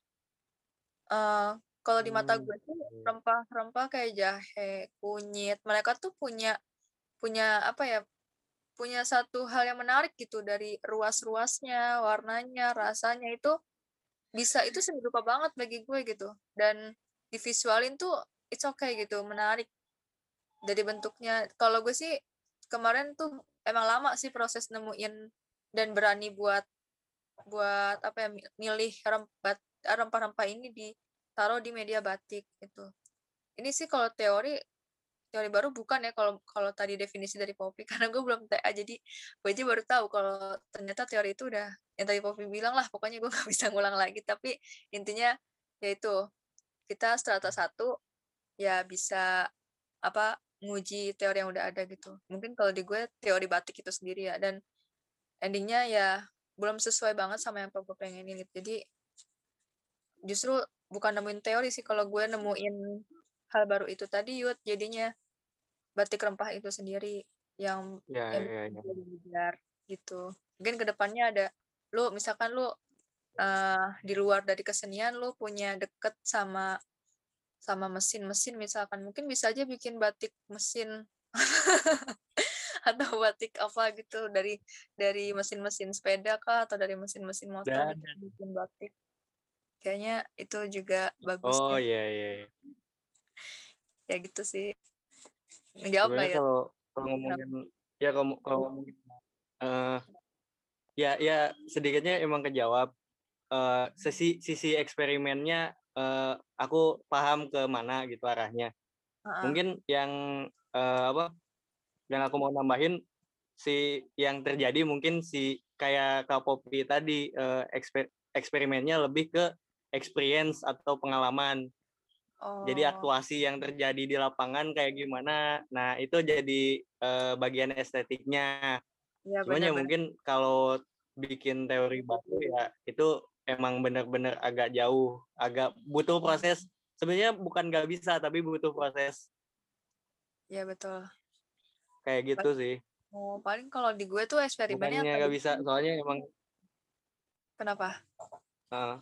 eh kalau di mata Hmm. gue tuh rempah-rempah kayak jahe, kunyit, mereka tuh punya punya apa ya? Punya satu hal yang menarik gitu dari ruas-ruasnya, warnanya, rasanya itu bisa itu seni rupa banget bagi gue gitu. Dan divisualin tuh it's okay gitu, menarik dari bentuknya. Kalau gue sih kemarin tuh emang lama sih proses nemuin dan berani buat buat apa ya milih rempah rempah-rempah ini ditaruh di media batik gitu. Ini sih kalau teori teori baru bukan ya kalau kalau tadi definisi dari Poppy karena gue belum T A jadi gue aja baru tahu kalau ternyata teori itu udah yang tadi Poppy bilang lah pokoknya gue nggak bisa ngulang lagi tapi intinya yaitu kita strata satu ya bisa apa nguji teori yang udah ada gitu mungkin kalau di gue teori batik itu sendiri ya dan endingnya ya belum sesuai banget sama yang Poppy pengenin gitu jadi justru bukan nemuin teori sih kalau gue nemuin hal baru itu tadi Yud jadinya batik rempah itu sendiri yang Ya, yang ya, ya. belajar gitu. Mungkin kedepannya ada lu misalkan lu uh, di luar dari kesenian lu punya deket sama sama mesin-mesin misalkan mungkin bisa aja bikin batik mesin atau batik apa gitu dari dari mesin-mesin sepeda kah atau dari mesin-mesin motor Dan, gitu bikin batik. Kayaknya itu juga bagus oh ya. iya, iya, iya. Ya gitu sih. Menjawab nggak Sebenarnya ya? kalau kalau ngomongin ya kalau kalau ngomongin eh ya ya sedikitnya emang kejawab. Eh, sisi sisi eksperimennya eh, aku paham ke mana gitu arahnya. Uh-uh. Mungkin yang eh, apa yang aku mau nambahin si yang terjadi mungkin si kayak Kak Poppy tadi eh, eksper, eksperimennya lebih ke experience atau pengalaman. Jadi Oh, aktuasi yang terjadi di lapangan kayak gimana. Nah, itu jadi eh, bagian estetiknya. ya Cuman ya benar-benar. mungkin kalau bikin teori baru ya itu emang benar-benar agak jauh, agak butuh proses. Sebenarnya bukan nggak bisa, tapi butuh proses Ya betul. kayak gitu sih. Oh, paling kalau di gue tuh eksperimennya Bukannya tadi nggak bisa, soalnya emang kenapa? uh,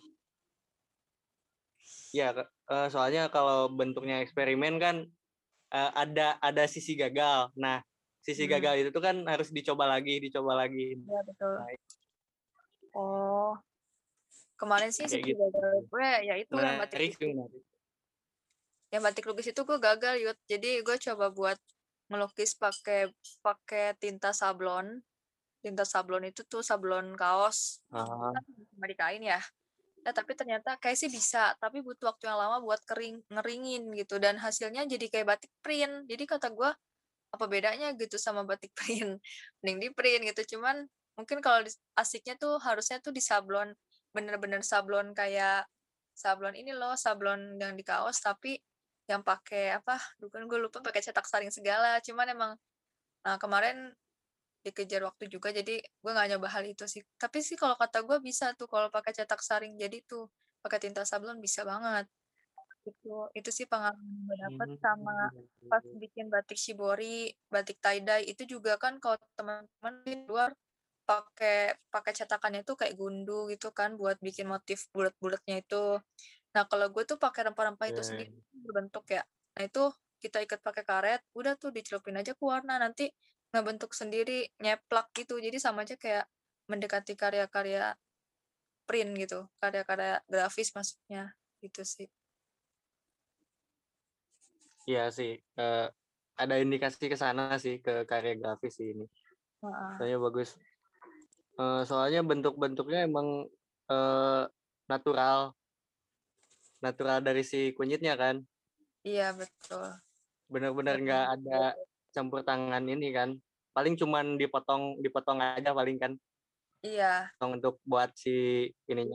ya uh, soalnya kalau bentuknya eksperimen kan uh, ada ada sisi gagal. Nah, sisi Hmm, gagal itu tuh kan harus dicoba lagi, dicoba lagi. ya betul. Nah, Oh, kemarin sih kayak sisi gitu. gagal gue ya itu yang batik Menarik sih, lukis. menarik. Yang batik lukis itu gue gagal, Yud. Jadi gue coba buat melukis pakai pakai tinta sablon. Tinta sablon itu tuh sablon kaos. Ah, Kan cuma di kain ya. Nah, tapi ternyata kayak sih bisa, tapi butuh waktu yang lama buat kering ngeringin gitu dan hasilnya jadi kayak batik print. Jadi kata gue apa bedanya gitu sama batik print mending di print gitu cuman mungkin kalau asiknya tuh harusnya tuh di sablon bener-bener sablon kayak sablon ini loh sablon yang di kaos tapi yang pakai apa bukan gue lupa pakai cetak saring segala cuman emang nah, kemarin dikejar waktu juga jadi gue nggak nyoba hal itu sih tapi sih kalau kata gue bisa tuh kalau pakai cetak saring jadi tuh pakai tinta sablon bisa banget itu itu sih pengalaman yang gue dapet sama pas bikin batik shibori, batik tie-dye itu juga kan kalau teman-teman di luar pakai pakai cetakannya itu kayak gundu gitu kan buat bikin motif bulat-bulatnya itu. Nah, kalau gue tuh pakai rempah-rempah itu ya. sendiri berbentuk ya. Nah, itu kita ikat pakai karet, udah tuh dicelupin aja ke warna nanti ngebentuk sendiri, nyeplak gitu. Jadi sama aja kayak mendekati karya-karya print gitu, karya-karya grafis maksudnya gitu sih. Iya sih, eh, ada indikasi ke sana sih ke karya grafis sih ini. Heeh. Soalnya bagus. Eh, soalnya bentuk-bentuknya emang eh, natural, natural dari si kunyitnya kan. Iya, betul. Benar-benar nggak ada campur tangan ini kan. Paling cuman dipotong dipotong aja paling kan. Iya. Potong untuk buat si ininya.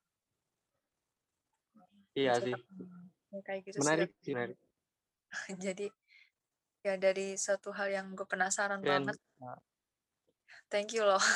Iya sih. Ya, kayak gitu Menarik sih. sih, menarik. Jadi ya dari satu hal yang gue penasaran Keren. banget. Thank you loh.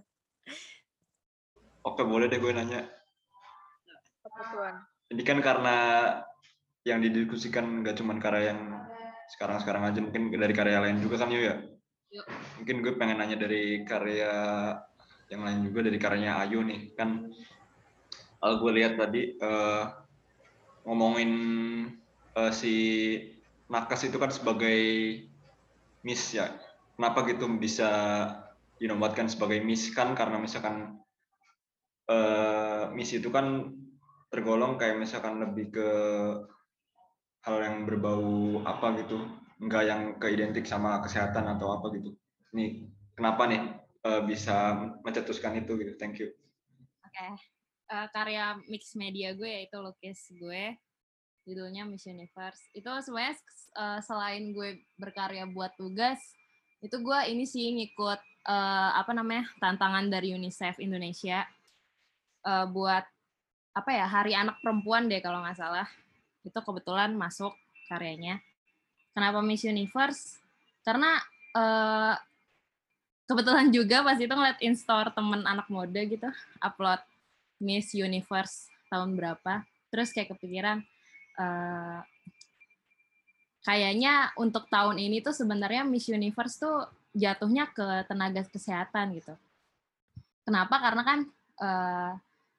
Oke, boleh deh gue nanya. Apa tuan? Ini kan karena yang didiskusikan nggak cuma karya yang sekarang-sekarang aja, mungkin dari karya lain juga kan Yu ya? Yuk. Mungkin gue pengen nanya dari karya yang lain juga, dari karyanya Ayu nih. Kan kalau gue lihat tadi uh, ngomongin uh, si Nakas itu kan sebagai Miss ya. Kenapa gitu bisa dinobatkan sebagai Miss? Kan karena misalkan uh, Miss itu kan tergolong kayak misalkan lebih ke hal yang berbau apa gitu, enggak yang keidentik sama kesehatan atau apa gitu. Nih, kenapa nih uh, bisa mencetuskan itu gitu? Thank you. Oke, okay. uh, karya mix media gue yaitu lukis gue, judulnya Miss Universe. Itu sebenarnya uh, selain gue berkarya buat tugas, itu gue ini sih ngikut uh, apa namanya tantangan dari UNICEF Indonesia uh, buat apa ya Hari Anak Perempuan deh kalau nggak salah. Itu kebetulan masuk karyanya. Kenapa Miss Universe? Karena uh, kebetulan juga pas itu ngeliat in-store temen anak mode gitu, upload Miss Universe tahun berapa. Terus kayak kepikiran, uh, kayaknya untuk tahun ini tuh sebenarnya Miss Universe tuh jatuhnya ke tenaga kesehatan gitu. Kenapa? Karena kan uh,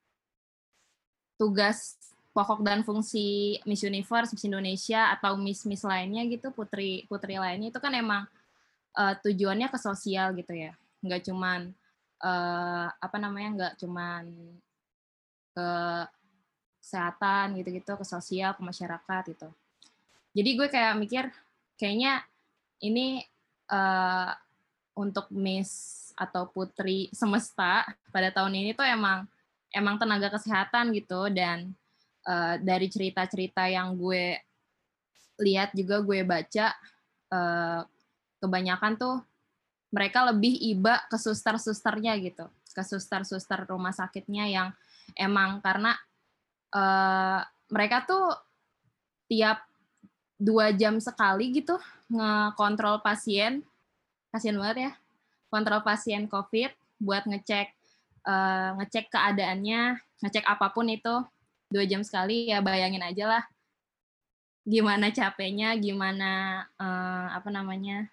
tugas pokok dan fungsi Miss Universe, Miss Indonesia atau Miss-Miss lainnya gitu, putri putri lainnya itu kan emang uh, tujuannya ke sosial gitu ya, nggak cuman uh, apa namanya nggak cuman ke kesehatan gitu-gitu, ke sosial, ke masyarakat gitu. Jadi gue kayak mikir kayaknya ini uh, untuk Miss atau putri semesta pada tahun ini tuh emang emang tenaga kesehatan gitu. Dan uh, dari cerita-cerita yang gue lihat juga gue baca, uh, kebanyakan tuh mereka lebih iba ke suster-susternya gitu, ke suster-suster rumah sakitnya yang emang karena uh, mereka tuh tiap dua jam sekali gitu ngekontrol pasien, pasien banget ya, kontrol pasien COVID buat ngecek uh, ngecek keadaannya, ngecek apapun itu dua jam sekali. Ya bayangin aja lah gimana capeknya, gimana uh, apa namanya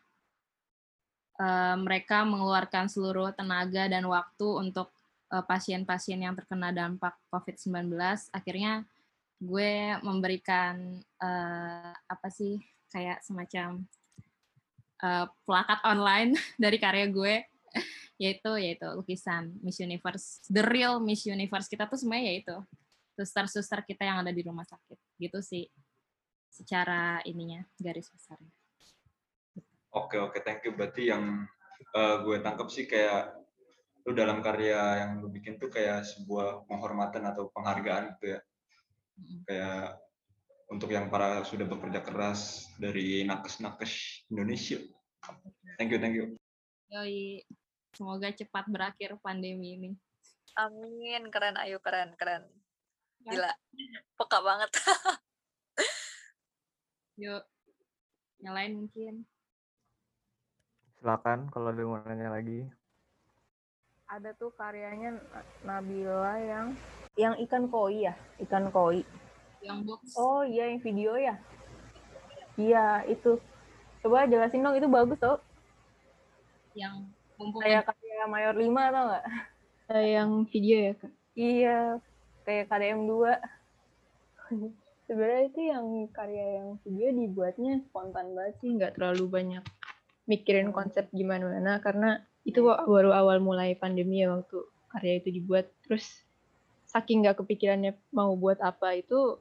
uh, mereka mengeluarkan seluruh tenaga dan waktu untuk uh, pasien-pasien yang terkena dampak covid sembilan belas. Akhirnya gue memberikan uh, apa sih kayak semacam uh, plakat online dari karya gue, yaitu yaitu lukisan Miss Universe, the real Miss Universe kita tuh sebenarnya yaitu suster-suster kita yang ada di rumah sakit gitu sih secara ininya garis besarnya. Oke oke, thank you. Berarti yang uh, gue tangkap sih kayak lu dalam karya yang lu bikin tuh kayak sebuah penghormatan atau penghargaan gitu ya. Mm-hmm. Kayak untuk yang para sudah bekerja keras dari nakes-nakes Indonesia. Thank you, thank you. Yoi, semoga cepat berakhir pandemi ini. Amin, keren Ayu, keren, keren. Gila, peka banget. Yuk, yang lain mungkin. Silakan kalau ada mau nanya lagi. Ada tuh karyanya Nabila yang yang ikan koi ya, ikan koi. Yang box. Oh iya, yang video ya. Iya, itu. Coba jelasin dong, itu bagus tau. Yang kumpul kayak karya Mayor lima tau nggak? Uh, yang video ya Kak? Iya, kayak K D M dua. Sebenarnya itu yang karya yang video dibuatnya spontan banget sih, nggak terlalu banyak mikirin konsep gimana-mana, karena itu baru awal mulai pandemi ya waktu karya itu dibuat. Terus saking nggak kepikirannya mau buat apa, itu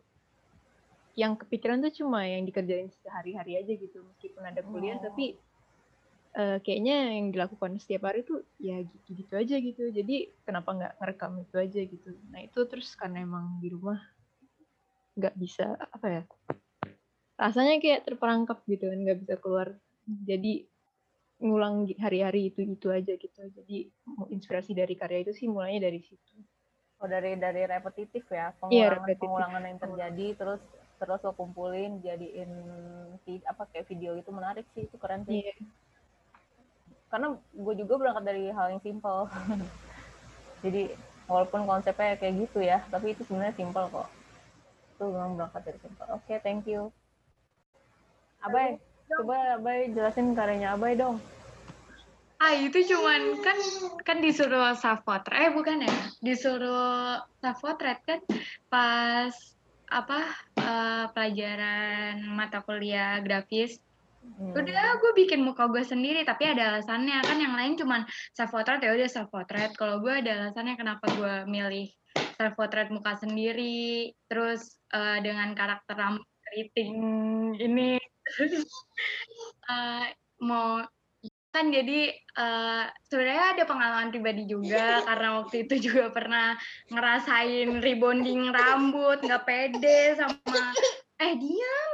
yang kepikiran tuh cuma yang dikerjain sehari-hari aja gitu, meskipun ada kuliah, oh. tapi uh, kayaknya yang dilakukan setiap hari tuh ya gitu-gitu aja gitu. Jadi kenapa nggak ngerekam itu aja gitu. Nah itu terus karena emang di rumah nggak bisa apa ya, rasanya kayak terperangkap gitu kan, nggak bisa keluar. Jadi ngulang hari-hari itu itu aja gitu. Jadi inspirasi dari karya itu sih mulainya dari situ. Oh dari dari repetitif ya, Iya, pengulangan repetitif. pengulangan yang terjadi terus terus lo kumpulin jadiin vid- apa kayak video itu menarik sih, itu keren sih. Iya. Karena gue juga berangkat dari hal yang simple. Jadi walaupun konsepnya kayak gitu ya, tapi itu sebenarnya simple kok. Itu memang berangkat dari simple. Oke, okay, thank you. Abai, coba Abai jelasin karyanya Abai dong. Ah itu cuman kan kan disuruh self portrait, eh bukan ya, disuruh self portrait kan pas apa uh, pelajaran mata kuliah grafis. Hmm. Udah gue bikin muka gue sendiri, tapi ada alasannya kan. Yang lain cuman self portrait, ya udah self portrait. Kalau gue ada alasannya kenapa gue milih self portrait muka sendiri, terus uh, dengan karakter rambut keriting ini uh, mau kan jadi uh, sebenarnya ada pengalaman pribadi juga karena waktu itu juga pernah ngerasain rebonding rambut, nggak pede sama eh diam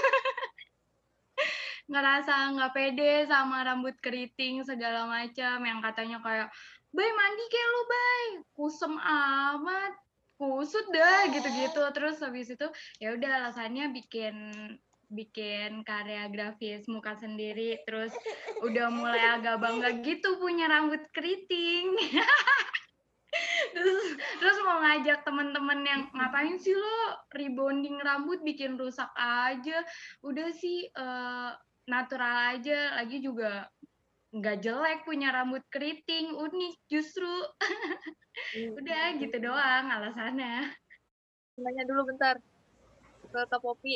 ngerasa nggak pede sama rambut keriting segala macam yang katanya kayak bay mandi kayak lu bay kusem amat kusut dah gitu-gitu. Terus habis itu ya udah alasannya bikin bikin karya grafis muka sendiri, terus udah mulai agak bangga gitu punya rambut keriting. terus terus mau ngajak teman-teman yang ngapain sih lo rebonding rambut bikin rusak aja, udah sih uh, natural aja, lagi juga nggak jelek punya rambut keriting, unik justru. Udah gitu doang alasannya. Nanya dulu bentar ke Kak Popi.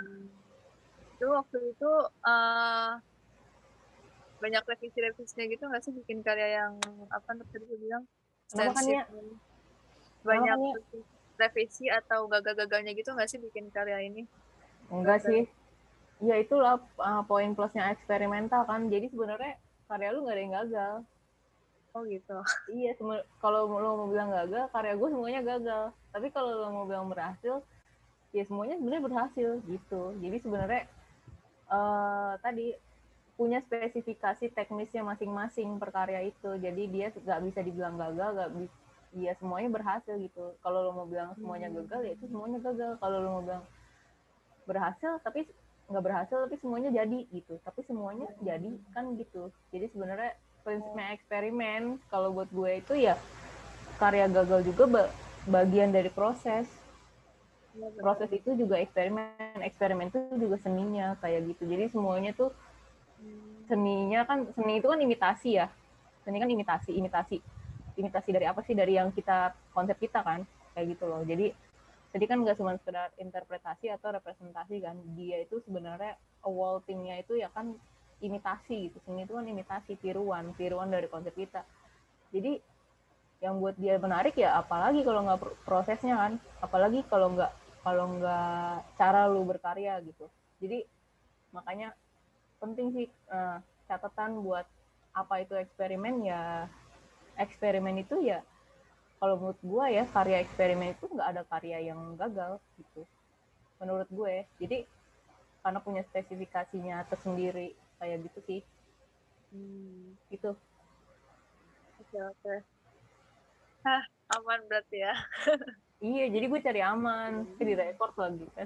Itu waktu itu uh, banyak revisi-revisinya gitu nggak sih bikin karya yang apa tadi gue bilang Makanya banyak makanya. Revisi atau gagal-gagalnya gitu nggak sih bikin karya ini? Enggak sih. Ya itulah uh, poin plusnya eksperimental kan. Jadi sebenarnya karya lu nggak ada yang gagal. Oh gitu. Iya, kalau lo mau bilang gagal, karya gue semuanya gagal. Tapi kalau lo mau bilang berhasil, ya semuanya sebenarnya berhasil gitu. Jadi sebenarnya uh, tadi punya spesifikasi teknisnya masing-masing per karya itu. Jadi dia nggak bisa dibilang gagal, nggak bisa, ya semuanya berhasil gitu. Kalau lo mau bilang semuanya gagal, ya itu semuanya gagal. Kalau lo mau bilang berhasil, tapi nggak berhasil, tapi semuanya jadi gitu. Tapi semuanya jadi kan gitu. Jadi sebenarnya prinsipnya eksperimen, kalau buat gue itu ya karya gagal juga bagian dari proses. Proses itu juga eksperimen, eksperimen itu juga seninya kayak gitu. Jadi semuanya tuh seninya kan, seni itu kan imitasi ya. Seni kan imitasi, imitasi. Imitasi dari apa sih? Dari yang kita, konsep kita kan. Kayak gitu loh. Jadi, jadi kan nggak cuma sekedar interpretasi atau representasi kan. Dia itu sebenarnya awaltingnya itu ya kan imitasi gitu. Seni itu kan imitasi, tiruan. Tiruan dari konsep kita. Jadi, yang buat dia menarik ya apalagi kalau nggak prosesnya kan. Apalagi kalau nggak kalau nggak cara lu berkarya gitu. Jadi, makanya penting sih uh, catatan buat apa itu eksperimen ya. Eksperimen itu ya kalau menurut gue ya karya eksperimen itu nggak ada karya yang gagal gitu menurut gue. Jadi karena punya spesifikasinya tersendiri kayak gitu sih. Hmm. Gitu. Oke oke. Hah, aman berarti ya. Iya, jadi gue cari aman. Di record lagi kan.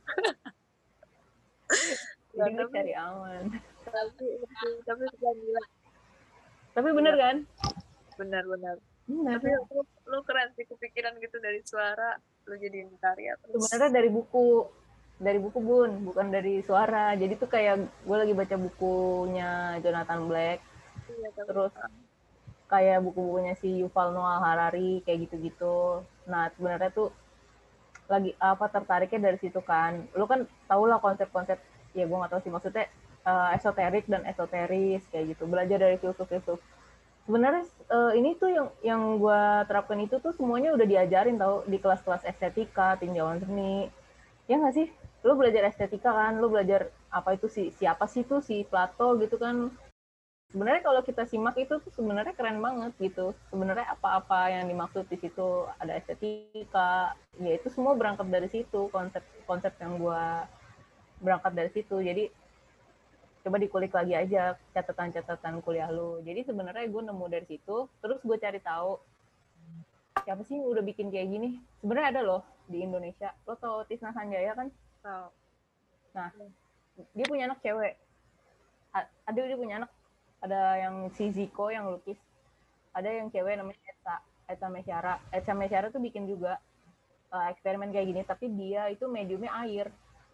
Jadi gue cari aman. Tapi tapi gila. Tapi bener kan? Benar-benar. Benar. Tapi lu, lu keren sih kepikiran gitu dari suara lu jadiin karya terus. Sebenarnya dari buku, dari buku Bun, bukan dari suara. Jadi tuh kayak gue lagi baca bukunya Jonathan Black. Iya, terus kayak buku-bukunya si Yuval Noah Harari kayak gitu-gitu. Nah sebenarnya tuh lagi apa tertariknya dari situ kan. Lu kan tau lah konsep-konsep, ya gue nggak tahu sih maksudnya uh, esoterik dan esoteris kayak gitu. Belajar dari filsuf-filsuf. Sebenarnya uh, ini tuh yang yang gue terapkan itu tuh semuanya udah diajarin tau di kelas-kelas estetika, tinjauan seni. Ya nggak sih? Lu belajar estetika kan, lu belajar apa itu sih, siapa sih tuh si Plato gitu kan. sebenarnya kalau kita simak itu tuh sebenarnya keren banget gitu. Sebenarnya apa-apa yang dimaksud di situ, ada estetika, ya itu semua berangkat dari situ, konsep-konsep yang gue berangkat dari situ. Jadi coba dikulik lagi aja catatan-catatan kuliah lu. Jadi sebenarnya gue nemu dari situ, terus gue cari tahu siapa sih yang udah bikin kayak gini. Sebenarnya ada loh di Indonesia. Lo tau Tisna Sanjaya kan? Tahu. Nah, dia punya anak cewek. Ada dia punya anak, ada yang si Ziko yang lukis, ada yang cewek namanya Etsa, Etsa Mesyara. Etsa Mesyara tuh bikin juga uh, eksperimen kayak gini, tapi dia itu mediumnya air.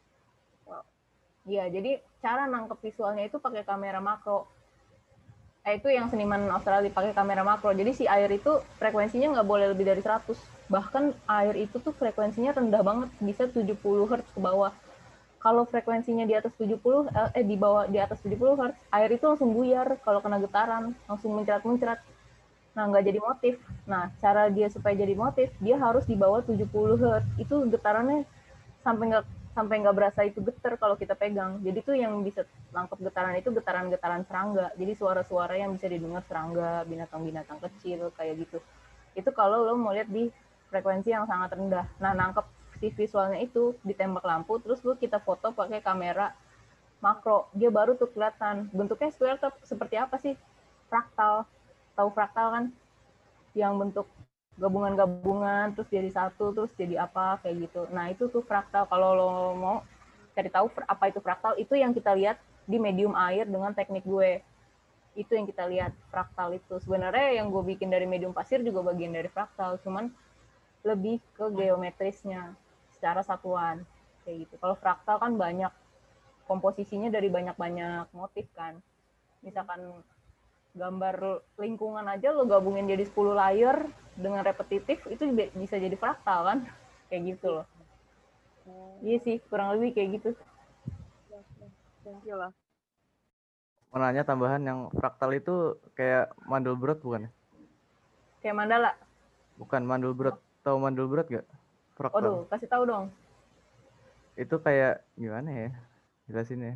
Iya, jadi cara nangkep visualnya itu pakai kamera makro. Eh, itu yang seniman Australia pakai kamera makro. Jadi si air itu frekuensinya nggak boleh lebih dari seratus. Bahkan air itu tuh frekuensinya rendah banget, bisa tujuh puluh hertz ke bawah. Kalau frekuensinya di atas tujuh puluh, eh di bawah di atas tujuh puluh hertz, air itu langsung buyar kalau kena getaran, langsung mencrat-mencrat. Nah, nggak jadi motif. Nah, cara dia supaya jadi motif, dia harus di bawah tujuh puluh hertz. Itu getarannya sampai nggak sampai nggak berasa itu getar kalau kita pegang. Jadi tuh yang bisa nangkep getaran itu getaran-getaran serangga. Jadi suara-suara yang bisa didengar serangga, binatang-binatang kecil kayak gitu. Itu kalau lo mau lihat di frekuensi yang sangat rendah. Nah, nangkep si visualnya itu ditembak lampu, terus lu kita foto pakai kamera makro, dia baru tuh kelihatan bentuknya square seperti apa sih, fraktal. Tahu fraktal kan, yang bentuk gabungan-gabungan terus jadi satu terus jadi apa kayak gitu. Nah itu tuh fraktal. Kalau lo mau cari tahu apa itu fraktal, itu yang kita lihat di medium air dengan teknik gue. Itu yang kita lihat fraktal itu. Sebenarnya yang gue bikin dari medium pasir juga bagian dari fraktal, cuman lebih ke geometrisnya secara satuan kayak gitu. Kalau fraktal kan banyak komposisinya dari banyak-banyak motif kan. Misalkan gambar lingkungan aja lo gabungin jadi sepuluh layer dengan repetitif, itu bisa jadi fraktal kan, kayak gitu loh. Iya sih, kurang lebih kayak gitu. Thank you lah. Mau nanya tambahan, yang fraktal itu kayak Mandelbrot bukan? Kayak mandala? Bukan, Mandelbrot. Tahu Mandelbrot gak? Fraktal. Waduh, kasih tahu dong. Itu kayak gimana ya jelasinnya?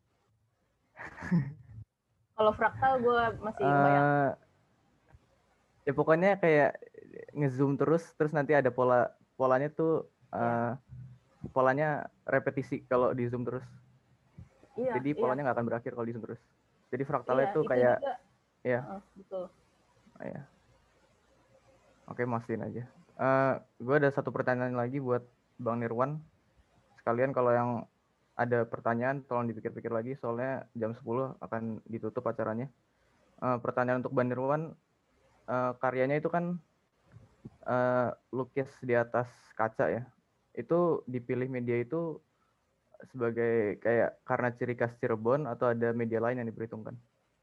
Kalau fraktal gue masih uh, bayang. Ya pokoknya kayak ngezoom terus, terus nanti ada pola polanya tuh uh, ya. Polanya repetisi kalau di zoom terus. Iya, jadi polanya nggak iya. akan berakhir kalau di zoom terus. Jadi fraktalnya iya, tuh kayak, juga, ya. Uh, betul. Oh, ya. Oke, mastiin aja. Uh, gue ada satu pertanyaan lagi buat Bang Nirwan. Sekalian kalau yang ada pertanyaan tolong dipikir-pikir lagi, soalnya jam sepuluh akan ditutup acaranya. Uh, pertanyaan untuk Bang Nirwan, uh, karyanya itu kan uh, lukis di atas kaca ya. Itu dipilih media itu sebagai kayak karena ciri khas Cirebon atau ada media lain yang diperhitungkan?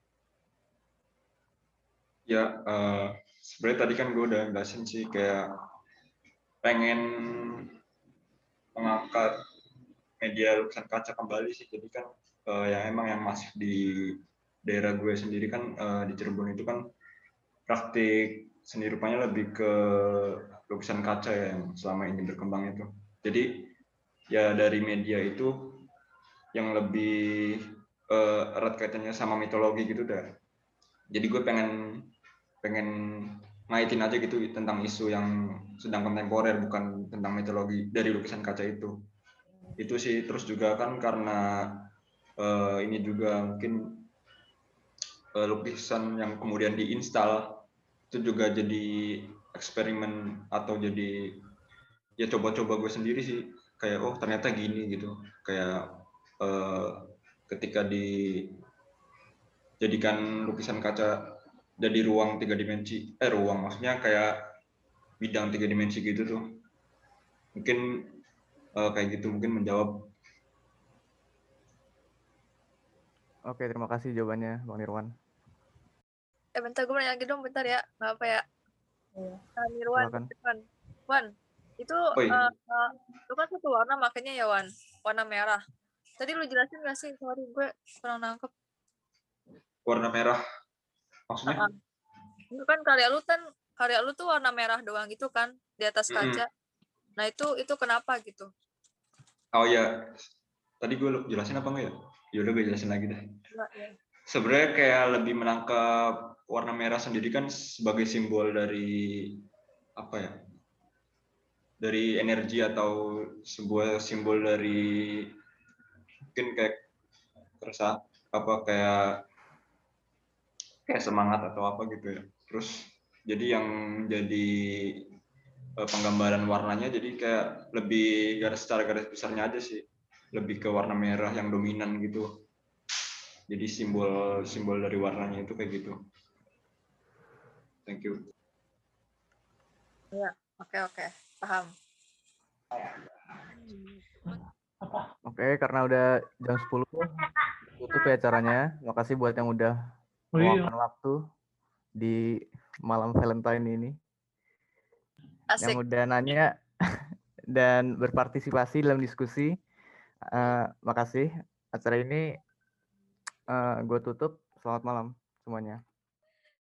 Ya, uh, sebenarnya tadi kan gue udah jelasin sih kayak pengen mengangkat media lukisan kaca kembali sih. Jadi kan uh, yang emang yang masif di daerah gue sendiri kan uh, di Cirebon itu kan praktik seni rupanya lebih ke lukisan kaca ya, yang selama ini berkembang itu. Jadi ya dari media itu yang lebih uh, erat kaitannya sama mitologi gitu dah. Jadi gue pengen pengen ngaitin aja gitu tentang isu yang sedang kontemporer, bukan tentang mitologi dari lukisan kaca itu. Itu sih. Terus juga kan karena uh, ini juga mungkin uh, lukisan yang kemudian diinstal itu juga jadi eksperimen atau jadi ya coba-coba gue sendiri sih, kayak oh ternyata gini gitu, kayak uh, ketika dijadikan lukisan kaca jadi ruang tiga dimensi, eh ruang maksudnya kayak bidang tiga dimensi gitu tuh, mungkin uh, kayak gitu mungkin menjawab. Oke, terima kasih jawabannya Bang Nirwan. Eh bentar, gue nanya lagi dong bentar ya, nggak apa ya? Iya. Nah, Nirwan, Wan, Wan, itu oh, iya. uh, uh, lu kan satu warna makanya ya Wan, warna merah. Tadi lu jelasin nggak sih? Sorry, gue kurang nangkep. Warna merah, maksudnya? Uh-huh. Itu kan karya lu kan, karya lu tuh warna merah doang gitu kan, di atas kaca. Mm-hmm. Nah itu itu kenapa gitu? Oh ya, tadi gue jelasin apa enggak ya? Ya udah gue jelasin lagi deh. Enggak, ya. sebenarnya kayak lebih menangkap warna merah sendiri kan sebagai simbol dari apa ya? Dari energi atau sebuah simbol dari mungkin kayak terasa apa kayak kayak semangat atau apa gitu ya. Terus jadi yang jadi penggambaran warnanya jadi kayak lebih garis secara garis besarnya aja sih, lebih ke warna merah yang dominan gitu. Jadi simbol simbol dari warnanya itu kayak gitu. Thank you. Ya, oke oke, paham. Oke, karena udah jam sepuluh tutup ya acaranya. Makasih buat yang udah Oh iya. meluangkan waktu di malam Valentine ini. Asik. Yang udah nanya dan berpartisipasi dalam diskusi. Uh, makasih. Acara ini uh, gue tutup. Selamat malam semuanya.